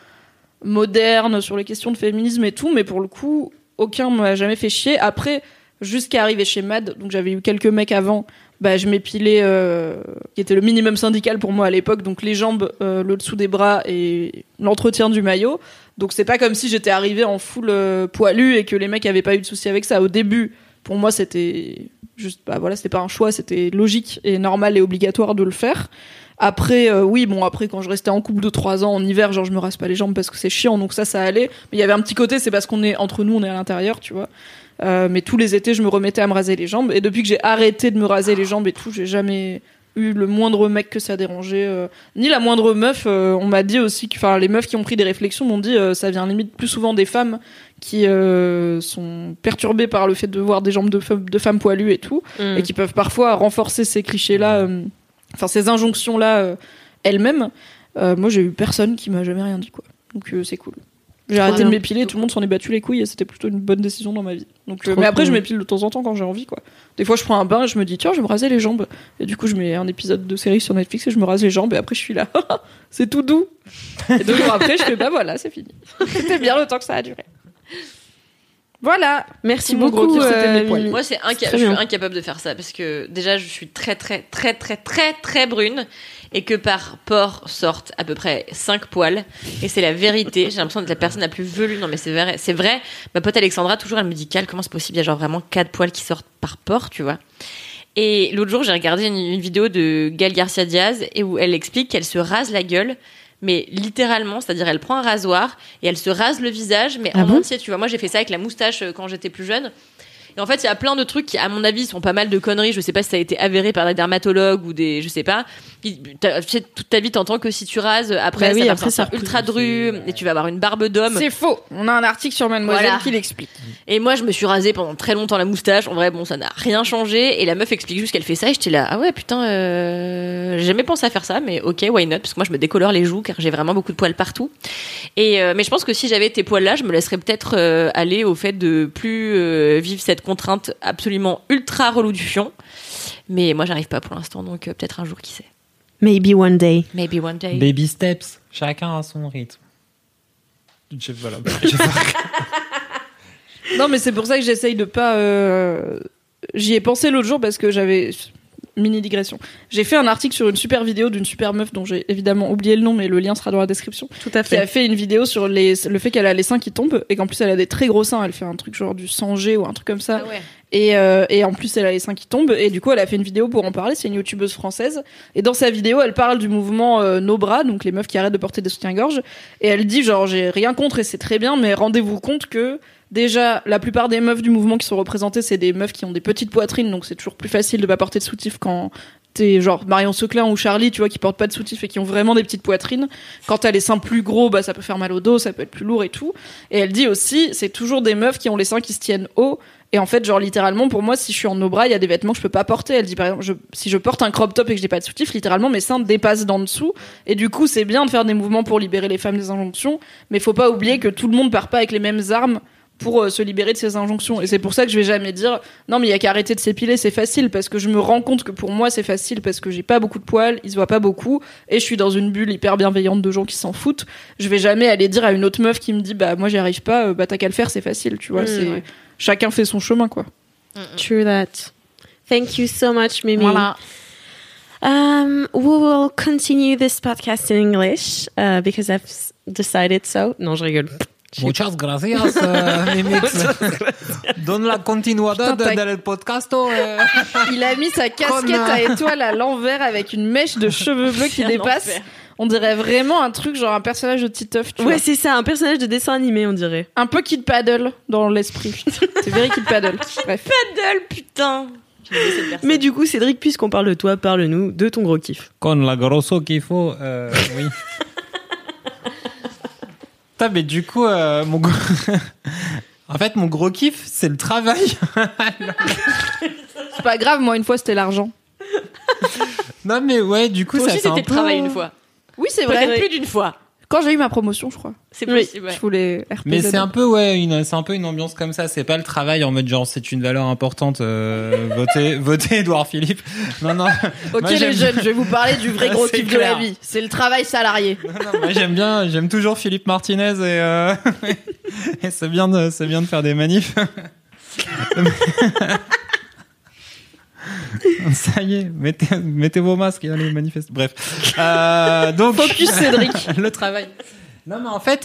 modernes sur les questions de féminisme et tout, mais pour le coup, aucun m'a jamais fait chier. Après, jusqu'à arriver chez Mad, donc j'avais eu quelques mecs avant, je m'épilais, qui était le minimum syndical pour moi à l'époque, donc les jambes, le dessous des bras et l'entretien du maillot. Donc c'est pas comme si j'étais arrivée en full poilu et que les mecs avaient pas eu de soucis avec ça. Au début, pour moi, c'était juste, c'était pas un choix, c'était logique et normal et obligatoire de le faire. Après, après, quand je restais en couple de 3 ans en hiver, genre, je me rase pas les jambes parce que c'est chiant, donc ça allait. Mais il y avait un petit côté, c'est parce qu'on est entre nous, on est à l'intérieur, tu vois. Mais tous les étés, je me remettais à me raser les jambes. Et depuis que j'ai arrêté de me raser les jambes et tout, j'ai jamais eu le moindre mec que ça dérangeait, ni la moindre meuf. On m'a dit aussi que, les meufs qui ont pris des réflexions m'ont dit, ça vient limite plus souvent des femmes qui sont perturbées par le fait de voir des jambes de femmes poilues et tout, et qui peuvent parfois renforcer ces clichés-là, ces injonctions-là elles-mêmes. Moi, j'ai eu personne qui m'a jamais rien dit, quoi. Donc c'est cool. J'ai arrêté de m'épiler, tout le monde s'en est battu les couilles et c'était plutôt une bonne décision dans ma vie. Donc, mais après, je m'épile de temps en temps quand j'ai envie, quoi. Des fois, je prends un bain et je me dis, tiens, je vais me raser les jambes. Et du coup, je mets un épisode de série sur Netflix et je me rase les jambes et après, je suis là. C'est tout doux. Et 2 jours après, je fais, voilà, c'est fini. C'était bien le temps que ça a duré. Voilà. Merci beaucoup. Moi, je suis incapable de faire ça parce que déjà, je suis très, très, très, très, très, très brune et que par pore sortent à peu près 5 poils. Et c'est la vérité. J'ai l'impression d'être la personne la plus velue. Non, mais c'est vrai. C'est vrai. Ma pote Alexandra, toujours, elle me dit, Cal, comment c'est possible? Il y a genre vraiment 4 poils qui sortent par pore, tu vois. Et l'autre jour, j'ai regardé une vidéo de Gaël Garcia Diaz et où elle explique qu'elle se rase la gueule. Mais littéralement, c'est-à-dire elle prend un rasoir et elle se rase le visage, mais en entier, tu vois. Moi, j'ai fait ça avec la moustache quand j'étais plus jeune. Et en fait, il y a plein de trucs qui, à mon avis, sont pas mal de conneries. Je sais pas si ça a été avéré par des dermatologues ou je sais pas. Toute ta vie, t'entends que si tu rases, après, ça va faire ultra dru et tu vas avoir une barbe d'homme. C'est faux. On a un article sur Mademoiselle qui l'explique. Et moi, je me suis rasé pendant très longtemps la moustache. En vrai, ça n'a rien changé. Et la meuf explique juste qu'elle fait ça. Et j'étais là, ah ouais, putain, j'ai jamais pensé à faire ça, mais ok, why not? Parce que moi, je me décolore les joues car j'ai vraiment beaucoup de poils partout. Mais je pense que si j'avais tes poils là, je me laisserais peut-être aller au fait de plus vivre cette contrainte absolument ultra relou du fion. Mais moi, j'arrive pas pour l'instant, donc peut-être un jour, qui sait. Maybe one day. Maybe one day. Baby steps. Chacun à son rythme. Voilà. Non, mais c'est pour ça que j'essaye de pas... J'y ai pensé l'autre jour parce que j'avais... Mini digression. J'ai fait un article sur une super vidéo d'une super meuf dont j'ai évidemment oublié le nom, mais le lien sera dans la description. Tout à fait. Qui a fait une vidéo sur le fait qu'elle a les seins qui tombent et qu'en plus elle a des très gros seins. Elle fait un truc genre du 100G ou un truc comme ça. Ah ouais. Et en plus elle a les seins qui tombent et du coup elle a fait une vidéo pour en parler. C'est une youtubeuse française et dans sa vidéo elle parle du mouvement No Bras, donc les meufs qui arrêtent de porter des soutiens-gorge, et elle dit genre j'ai rien contre et c'est très bien, mais rendez-vous compte que déjà, la plupart des meufs du mouvement qui sont représentées, c'est des meufs qui ont des petites poitrines, donc c'est toujours plus facile de pas porter de soutif quand t'es genre Marion Seclin ou Charlie, tu vois, qui portent pas de soutif et qui ont vraiment des petites poitrines. Quand t'as les seins plus gros, ça peut faire mal au dos, ça peut être plus lourd et tout. Et elle dit aussi, c'est toujours des meufs qui ont les seins qui se tiennent haut. Et en fait, genre littéralement, pour moi, si je suis en no bras, il y a des vêtements que je peux pas porter. Elle dit par exemple, si je porte un crop top et que j'ai pas de soutif, littéralement mes seins dépassent d'en dessous. Et du coup, c'est bien de faire des mouvements pour libérer les femmes des injonctions, mais faut pas oublier que tout le monde part pas avec les mêmes armes pour se libérer de ces injonctions. Et c'est pour ça que je vais jamais dire non mais il y a qu'à arrêter de s'épiler, c'est facile, parce que je me rends compte que pour moi c'est facile parce que j'ai pas beaucoup de poils, ils se voient pas beaucoup et je suis dans une bulle hyper bienveillante de gens qui s'en foutent. Je vais jamais aller dire à une autre meuf qui me dit moi j'y arrive pas, t'as qu'à le faire, c'est facile, tu vois. Ouais. Chacun fait son chemin, quoi. True that. Thank you so much, Mimi. Voilà. We will continue this podcast in English because I've decided so. Non, je rigole. Muchas gracias, Mimix. Donne la continuidad del podcasto. Il a mis sa casquette à étoiles à l'envers avec une mèche de cheveux bleus qui dépasse. On dirait vraiment un truc genre un personnage de Titeuf, tu vois. Ouais, c'est ça, un personnage de dessin animé, on dirait. Un peu Kid Paddle dans l'esprit. C'est very Kid Paddle. Bref. Paddle, putain. Mais du coup, Cédric, puisqu'on parle de toi, parle-nous de ton gros kiff. Con la grosso qu'il faut, oui. Mais du coup, en fait, mon gros kiff, c'est le travail. C'est pas grave, moi, une fois, c'était l'argent. Non, mais ouais, du coup, toi ça aussi, fait un peu... c'était le travail une fois. Oui, c'est vrai. Peut-être plus d'une fois. Quand j'ai eu ma promotion, je crois. C'est possible, ouais. Je voulais RPZ. Mais c'est un peu, c'est un peu une ambiance comme ça. C'est pas le travail en mode genre, c'est une valeur importante, votez Édouard Philippe. Non. Ok, moi, les jeunes, je vais vous parler du vrai gros kiff de la vie. C'est le travail salarié. Non, moi, j'aime toujours Philippe Martinez et c'est bien de faire des manifs. Ça y est, mettez vos masques et allez manifester. Bref. Donc Focus Cédric. le travail. Non mais en fait,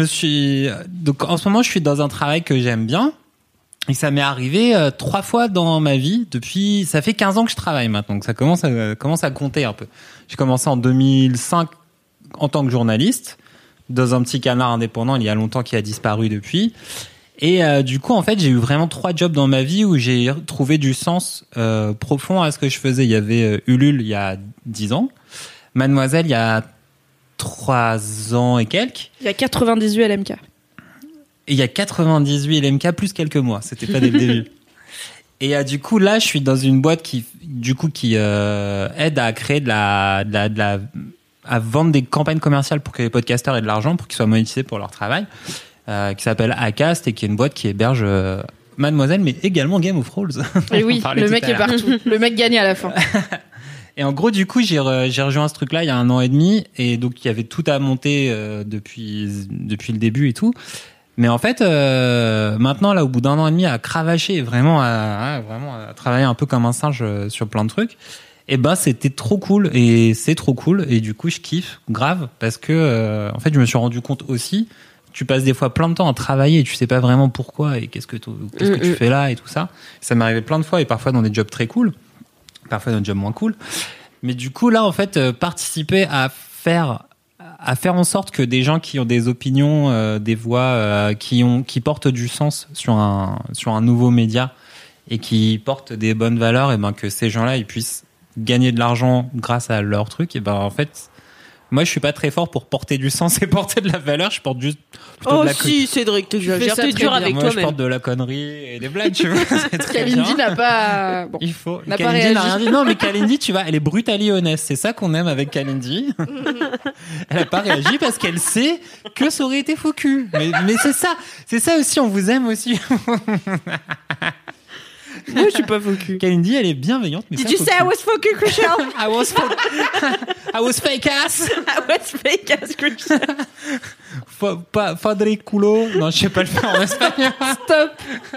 donc en ce moment je suis dans un travail que j'aime bien. Et ça m'est arrivé 3 fois dans ma vie depuis. Ça fait 15 ans que je travaille maintenant, donc ça commence à compter un peu. J'ai commencé en 2005 en tant que journaliste dans un petit canard indépendant il y a longtemps qui a disparu depuis. Et du coup, en fait, j'ai eu vraiment 3 jobs dans ma vie où j'ai trouvé du sens profond à ce que je faisais. Il y avait Ulule il y a 10 ans, Mademoiselle il y a 3 ans et quelques. Il y a 98 LMK. Et il y a 98 LMK plus quelques mois. C'était pas dès le début. Et du coup, là, je suis dans une boîte qui aide à créer à vendre des campagnes commerciales pour que les podcasteurs aient de l'argent, pour qu'ils soient monétisés pour leur travail, qui s'appelle Acast et qui est une boîte qui héberge Mademoiselle, mais également Game of Thrones. Et oui, le mec est partout. Le mec gagne à la fin. Et en gros, du coup, j'ai rejoint ce truc-là il y a 1 an et demi, et donc il y avait tout à monter depuis le début et tout. Mais en fait, maintenant, là, au bout d'1 an et demi, à cravacher, vraiment à travailler un peu comme un singe sur plein de trucs, et ben, c'était trop cool, et c'est trop cool, et du coup, je kiffe grave, parce que, en fait, je me suis rendu compte aussi, tu passes des fois plein de temps à travailler, et tu sais pas vraiment pourquoi, et qu'est-ce que tu fais là, et tout ça. Ça m'est arrivé plein de fois, et parfois dans des jobs très cool, parfois dans des jobs moins cool. Mais du coup, là, en fait, participer à faire en sorte que des gens qui ont des opinions, des voix, qui portent du sens sur un nouveau média et qui portent des bonnes valeurs, et ben que ces gens-là ils puissent gagner de l'argent grâce à leur truc, et ben en fait, moi je suis pas très fort pour porter du sens et porter de la valeur, je porte juste plutôt de la si Cédric, t'exagères, t'es dur avec moi, toi-même. je porte de la connerie et des blagues, tu vois. Kalindi n'a pas. Bon. Il faut. N'a pas Kalindi réagi. n'a rien dit. Non, mais Kalindi, tu vois, elle est brutally honnête. C'est ça qu'on aime avec Kalindi. Elle a pas réagi parce qu'elle sait que ça aurait été faux cul. Mais c'est ça aussi, on vous aime aussi. Moi, je suis pas faux cul. Kalindi, elle est bienveillante. Mais Did you say I was faux cul, Christian? I was fake ass. I was fake ass, Christian. Fadriculo. Non, je sais pas le faire en espagnol. Stop.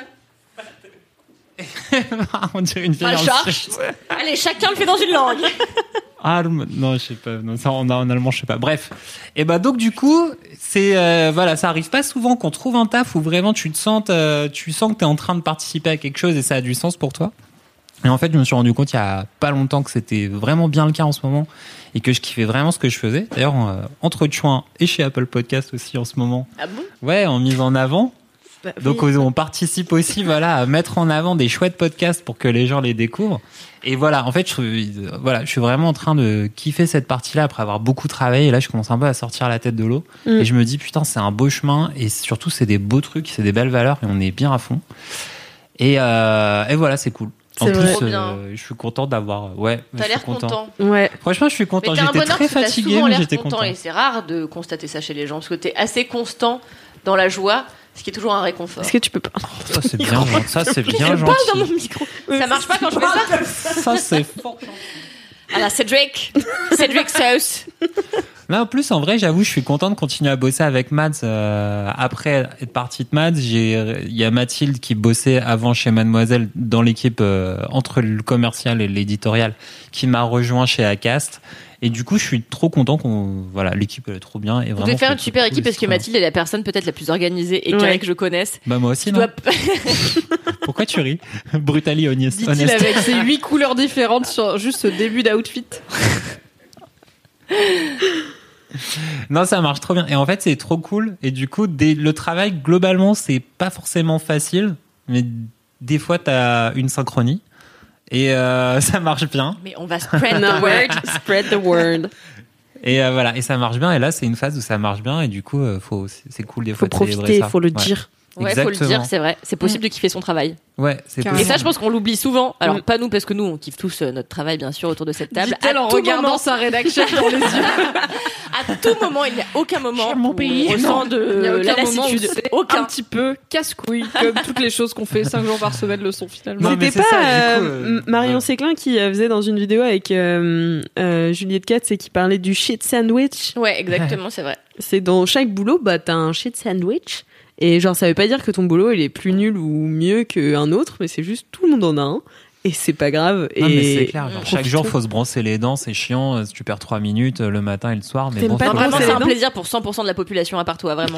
On dirait une vieille enceinte. Allez, chacun le fait dans une langue. Arme, non, je sais pas. Non, ça, en allemand, je sais pas. Bref. Et bah, donc, du coup, c'est, voilà, ça arrive pas souvent qu'on trouve un taf où vraiment tu sens que t'es en train de participer à quelque chose et ça a du sens pour toi. Et en fait, je me suis rendu compte il y a pas longtemps que c'était vraiment bien le cas en ce moment et que je kiffais vraiment ce que je faisais. D'ailleurs, entre Chouin et chez Apple Podcast aussi en ce moment. Ah bon? Ouais, en mise en avant. Bah, oui. Donc on participe aussi, voilà, à mettre en avant des chouettes podcasts pour que les gens les découvrent. Et voilà, en fait, je suis vraiment en train de kiffer cette partie-là après avoir beaucoup travaillé. Et là, je commence un peu à sortir la tête de l'eau. Et je me dis, putain, c'est un beau chemin. Et surtout, c'est des beaux trucs, c'est des belles valeurs. Et on est bien à fond. Et voilà, c'est cool. En C'est plus, vrai. Trop bien. je suis content d'avoir... Ouais, T'as je suis l'air content. Ouais. Franchement, je suis content. Mais t'as un J'étais bonheur très parce que t'as fatigué, souvent mais l'air j'étais content. content. Et c'est rare de constater ça chez les gens parce que t'es assez constant dans la joie, ce qui est toujours un réconfort. Est-ce que tu peux pas? Ça, c'est bien gentil. Ça, c'est bien Je parle dans gentil. mon micro. Ça marche pas quand je fais ça. Ça, c'est fort. Ah là, Cédric Sauce. Là, en plus, en vrai, j'avoue, je suis content de continuer à bosser avec Mads. Après être parti de Mads, il y a Mathilde qui bossait avant chez Mademoiselle dans l'équipe entre le commercial et l'éditorial, qui m'a rejoint chez Acast. Et du coup, je suis trop content voilà, l'équipe elle est trop bien. Et Vous vraiment, devez faire c'est une super cool, équipe parce c'est que trop bien. Mathilde est la personne peut-être la plus organisée et carrée que je connaisse. Bah, moi aussi, Tu non. dois... Pourquoi tu ris? Brutally honest. Dit-il avec ses 8 couleurs différentes sur juste ce début d'outfit. Non, ça marche trop bien. Et en fait, c'est trop cool. Et du coup, le travail, globalement, c'est pas forcément facile. Mais des fois, t'as une synchronie. Et ça marche bien. Mais on va spread the word. Spread the word. Et voilà. Et ça marche bien. Et là, c'est une phase où ça marche bien. Et du coup, c'est cool des Faut fois de célébrer profiter, ça. faut le Ouais. dire. Ouais, faut le Exactement. dire, c'est vrai. C'est possible de kiffer son travail. Ouais, c'est Carrément. Et possible. ça, je pense qu'on l'oublie souvent. Alors, pas nous, parce que nous, on kiffe tous notre travail, bien sûr, autour de cette table. Dit-elle en tout regardant moment, sa rédaction dans les yeux. à tout moment, il n'y a aucun moment où pays. on ressent de Il y a la aucun moment où lassitude. c'est Aucun. un petit peu casse-couille, comme toutes les choses qu'on fait 5 jours par semaine le sont finalement. Non, mais C'était c'est pas ça, du coup, Marion ouais. Séclin qui faisait dans une vidéo avec Juliette Katz et qui parlait du shit sandwich. Ouais, exactement, c'est vrai. C'est dans chaque boulot, bah t'as un shit sandwich. Et genre, ça veut pas dire que ton boulot il est plus nul ou mieux qu'un autre, mais c'est juste tout le monde en a un. et c'est pas grave. Non, et mais c'est clair. Genre, chaque profitons. jour, faut se brosser les dents, c'est chiant. Tu perds 3 minutes le matin et le soir, mais T'aimes bon, pas c'est Non, brosser vraiment, les c'est un dents plaisir pour 100% de la population à part toi, vraiment.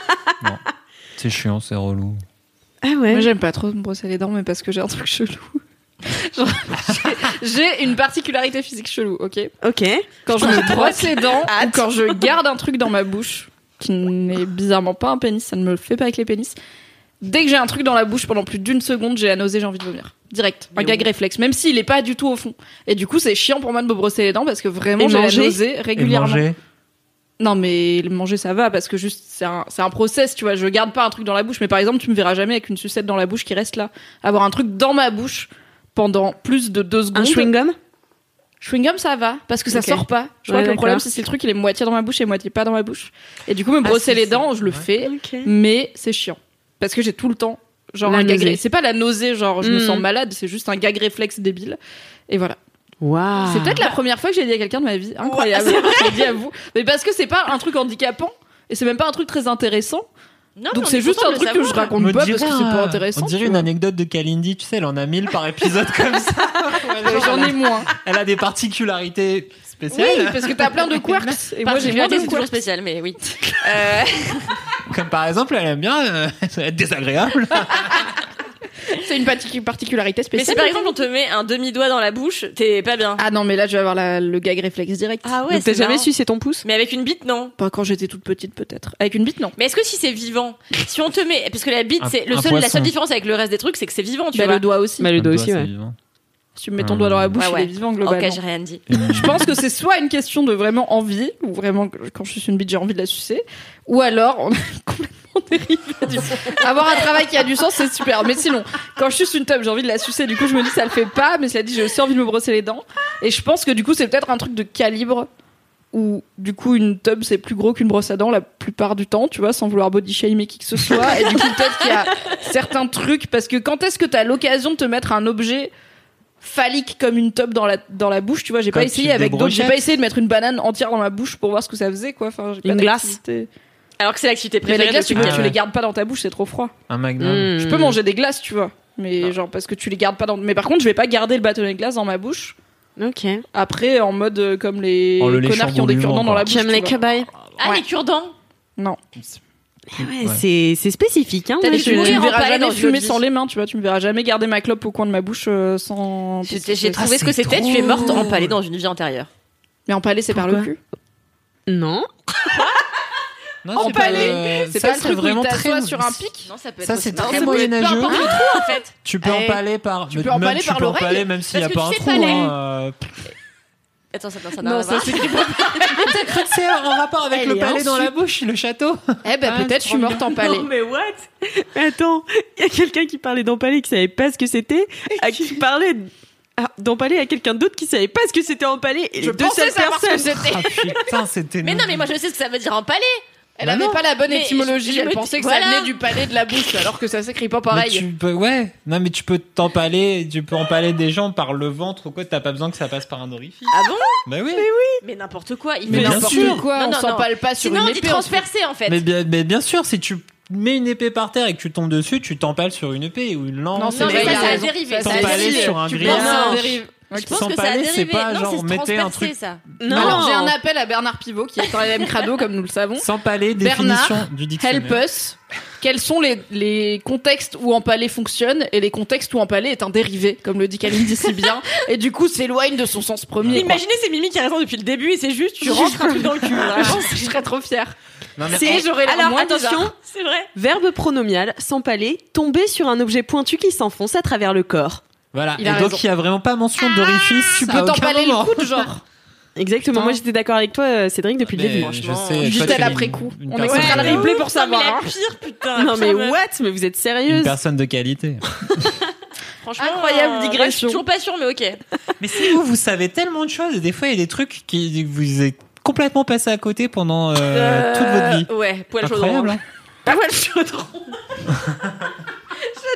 c'est chiant, c'est relou. Ah ouais. Moi, j'aime pas trop me brosser les dents, mais parce que j'ai un truc chelou. Genre, j'ai une particularité physique chelou, ok? Ok. Quand je me brosse les dents, Hâte. ou quand je garde un truc dans ma bouche, qui n'est bizarrement pas un pénis, ça ne me le fait pas avec les pénis. Dès que j'ai un truc dans la bouche pendant plus d'une seconde, j'ai la nausée, j'ai envie de vomir. Direct. Un gag réflexe, même s'il est pas du tout au fond. Et du coup, c'est chiant pour moi de me brosser les dents parce que vraiment, Et j'ai la manger nausée Et régulièrement. manger. Non, mais le manger, ça va parce que juste, c'est un process, tu vois. Je garde pas un truc dans la bouche, mais par exemple, tu me verras jamais avec une sucette dans la bouche qui reste là. Avoir un truc dans ma bouche pendant plus de 2 secondes. Un chewing-gum. Chewing-gum, ça va, parce que ça Ok. sort pas. Je crois Ouais, que le problème, d'accord. c'est si le truc il est moitié dans ma bouche et moitié pas dans ma bouche. Et du coup, me brosser si, les si. dents, je le Ouais. fais, Ok. mais c'est chiant. Parce que j'ai tout le temps, genre La un gag. nausée. C'est pas la nausée, genre je me Mm. sens malade, c'est juste un gag réflexe débile. Et voilà. Waouh. C'est peut-être la première fois que j'ai dit à quelqu'un de ma vie. Incroyable. Je l'ai dit à vous. Mais parce que c'est pas un truc handicapant et c'est même pas un truc très intéressant. Non, Donc mais c'est on est juste content un de le truc que je savoir. raconte pas parce que c'est pas intéressant. On dirait tu une vois. anecdote de Kalindi, tu sais, elle en a 1000 par épisode comme ça. J'en ai moins. Elle a des particularités Oui, spéciales. parce que t'as plein de quirks et moi j'ai moins Particularité, de c'est toujours quirks. spécial, mais oui. Comme par exemple, elle aime bien être désagréable. C'est une particularité Mais spéciale. si par exemple on te met un demi-doigt dans la bouche, t'es pas bien. Ah non, mais là je vais avoir le gag réflexe direct. Ah ouais, Donc t'as c'est jamais marrant. sucé ton pouce? Mais avec une bite, non. Pas quand j'étais toute petite peut-être. Avec une bite, non. Mais est-ce que si c'est vivant, si on te met, parce que la bite, Un- c'est un la poisson. seule différence avec le reste des trucs, c'est que c'est vivant, tu Bah, vois. le doigt aussi. Bah le doigt aussi, c'est ouais. vivant. Si tu me mets ton doigt dans la bouche, Ouais, ouais. il est vivant globalement. Ok, j'ai rien dit. Je pense que c'est soit une question de vraiment envie, ou vraiment quand je suis une bite j'ai envie de la sucer, ou alors on est complètement dérivé du avoir un travail qui a du sens, c'est super. Mais sinon, quand je suce une tub, j'ai envie de la sucer, du coup je me dis ça le fait pas, mais cela dit j'ai aussi envie de me brosser les dents. Et je pense que du coup c'est peut-être un truc de calibre où du coup une tub c'est plus gros qu'une brosse à dents la plupart du temps, tu vois, sans vouloir body shamer qui que ce soit. Et du coup peut-être qu'il y a certains trucs, parce que quand est-ce que t'as l'occasion de te mettre un objet phallique comme une tub dans la bouche, tu vois, j'ai Quand pas tu essayé avec d'autres, j'ai débrochettes. pas essayé de mettre une banane entière dans ma bouche pour voir ce que ça faisait, quoi. Enfin, j'ai pas Une glace. d'activité. Alors que c'est l'activité Mais préférée les glaces, de tu Ah tu ouais. les gardes pas dans ta bouche, c'est trop froid. Un magnum. Je peux manger des glaces, tu vois. Mais genre, parce que tu les gardes pas dans. Mais par contre, je vais pas garder le bâtonnet de glace dans ma bouche. Ok. Après, en mode comme les En le connards léchant qui ont des goulûment, cure-dents dans la quoi. bouche. Tu aimes les tu vois. cobayes? Ah, Ouais. les cure-dents. Non. Ouais, c'est spécifique, hein. T'as Moi, des je- mourir Tu me en verras palais jamais dans une fumer autre sans vie. les mains, tu vois. Tu me verras jamais garder ma clope au coin de ma bouche sans. J'ai trouvé ce que c'est c'était, tu es morte empalée dans une vie antérieure. Mais empalé, c'est par le Pourquoi cul. Non. Non, Empalé, c'est ça, pas le truc où vraiment il t'assoit très- sur un pic. Non, ça peut être Ça, aussi- c'est Non, très ça peut être moyenâgeux. peu importe le trou, en fait. Tu peux Eh, empaler par. tu peux empaler par l'oreille, empaler même s'il n'y a parce pas que un tu sais trou. pas Hein. Attends, ça n'a rien Non, à ça voir. c'est Peut-être que c'est en rapport avec Elle le est palais dans insu. la bouche, le château. Eh ben Ah, peut-être je c'est suis trop morte empalée. Non, mais what? Attends, il y a quelqu'un qui parlait d'empaler qui savait pas ce que c'était, qui parlait d'empaler à quelqu'un d'autre qui savait pas ce que c'était empaler. Et Je les deux pensais seules savoir ce que personnes. c'était. Ah putain, c'était. Mais non, mais moi je sais ce que ça veut dire empaler. Elle Bah avait non. pas la bonne Mais étymologie, je elle me pensait dis- que ça voilà. venait du palais de la bouche, alors que ça s'écrit pas Mais pareil. tu peux, ouais. Non, mais tu peux t'empaler, tu peux empaler des gens par le ventre ou quoi. T'as pas besoin que ça passe par un orifice. Ah bon? Bah oui. Mais n'importe quoi. Il Mais fait bien n'importe sûr. quoi, Non, on non, s'empale pas sur Sinon, une on dit épée. transpercer en fait. Mais bien sûr, si tu mets une épée par terre et que tu tombes dessus, tu t'empales sur une épée ou une lance. Non, c'est Non, mais vrai, ça, il a ça a raison. dérivé. Ça, ça a c'est T'empaler dérivé. sur un Tu grillage. penses à un Non. dérive. Je pense que ça a S'empaler, c'est dérivé. pas Non, genre c'est mettez un transpercer, truc. ça. Non. Alors j'ai un appel à Bernard Pivot qui est un LM Crado comme nous le savons. S'empaler, Bernard, définition du dictionnaire. Help us. Quels sont les contextes où empaler fonctionne et les contextes où empaler est un dérivé, comme le dit Kalindi si bien, et du coup s'éloigne de son sens premier. quoi. Imaginez, c'est Mimi qui a raison depuis le début et c'est juste, tu rentres un truc dans le cul. Vraiment, Je serais trop fière. Non, mais C'est- j'aurais l'air Alors moins attention, bizarre. C'est vrai. verbe pronominal, s'empaler, tomber sur un objet pointu qui s'enfonce à travers le corps. voilà. Il Et a donc raison. il y a vraiment pas mention d'orifice. Tu à peux aucun t'empaler moment. le coude, genre. Exactement, Putain. moi j'étais d'accord avec toi Cédric depuis le Mais début. je franchement. sais. toi, Juste tu à es l'après une- coup. une On personne- écoutera le replay pour savoir. Non, hein. mais la pire, putain. Non mais pire meuf. what? Mais vous êtes Une sérieuse? personne de qualité. Franchement, Incroyable moi, digression. je suis toujours pas sûre, mais ok. Mais si vous savez tellement de choses, et des fois il y a des trucs qui vous êtes complètement passé à côté pendant toute votre vie. Ouais, poil chaud Incroyable. dans Hein. Ah ouais, le chaudron. J'adore quand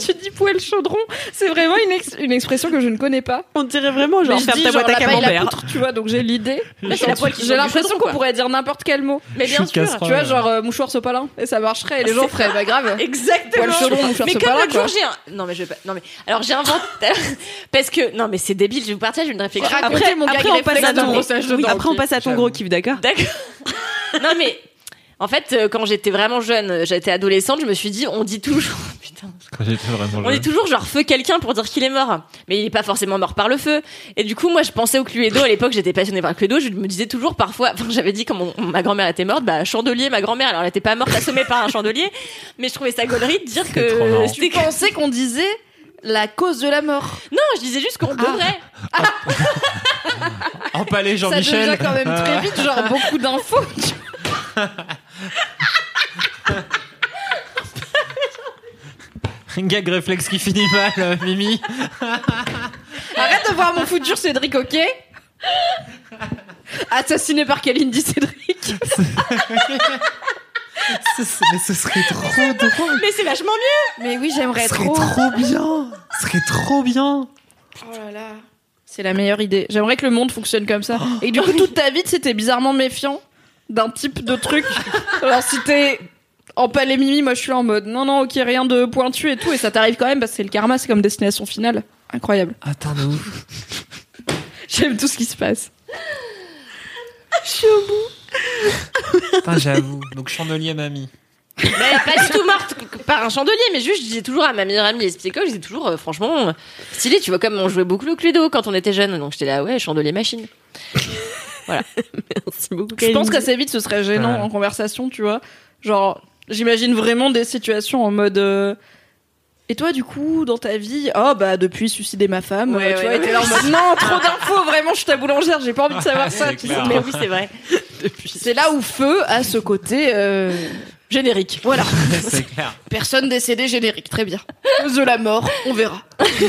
tu dis poêle chaudron, c'est vraiment une expression que je ne connais pas. On dirait vraiment genre Mais je faire dis ta boîte à la paille, la camembert. poutre, tu vois, donc j'ai l'idée. Là, c'est la poêle qui J'ai sort du l'impression chaudron, qu'on quoi. pourrait dire n'importe quel mot. Mais bien Chou de sûr. casserole. Tu vois, genre mouchoir sopalin, et ça marcherait, et les gens feraient, bah grave. Exactement. Poêle chaudron, mouchoir Mais comme sopalin, l'autre jour, quoi. j'ai un... Non, mais je vais pas... Non, mais... Alors, j'ai inventé... Parce que... Non, mais c'est débile, je vais vous partager une réflexion. Racontez mon gag Après, on passe réflexe à de ton brossage de oui, dents, après, on ok. passe à ton gros kiff, d'accord? D'accord. Non, mais... En fait, quand j'étais vraiment jeune, j'étais adolescente, je me suis dit, on dit toujours... Putain. Quand j'étais vraiment On dit jeune. toujours genre feu quelqu'un pour dire qu'il est mort, mais il est pas forcément mort par le feu. Et du coup, moi, je pensais au Cluedo. À l'époque, j'étais passionnée par le Cluedo. Je me disais toujours parfois, enfin, j'avais dit quand ma grand-mère était morte, bah chandelier, ma grand-mère. Alors, elle était pas morte assommée par un chandelier, mais je trouvais ça gaulerie de dire trop que marrant. Tu pensais qu'on disait la cause de la mort. non, je disais juste qu'on devrait. Empalé Ça Jean-Michel. devient quand même très vite, genre beaucoup d'infos. Un gag réflexe qui finit mal, Mimi. Arrête de voir mon futur Cédric, ok? Assassiné par Kalindi Cédric. Mais ce serait trop drôle. Mais c'est vachement mieux. Mais oui, j'aimerais Ce serait trop. trop bien. Ce serait trop bien. Oh là là. C'est la meilleure idée. J'aimerais que le monde fonctionne comme ça. Et que du coup, toute ta vie, c'était bizarrement méfiant d'un type de truc. Alors, si t'es empalé Mimi, moi je suis là en mode non, ok, rien de pointu et tout. Et ça t'arrive quand même parce que c'est le karma, c'est comme destination finale. Incroyable. Attends, de ouf. J'aime tout ce qui se passe. Je suis au bout. Putain, j'avoue. Donc, chandelier mamie. Mais pas du tout morte par un chandelier, mais juste, je disais toujours à ma meilleure amie les psychologues, je disais toujours, franchement, stylé, tu vois, comme on jouait beaucoup au Cluedo quand on était jeunes. Donc, j'étais là, ouais, chandelier machine. Merci beaucoup. Je pense qu'assez vite, ce serait gênant Ouais. en conversation, tu vois. Genre, j'imagine vraiment des situations en mode. Et toi, du coup, dans ta vie, oh bah depuis suicider ma femme, Ouais, tu ouais, vois, ouais. et t'es là en mode non, trop d'infos, vraiment, je suis ta boulangère, j'ai pas envie de savoir ça. C'est tu sais. clair. Mais oui, c'est vrai. C'est là où Feu a ce côté générique. Voilà. C'est clair. Personne décédée générique, très bien. Cause de la mort, on verra.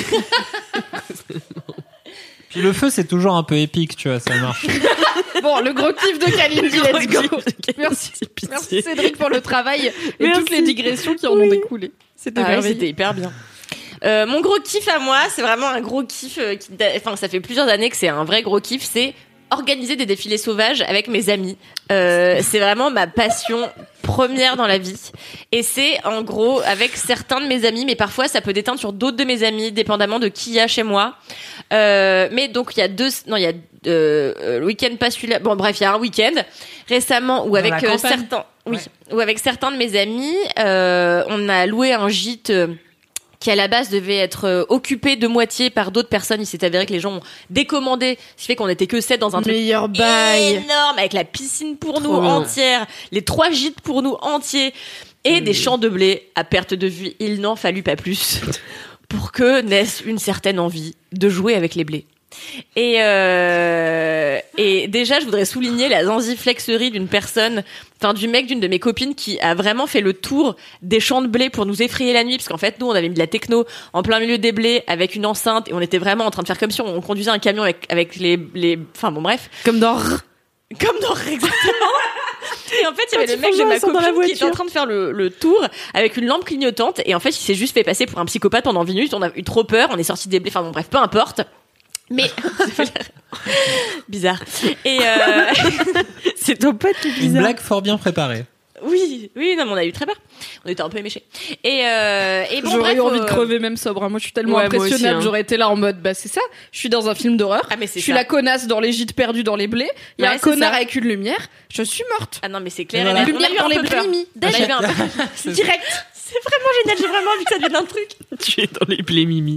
Puis le feu, c'est toujours un peu épique, tu vois, ça marche. Bon, le gros kiff de Kalindi, let's go. Merci. Pitié. Merci Cédric pour le travail et Merci. toutes les digressions qui en ont découlé. C'était Ah ouais, merveilleux. c'était hyper bien. Mon gros kiff à moi, c'est vraiment un gros kiff enfin, ça fait plusieurs années que c'est un vrai gros kiff, c'est organiser des défilés sauvages avec mes amis. C'est vraiment ma passion première dans la vie. Et c'est en gros avec certains de mes amis, mais parfois ça peut déteindre sur d'autres de mes amis, dépendamment de qui il y a chez moi. Mais donc il y a le week-end pas celui-là. Bon bref, il y a un week-end récemment où avec la campagne. certains, où avec certains de mes amis, on a loué un gîte. Qui à la base devait être occupé de moitié par d'autres personnes. Il s'est avéré que les gens ont décommandé, ce qui fait qu'on était que 7 dans un truc Meilleur bail. énorme, avec la piscine pour nous Trop bien. entière, les 3 gîtes pour nous entiers, et des champs de blé à perte de vue. Il n'en fallut pas plus pour que naisse une certaine envie de jouer avec les blés. Et déjà, je voudrais souligner la zanziflexerie d'une personne, enfin du mec d'une de mes copines qui a vraiment fait le tour des champs de blé pour nous effrayer la nuit, parce qu'en fait, nous, on avait mis de la techno en plein milieu des blés avec une enceinte et on était vraiment en train de faire comme si on conduisait un camion avec les, enfin bon bref. Comme dans Comme dans exactement. Et en fait, il y avait Quand le ils mec font de genre, ma ils sont dans la copine qui était en voiture. train de faire le tour avec une lampe clignotante. Et en fait, il s'est juste fait passer pour un psychopathe pendant 20 minutes. On a eu trop peur. On est sorti des blés. Enfin bon, bref, peu importe. Mais bizarre. Et c'est ton pote qui est Une bizarre. blague fort bien préparée. oui, non, mais on a eu très peur. On était un peu éméchés. Et bon, J'aurais bref, eu envie de crever même sobre. Moi, je suis tellement Ouais, moi aussi, impressionnable. hein. J'aurais été là en mode, bah c'est ça. Je suis dans un film d'horreur. Ah mais c'est Je suis ça. la connasse dans les gîtes perdus dans les blés. Il y a Ouais, un c'est connard ça. avec une lumière. Je suis morte. Ah non, mais c'est clair. Et voilà. On a Lumière eu dans un les peu peur. blés. On a eu un peu Direct. C'est vraiment génial. J'ai vraiment envie que ça devienne un truc. Tu es dans les blés Mimi.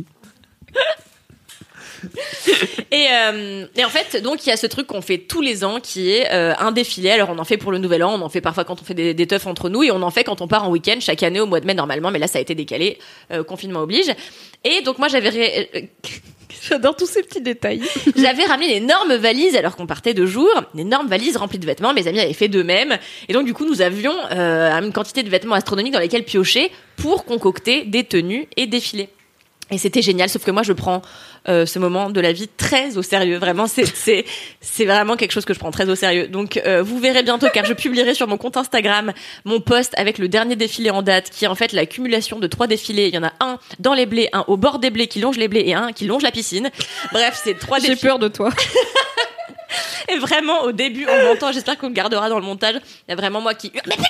Et en fait, donc il y a ce truc qu'on fait tous les ans qui est un défilé. Alors on en fait pour le Nouvel An, on en fait parfois quand on fait des teufs entre nous, et on en fait quand on part en week-end chaque année au mois de mai normalement, mais là ça a été décalé, confinement oblige. Et donc moi J'adore tous ces petits détails. j'avais ramené une énorme valise alors qu'on partait 2 jours, une énorme valise remplie de vêtements. Mes amis avaient fait de même, et donc du coup nous avions une quantité de vêtements astronomiques dans lesquels piocher pour concocter des tenues et défiler. Et c'était génial, sauf que moi je prends ce moment de la vie très au sérieux. Vraiment, c'est vraiment quelque chose que je prends très au sérieux. Donc vous verrez bientôt, car je publierai sur mon compte Instagram mon post avec le dernier défilé en date, qui est en fait l'accumulation de 3 défilés. Il y en a un dans les blés, un au bord des blés qui longe les blés et un qui longe la piscine. Bref, c'est 3 défilés. J'ai peur de toi. Et vraiment, au début, on m'entend, j'espère qu'on le gardera dans le montage, il y a vraiment moi qui hurle, mais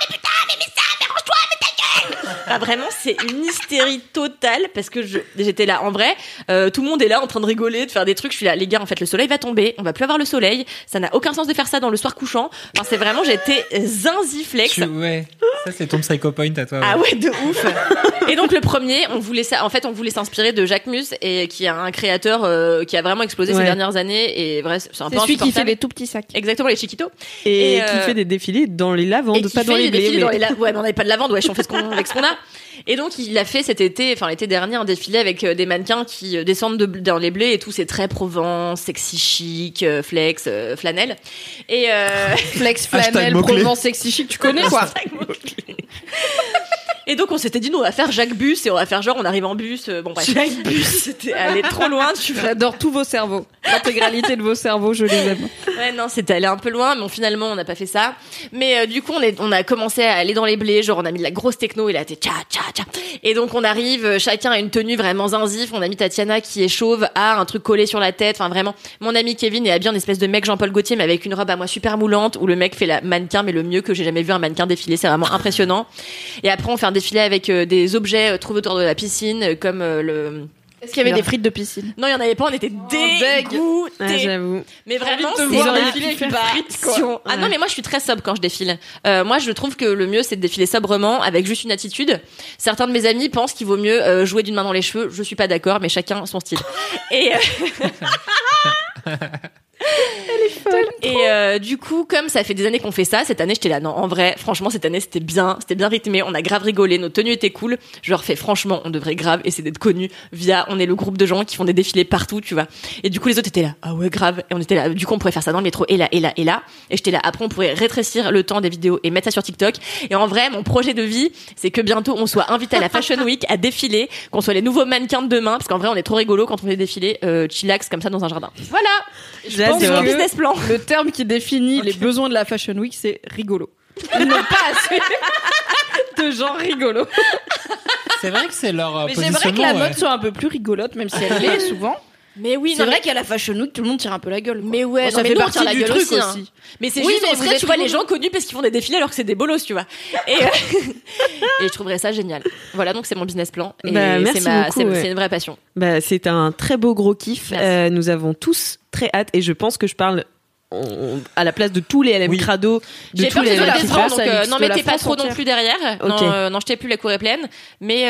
ah, vraiment, c'est une hystérie totale parce que j'étais là en vrai, tout le monde est là en train de rigoler, de faire des trucs. Je suis là, les gars, en fait, le soleil va tomber, on va plus avoir le soleil. Ça n'a aucun sens de faire ça dans le soir couchant. Enfin, c'est vraiment, j'étais zinziflex. Ouais, ça c'est ton psycho point à toi. Ouais. Ah ouais, de ouf. Et donc le premier, on voulait s'inspirer de Jacques Mus, et qui est un créateur qui a vraiment explosé ces dernières années. Et vrai, c'est un peu celui qui fait insupportable. les tout petits sacs. Exactement, les chiquitos. Et qui fait des défilés dans les lavandes, pas dans les blés. Ouais, mais on n'avait pas de lavande, ouais, on fait avec ce qu'on a. Et donc il a fait l'été dernier, un défilé avec des mannequins qui descendent dans les blés et tout. C'est très Provence, sexy chic, flex, flanelle. Et flex, flanelle, Provence, sexy chic, tu connais quoi. Et donc on s'était dit, nous on va faire Jacques Bus, et on va faire genre on arrive en bus. Bon bref. Jacques Bus, c'était allé trop loin. J'adore tous vos cerveaux. L'intégralité de vos cerveaux, je les aime. Ouais, non, c'était allé un peu loin, mais finalement on n'a pas fait ça. Mais du coup on a commencé à aller dans les blés, genre on a mis de la grosse techno, et là t'es tcha tcha tcha. Et donc on arrive, chacun a une tenue vraiment zinzif. On a mis Tatiana qui est chauve, a un truc collé sur la tête. Enfin vraiment, mon ami Kevin est habillé en espèce de mec Jean-Paul Gaultier, mais avec une robe à moi super moulante, où le mec fait la mannequin, mais le mieux que j'ai jamais vu un mannequin défiler. C'est vraiment impressionnant. Et après on fait un défilé avec des objets trouvés autour de la piscine, comme le... Est-ce qu'il y avait des frites de piscine? Non, il y en avait pas, on était dégoûtés. Ah, j'avoue. Mais vraiment, c'est voir défiler avec une frite, quoi. Ah non, mais moi je suis très sobre quand je défile. Moi je trouve que le mieux c'est de défiler sobrement avec juste une attitude. Certains de mes amis pensent qu'il vaut mieux jouer d'une main dans les cheveux. Je suis pas d'accord, mais chacun son style. Et elle est folle. Et du coup, comme ça fait des années qu'on fait ça, cette année j'étais là, non, en vrai, franchement cette année c'était bien rythmé, on a grave rigolé, nos tenues étaient cool. Je leur fais, franchement, on devrait grave essayer d'être connus via, on est le groupe de gens qui font des défilés partout, tu vois. Et du coup les autres étaient là, ah ouais grave. Et on était là, du coup on pourrait faire ça dans le métro, et là et là et là. Et j'étais là, après on pourrait rétrécir le temps des vidéos et mettre ça sur TikTok. Et en vrai, mon projet de vie, c'est que bientôt on soit invité à la Fashion Week à défiler, qu'on soit les nouveaux mannequins de demain, parce qu'en vrai on est trop rigolo quand on fait défiler chillax comme ça dans un jardin. Voilà. Je pense que mon business plan. Le terme qui définit les besoins de la Fashion Week, c'est rigolo. Ils n'ont pas assez de gens rigolos. C'est vrai que c'est leur mais positionnement. j'aimerais que la mode soit un peu plus rigolote, même si elle l'est souvent. Mais oui, c'est vrai qu'à la Fashion Week, tout le monde tire un peu la gueule. Quoi. Mais ouais, bon, ça fait partie du truc aussi. Mais c'est juste, on serait, tu vois, les gens connus parce qu'ils font des défilés alors que c'est des bolos, tu vois. Et je trouverais ça génial. Voilà, donc c'est mon business plan. Et c'est une vraie passion. C'est un très beau gros kiff. Nous avons tous très hâte, et je pense que je parle à la place de tous les LM Crado, de tous les LM kiffeurs. Donc n'en mettez pas trop non plus derrière. Okay. Non, jetez plus, la cour est pleine. Mais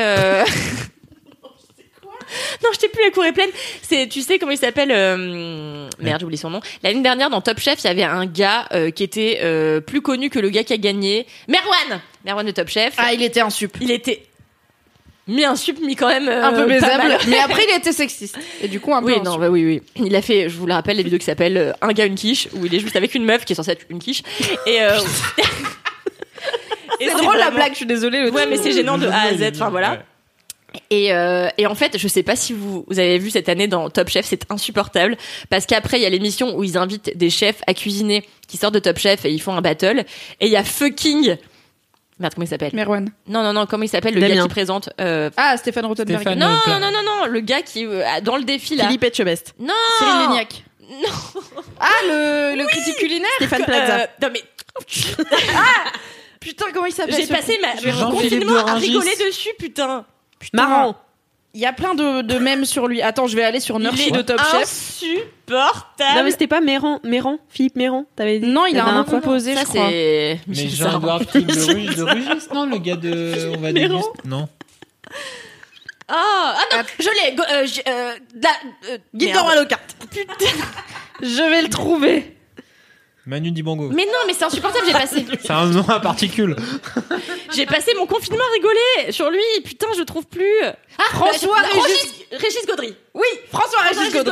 non, je sais plus, la cour est pleine. Tu sais comment il s'appelle merde, j'ai oublié son nom. L'année dernière, dans Top Chef, il y avait un gars qui était plus connu que le gars qui a gagné. Merwan de Top Chef. Ah, il était un sup. Il était mi quand même un peu baisable. Mais après, il était sexiste. Et du coup, un peu. Oui. Il a fait, je vous le rappelle, les vidéos qui s'appellent Un gars, une quiche, où il est juste avec une meuf qui est censée être une quiche. Et c'est drôle la blague. Je suis désolée. Ouais, mais c'est gênant de A à Z. Enfin voilà. Et en fait, je sais pas si vous avez vu cette année dans Top Chef, c'est insupportable parce qu'après il y a l'émission où ils invitent des chefs à cuisiner qui sortent de Top Chef et ils font un battle, et il y a fucking merde, comment il s'appelle? Merwan. Non, comment il s'appelle le gars qui présente Stéphane Rothenberg. Non, le gars qui dans le défi là. Philippe Etchebest. Non. Cyril Lignac. Non. Ah, le critique culinaire. Stéphane Plaza. Non mais putain, comment il s'appelle? J'ai passé mon confinement à rigoler dessus, putain. Marrant. Il y a plein de mèmes sur lui. Attends, je vais aller sur Nurchi de Top Chef. Insupportable. Non, mais c'était pas Méran, Philippe Méran, t'avais dit. Non, il a un nom composé, je crois. C'est mais Jean-Edouard Philippe de Rugis, non, le gars de on va dire non. Ah non, je l'ai. Guillermo Alocarte. Putain. Je vais le trouver. Manu Dibango. Mais non, mais c'est insupportable, j'ai passé. C'est un nom à particules. J'ai passé mon confinement à rigoler sur lui. Putain, je trouve plus. François Régis Gaudry. Oui, François Régis Gaudry.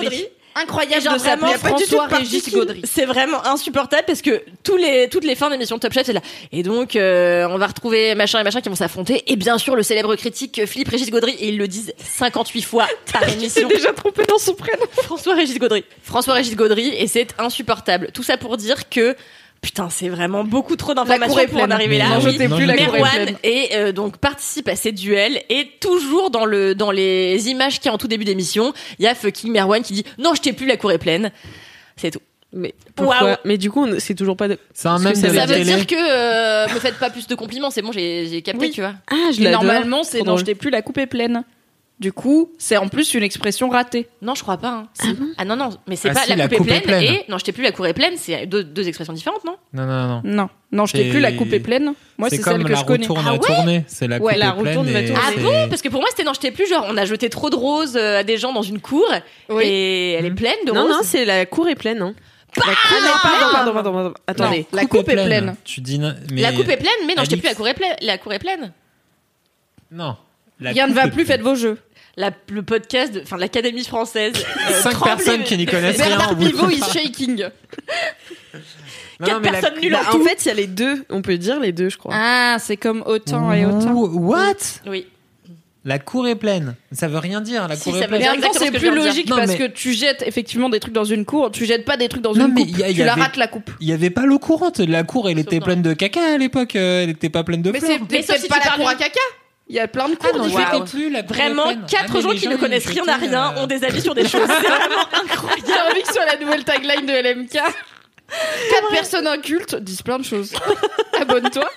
Incroyable Genre de s'appeler vraiment, François-Régis Gaudry. C'est vraiment insupportable parce que toutes les fins d'émission de Top Chef, c'est là. Et donc, on va retrouver machin et machin qui vont s'affronter. Et bien sûr, le célèbre critique Philippe-Régis Gaudry. Et ils le disent 58 fois par émission. Déjà trompé dans son prénom. François-Régis Gaudry. François-Régis Gaudry. Et c'est insupportable. Tout ça pour dire que, putain, c'est vraiment beaucoup trop d'informations pour en arriver là. Non, je t'ai plus la cour est Merwan pleine. et donc participe à ces duels et toujours dans les images qu'il y a en tout début d'émission, il y a fucking Merwan qui dit non, je t'ai plus, la cour est pleine. C'est tout. Mais pourquoi Waouh. Mais du coup, c'est toujours pas. C'est un Parce même que de Ça la veut télé. dire que me faites pas plus de compliments, c'est bon, j'ai capté, Oui. tu vois. Ah, je Et l'adore. normalement, c'est Trop non, drôle. je t'ai plus, la coupe est pleine. Du coup, c'est en plus une expression ratée. Non, je crois pas. Hein. Ah non non, mais c'est Ah pas si, la coupe est pleine, pleine. et non, je t'ai plus, la cour est pleine, c'est deux expressions différentes, non? Non. Non, je t'ai C'est- plus, la coupe est pleine. Moi, c'est comme celle que la je connais. retourne Ah à ouais tourner. C'est la Ouais, coupe la est pleine retourne va et tourner. Ah c'est- bon? Parce que pour moi, c'était non, je t'ai plus, genre on a jeté trop de roses à des gens dans une cour Oui. et elle est pleine de Non, roses. non, c'est la cour est pleine. Hein. Pardon. Attendez. La coupe est pleine. Tu dis mais La coupe est pleine, mais non, je t'ai Alix- plus, la cour est pleine. La cour est pleine. Non. La Rien ne coupe va est plus, pleine. faites vos jeux. Le podcast de l'Académie française. 5 tremblez- personnes qui n'y connaissent rien. Bernard au bout de Pivot ça. is shaking. Quatre personnes nulles en En tout. fait, il y a les deux. On peut dire les deux, je crois. Ah, c'est comme autant et autant. What? Oui. La cour est pleine. Ça veut rien dire. La Si, cour ça est veut pleine. Mais en dire même temps, exactement c'est ce que je plus viens de dire. logique Non, parce mais- que tu jettes effectivement des trucs dans une cour, tu jettes pas des trucs dans Non, une mais coupe. il y Tu la avait- rates la coupe. Il y avait pas l'eau courante. La cour, elle Sauf était dans- pleine de caca à l'époque. Elle était pas pleine de Mais fleurs. c'est Mais sauf peut-être si pas tu la parles cour à d'une- caca. Il y a plein de cours non, différents. Vraiment, 4 gens qui ne connaissent rien à rien ont des avis sur des choses. C'est vraiment incroyable. J'ai envie que ce soit la nouvelle tagline de LMK. 4 personnes incultes disent plein de choses. Abonne-toi.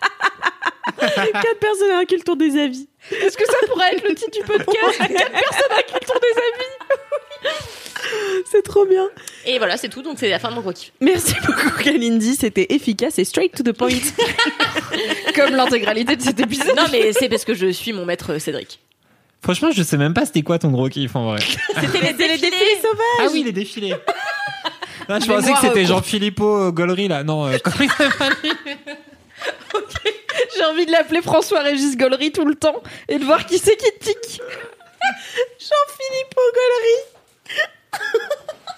4 personnes à qui le tour des avis. Est-ce que ça pourrait être le titre du podcast 4 personnes incultes ont des avis. C'est trop bien. Et voilà, c'est tout. Donc c'est la fin de mon gros kiff. Merci beaucoup, Kalindi. C'était efficace et straight to the point. Comme l'intégralité de cet épisode. Non, mais c'est parce que je suis mon maître Cédric. Franchement, je sais même pas c'était quoi ton gros kiff en vrai. C'était les défilés. Ah oui, les défilés. Non, je pensais Mémoire, que c'était courte. Jean-Philippot Gollery là. Non, comment il s'appelle? J'ai envie de l'appeler François-Régis Gaudry tout le temps et de voir qui c'est qui tique. Jean-Philippe Gaudry.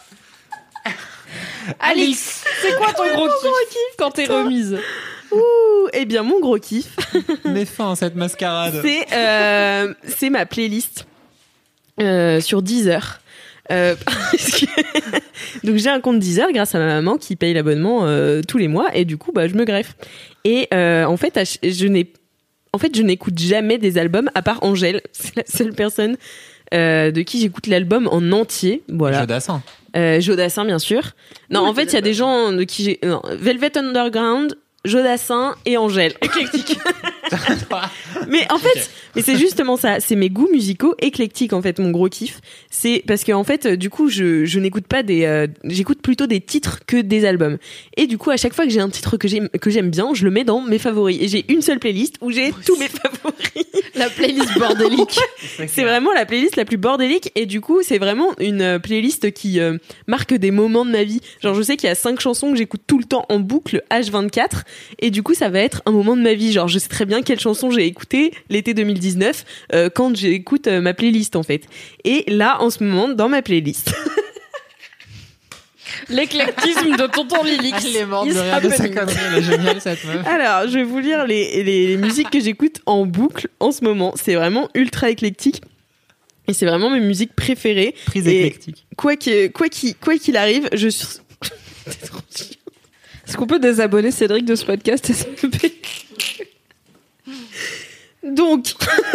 Alix, c'est quoi ton gros kiff quand t'es remise? Ouh, eh bien, mon gros kiff, Mets fin à cette mascarade. c'est ma playlist sur Deezer. Parce que- Donc j'ai un compte Deezer grâce à ma maman qui paye l'abonnement tous les mois et du coup je me greffe. Et en fait je n'écoute jamais des albums à part Angèle. C'est la seule personne de qui j'écoute l'album en entier. Voilà. Jodassin. Jodassin bien sûr. Non, en fait il y a des gens de qui j'ai Velvet Underground, Jodassin et Angèle. Éclectique. Mais en fait, mais c'est justement ça, c'est mes goûts musicaux éclectiques en fait, mon gros kiff. C'est parce que en fait, du coup, je n'écoute pas j'écoute plutôt des titres que des albums. Et du coup, à chaque fois que j'ai un titre que j'aime bien, je le mets dans mes favoris. Et j'ai une seule playlist où j'ai tous mes favoris. La playlist bordélique. C'est vraiment la playlist la plus bordélique et du coup c'est vraiment une playlist qui marque des moments de ma vie. Genre je sais qu'il y a 5 chansons que j'écoute tout le temps en boucle H24 et du coup ça va être un moment de ma vie. Genre je sais très bien quelle chanson j'ai écoutée l'été 2019 quand j'écoute ma playlist en fait. Et là en ce moment dans ma playlist L'éclectisme de tonton Lilix. Elle est morte Is de rire de sa happening. connerie. Elle est géniale cette meuf. alors je vais vous lire les musiques que j'écoute en boucle en ce moment. C'est vraiment ultra éclectique. Et c'est vraiment mes musiques préférées. Prise Et- éclectique. Quoi qu'il arrive, je suis... C'est trop chiant. Est-ce qu'on peut désabonner Cédric de ce podcast SMP? Donc,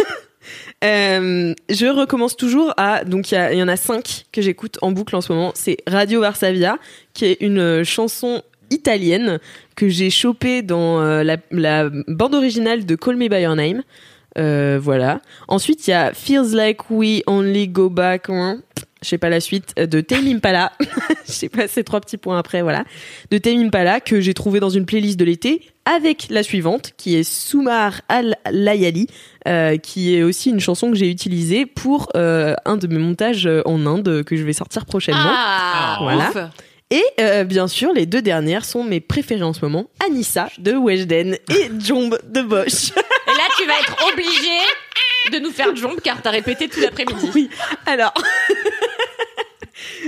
je recommence toujours à... Donc, il y en a 5 que j'écoute en boucle en ce moment. C'est Radio Varsavia, qui est une chanson italienne que j'ai chopée dans la bande originale de Call Me By Your Name. Voilà. Ensuite, il y a Feels Like We Only Go Back... Je sais pas la suite, de Tame Impala. Je sais pas, c'est 3 petits points après, voilà. De Tame Impala, que j'ai trouvé dans une playlist de l'été, avec la suivante, qui est Soumar Al-Layali, qui est aussi une chanson que j'ai utilisée pour un de mes montages en Inde, que je vais sortir prochainement. Ah, Voilà. ouf. Et bien sûr, les 2 dernières sont mes préférées en ce moment, Anissa de Weshden et Jomb de Bosch. Et là, tu vas être obligé de nous faire jombe car t'as répété tout l'après-midi. Oui, alors...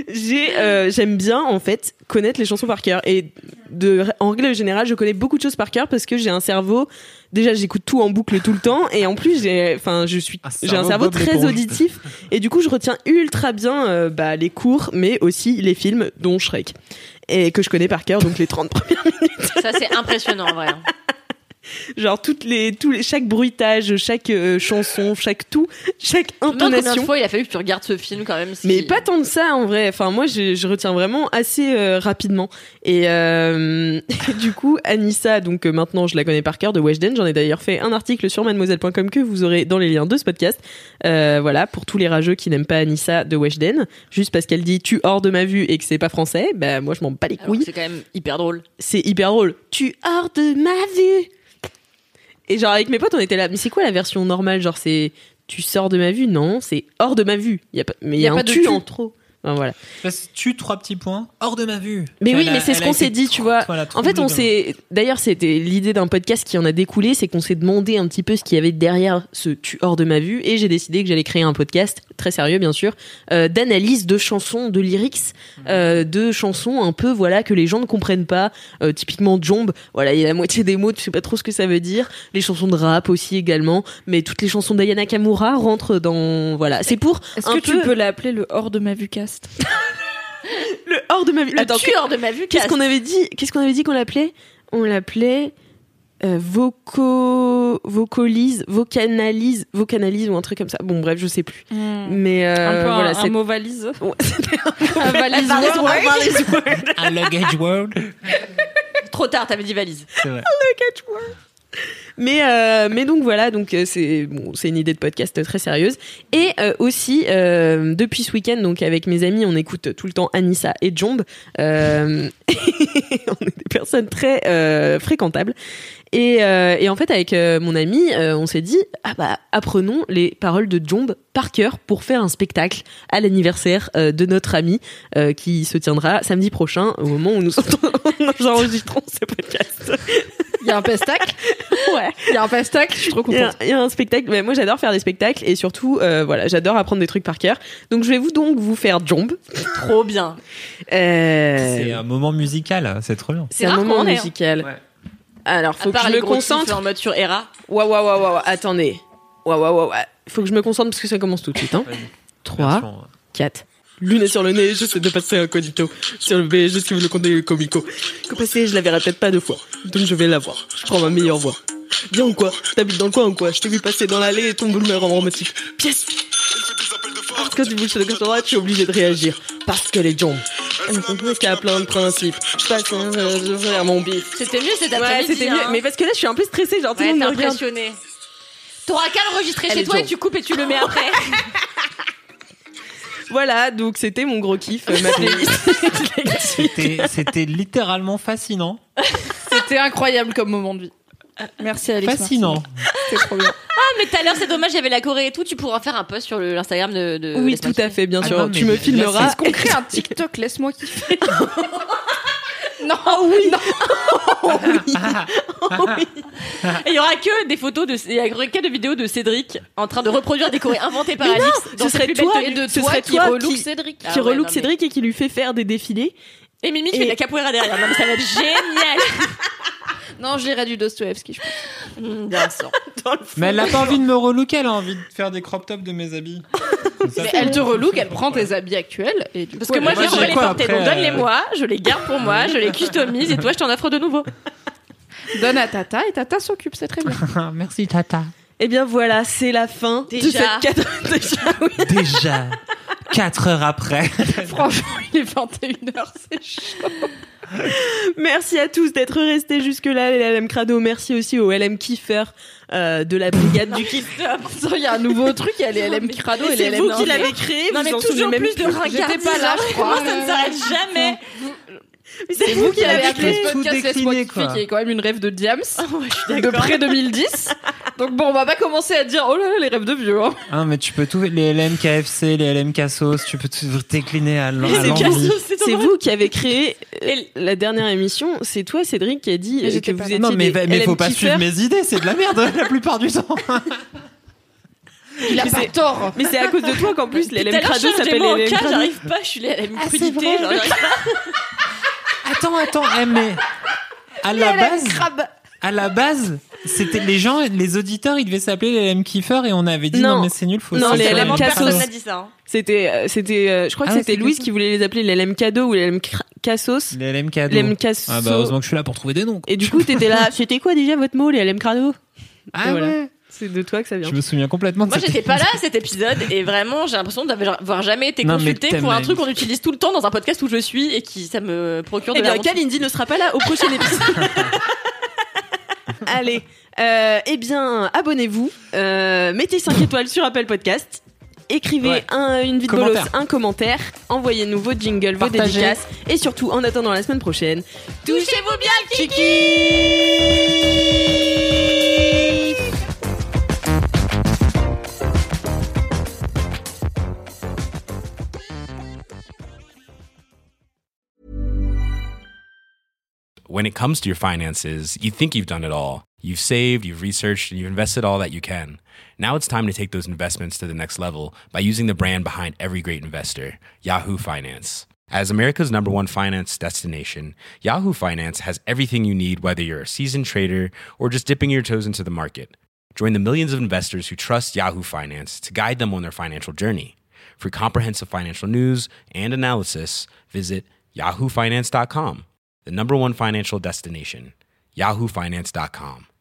J'aime bien en fait connaître les chansons par cœur et en règle générale je connais beaucoup de choses par cœur parce que j'ai un cerveau, déjà j'écoute tout en boucle tout le temps et en plus j'ai un cerveau très auditif et du coup je retiens ultra bien les cours mais aussi les films dont Shrek et que je connais par cœur, donc les 30 premières minutes. Ça c'est impressionnant en vrai. Genre chaque bruitage, chaque chanson, chaque intonation. Combien de fois il a fallu que tu regardes ce film quand même Mais pas tant de ça en vrai. Enfin moi je retiens vraiment assez rapidement. Et du coup Anissa, donc maintenant je la connais par cœur de Weshden. J'en ai d'ailleurs fait un article sur mademoiselle.com que vous aurez dans les liens de ce podcast. Voilà, pour tous les rageux qui n'aiment pas Anissa de Weshden, juste parce qu'elle dit tu hors de ma vue et que c'est pas français, bah moi je m'en bats les couilles. C'est quand même hyper drôle. C'est hyper drôle. Tu hors de ma vue. Et genre avec mes potes on était là, mais c'est quoi la version normale? Genre c'est tu sors de ma vue? Non, c'est hors de ma vue. Il y a un tu en trop. Enfin, voilà. Tu 3 petits points hors de ma vue. Mais oui, mais c'est ce qu'on s'est dit, tu vois. En fait, d'ailleurs, c'était l'idée d'un podcast qui en a découlé, c'est qu'on s'est demandé un petit peu ce qu'il y avait derrière ce tu hors de ma vue, et j'ai décidé que j'allais créer un podcast très sérieux, bien sûr, d'analyse de chansons, de lyrics, de chansons un peu, voilà, que les gens ne comprennent pas. Typiquement Jomb, voilà, il y a la moitié des mots, tu sais pas trop ce que ça veut dire. Les chansons de rap aussi également, mais toutes les chansons d'Aya Nakamura rentrent dans, voilà, c'est pour. Est-ce que tu peux l'appeler le hors de ma vue cast? Le hors de ma vue. Le tueur de ma vue. Qu'est-ce qu'on avait dit qu'on l'appelait? On l'appelait vocalise ou un truc comme ça. Bon bref, je sais plus. Mais un peu voilà, un mot valise. Ouais, un valise word. Un luggage word. Trop tard, t'avais dit valise. C'est vrai. Un luggage word. Mais donc voilà, donc c'est une idée de podcast très sérieuse et aussi depuis ce week-end, donc avec mes amis on écoute tout le temps Anissa et Jomb. On est des personnes très fréquentables et en fait avec mon ami on s'est dit apprenons les paroles de Jomb par cœur pour faire un spectacle à l'anniversaire de notre ami qui se tiendra samedi prochain au moment où nous enregistrons ce podcast. Il y a un pestacle. Ouais. Il y a un pestacle, je suis trop contente. Il y a un spectacle. Mais moi, j'adore faire des spectacles et surtout, voilà, j'adore apprendre des trucs par cœur. Donc, je vais vous faire Jomb. Trop bien. C'est un moment musical, c'est trop bien. C'est un moment musical. Ouais. Alors, faut que je me concentre. En mode sur Hera. Waouh, attendez. Waouh. Faut que je me concentre parce que ça commence tout de suite. Hein. 3, 4. Lunettes sur le nez, j'essaie de passer incognito. Sur le B, je suis le compte comico. Que passer, je la verrai peut-être pas 2 fois. Donc je vais la voir. Je prends ma meilleure voix. Bien ou quoi? T'habites dans le coin ou quoi? Je t'ai vu passer dans l'allée et ton boule me rend romantique. Pièce! Parce que tu bouges sur le gauche à droite, je suis obligé de réagir. Parce que les Jomb. Parce qu'il y a plein de principes. Je passe à mon bif. C'était mieux cet après-midi. Ouais, c'était mieux. Mais parce que là, je suis un peu stressée. Genre, tout le monde me regarde. Impressionné. T'auras qu'à l'enregistrer chez toi et tu coupes et tu le mets après. Voilà, donc c'était mon gros kiff, ma playlist. C'était littéralement fascinant. C'était incroyable comme moment de vie. Merci Alex. Fascinant. C'était trop bien. Mais tout à l'heure, c'est dommage, il y avait la Corée et tout. Tu pourras en faire un post sur l'Instagram de oui, tout à fait, bien sûr. Non, tu me filmeras. Est-ce qu'on crée un TikTok? Laisse-moi kiffer. Non, oui. Non. Oui. Et il y aura que des photos il y aura que des vidéos de Cédric en train de reproduire des chorés inventées par Alix. Ce serait toi, qui relook Cédric. Qui relook Cédric et qui lui fait faire des défilés. Et Mimi qui fait de la capoeira derrière. Non, mais ça va être génial. Non, je lirai du Dostoevsky, je pense. Bien sûr. Mais elle a pas envie de me relooker, elle a envie de faire des crop tops de mes habits. Mais elle te relook, elle prend tes habits actuels et du Parce coup, que moi, elle- j'ai envie de les porter. après, Donc donne-les-moi, je les garde pour moi, je les customise et toi, je t'en offre de nouveau. donne à Tata et Tata s'occupe, c'est très bien. Merci Tata. Eh bien voilà, c'est la fin de Déjà. cette Déjà 4 heures après. Franchement, il est 21h, c'est chaud. Merci à tous d'être restés jusque-là, les LM Crado. Merci aussi aux LM Kiffers de la brigade du kiff. Il y a un nouveau truc, il y a les LM Crado et les C'est LM vous qui Nordais. l'avez créé. Non, vous mais en souvenez toujours même plus de ringardise. J'étais pas là, je crois. Ça ne s'arrête jamais. Mais c'est vous qui l'avez appelé créé. ce podcast Tout Laisse-moi décliné, kiffer, quoi. qui est quand même une rêve de Diams Je suis de près 2010. Donc bon, on va pas commencer à dire oh là là les rêves de vieux. Hein. Ah, mais tu peux tout, les LM KFC, les LM Cassos, tu peux tout décliner à C'est l'envie. C'est vous qui avez créé la dernière émission. C'est toi, Cédric, qui a dit Mais que j'étais vous pas étiez Non, mais des faut LM pas Kiffers. suivre mes idées, c'est de la merde la plupart du temps. Il a Mais pas c'est- tort. Mais c'est à cause de toi qu'en plus les LM Crado s'appellent moi en les LM cas, Crado. j'arrive pas, je suis les LM c'est crudité. vrai. genre, j'arrive pas. Attends, mais à la base, Crabe. à la base, c'était les auditeurs, ils devaient s'appeler les LM Kiffer et on avait dit non, Non. mais c'est nul, faut Non, s'appeler les LM Vraiment, Cassos. personne n'a dit ça. Hein. C'était, je crois que Ah, c'était c'est Louise comme ça. qui voulait les appeler les LM Cadeau ou les LM Cassos. les LM cadeaux. Les LM Cassos. Ah bah heureusement que je suis là pour trouver des noms. Et du coup, t'étais là. C'était quoi déjà votre mot, les LM Crado? Ah Et voilà. ouais. C'est de toi que ça vient. Je me souviens complètement de Moi, cette j'étais pas là à cet épisode et vraiment, j'ai l'impression d'avoir jamais été Non, mais consultée t'aimes pour un la- truc qu'on utilise tout le temps dans un podcast où je suis et qui ça me procure de Eh la bien, honte. Kalindi ne sera pas là au prochain épisode. Allez, eh bien, abonnez-vous, mettez 5 étoiles sur Apple Podcast, écrivez Ouais. une vie de Commentaire. bolos, un commentaire, envoyez-nous vos jingles, vos Partagez. dédicaces, et surtout, en attendant la semaine prochaine, Touchez-vous bien le kiki. When it comes to your finances, you think you've done it all. You've saved, you've researched, and you've invested all that you can. Now it's time to take those investments to the next level by using the brand behind every great investor, Yahoo Finance. As America's #1 finance destination, Yahoo Finance has everything you need, whether you're a seasoned trader or just dipping your toes into the market. Join the millions of investors who trust Yahoo Finance to guide them on their financial journey. For comprehensive financial news and analysis, visit yahoofinance.com. The #1 financial destination, yahoofinance.com.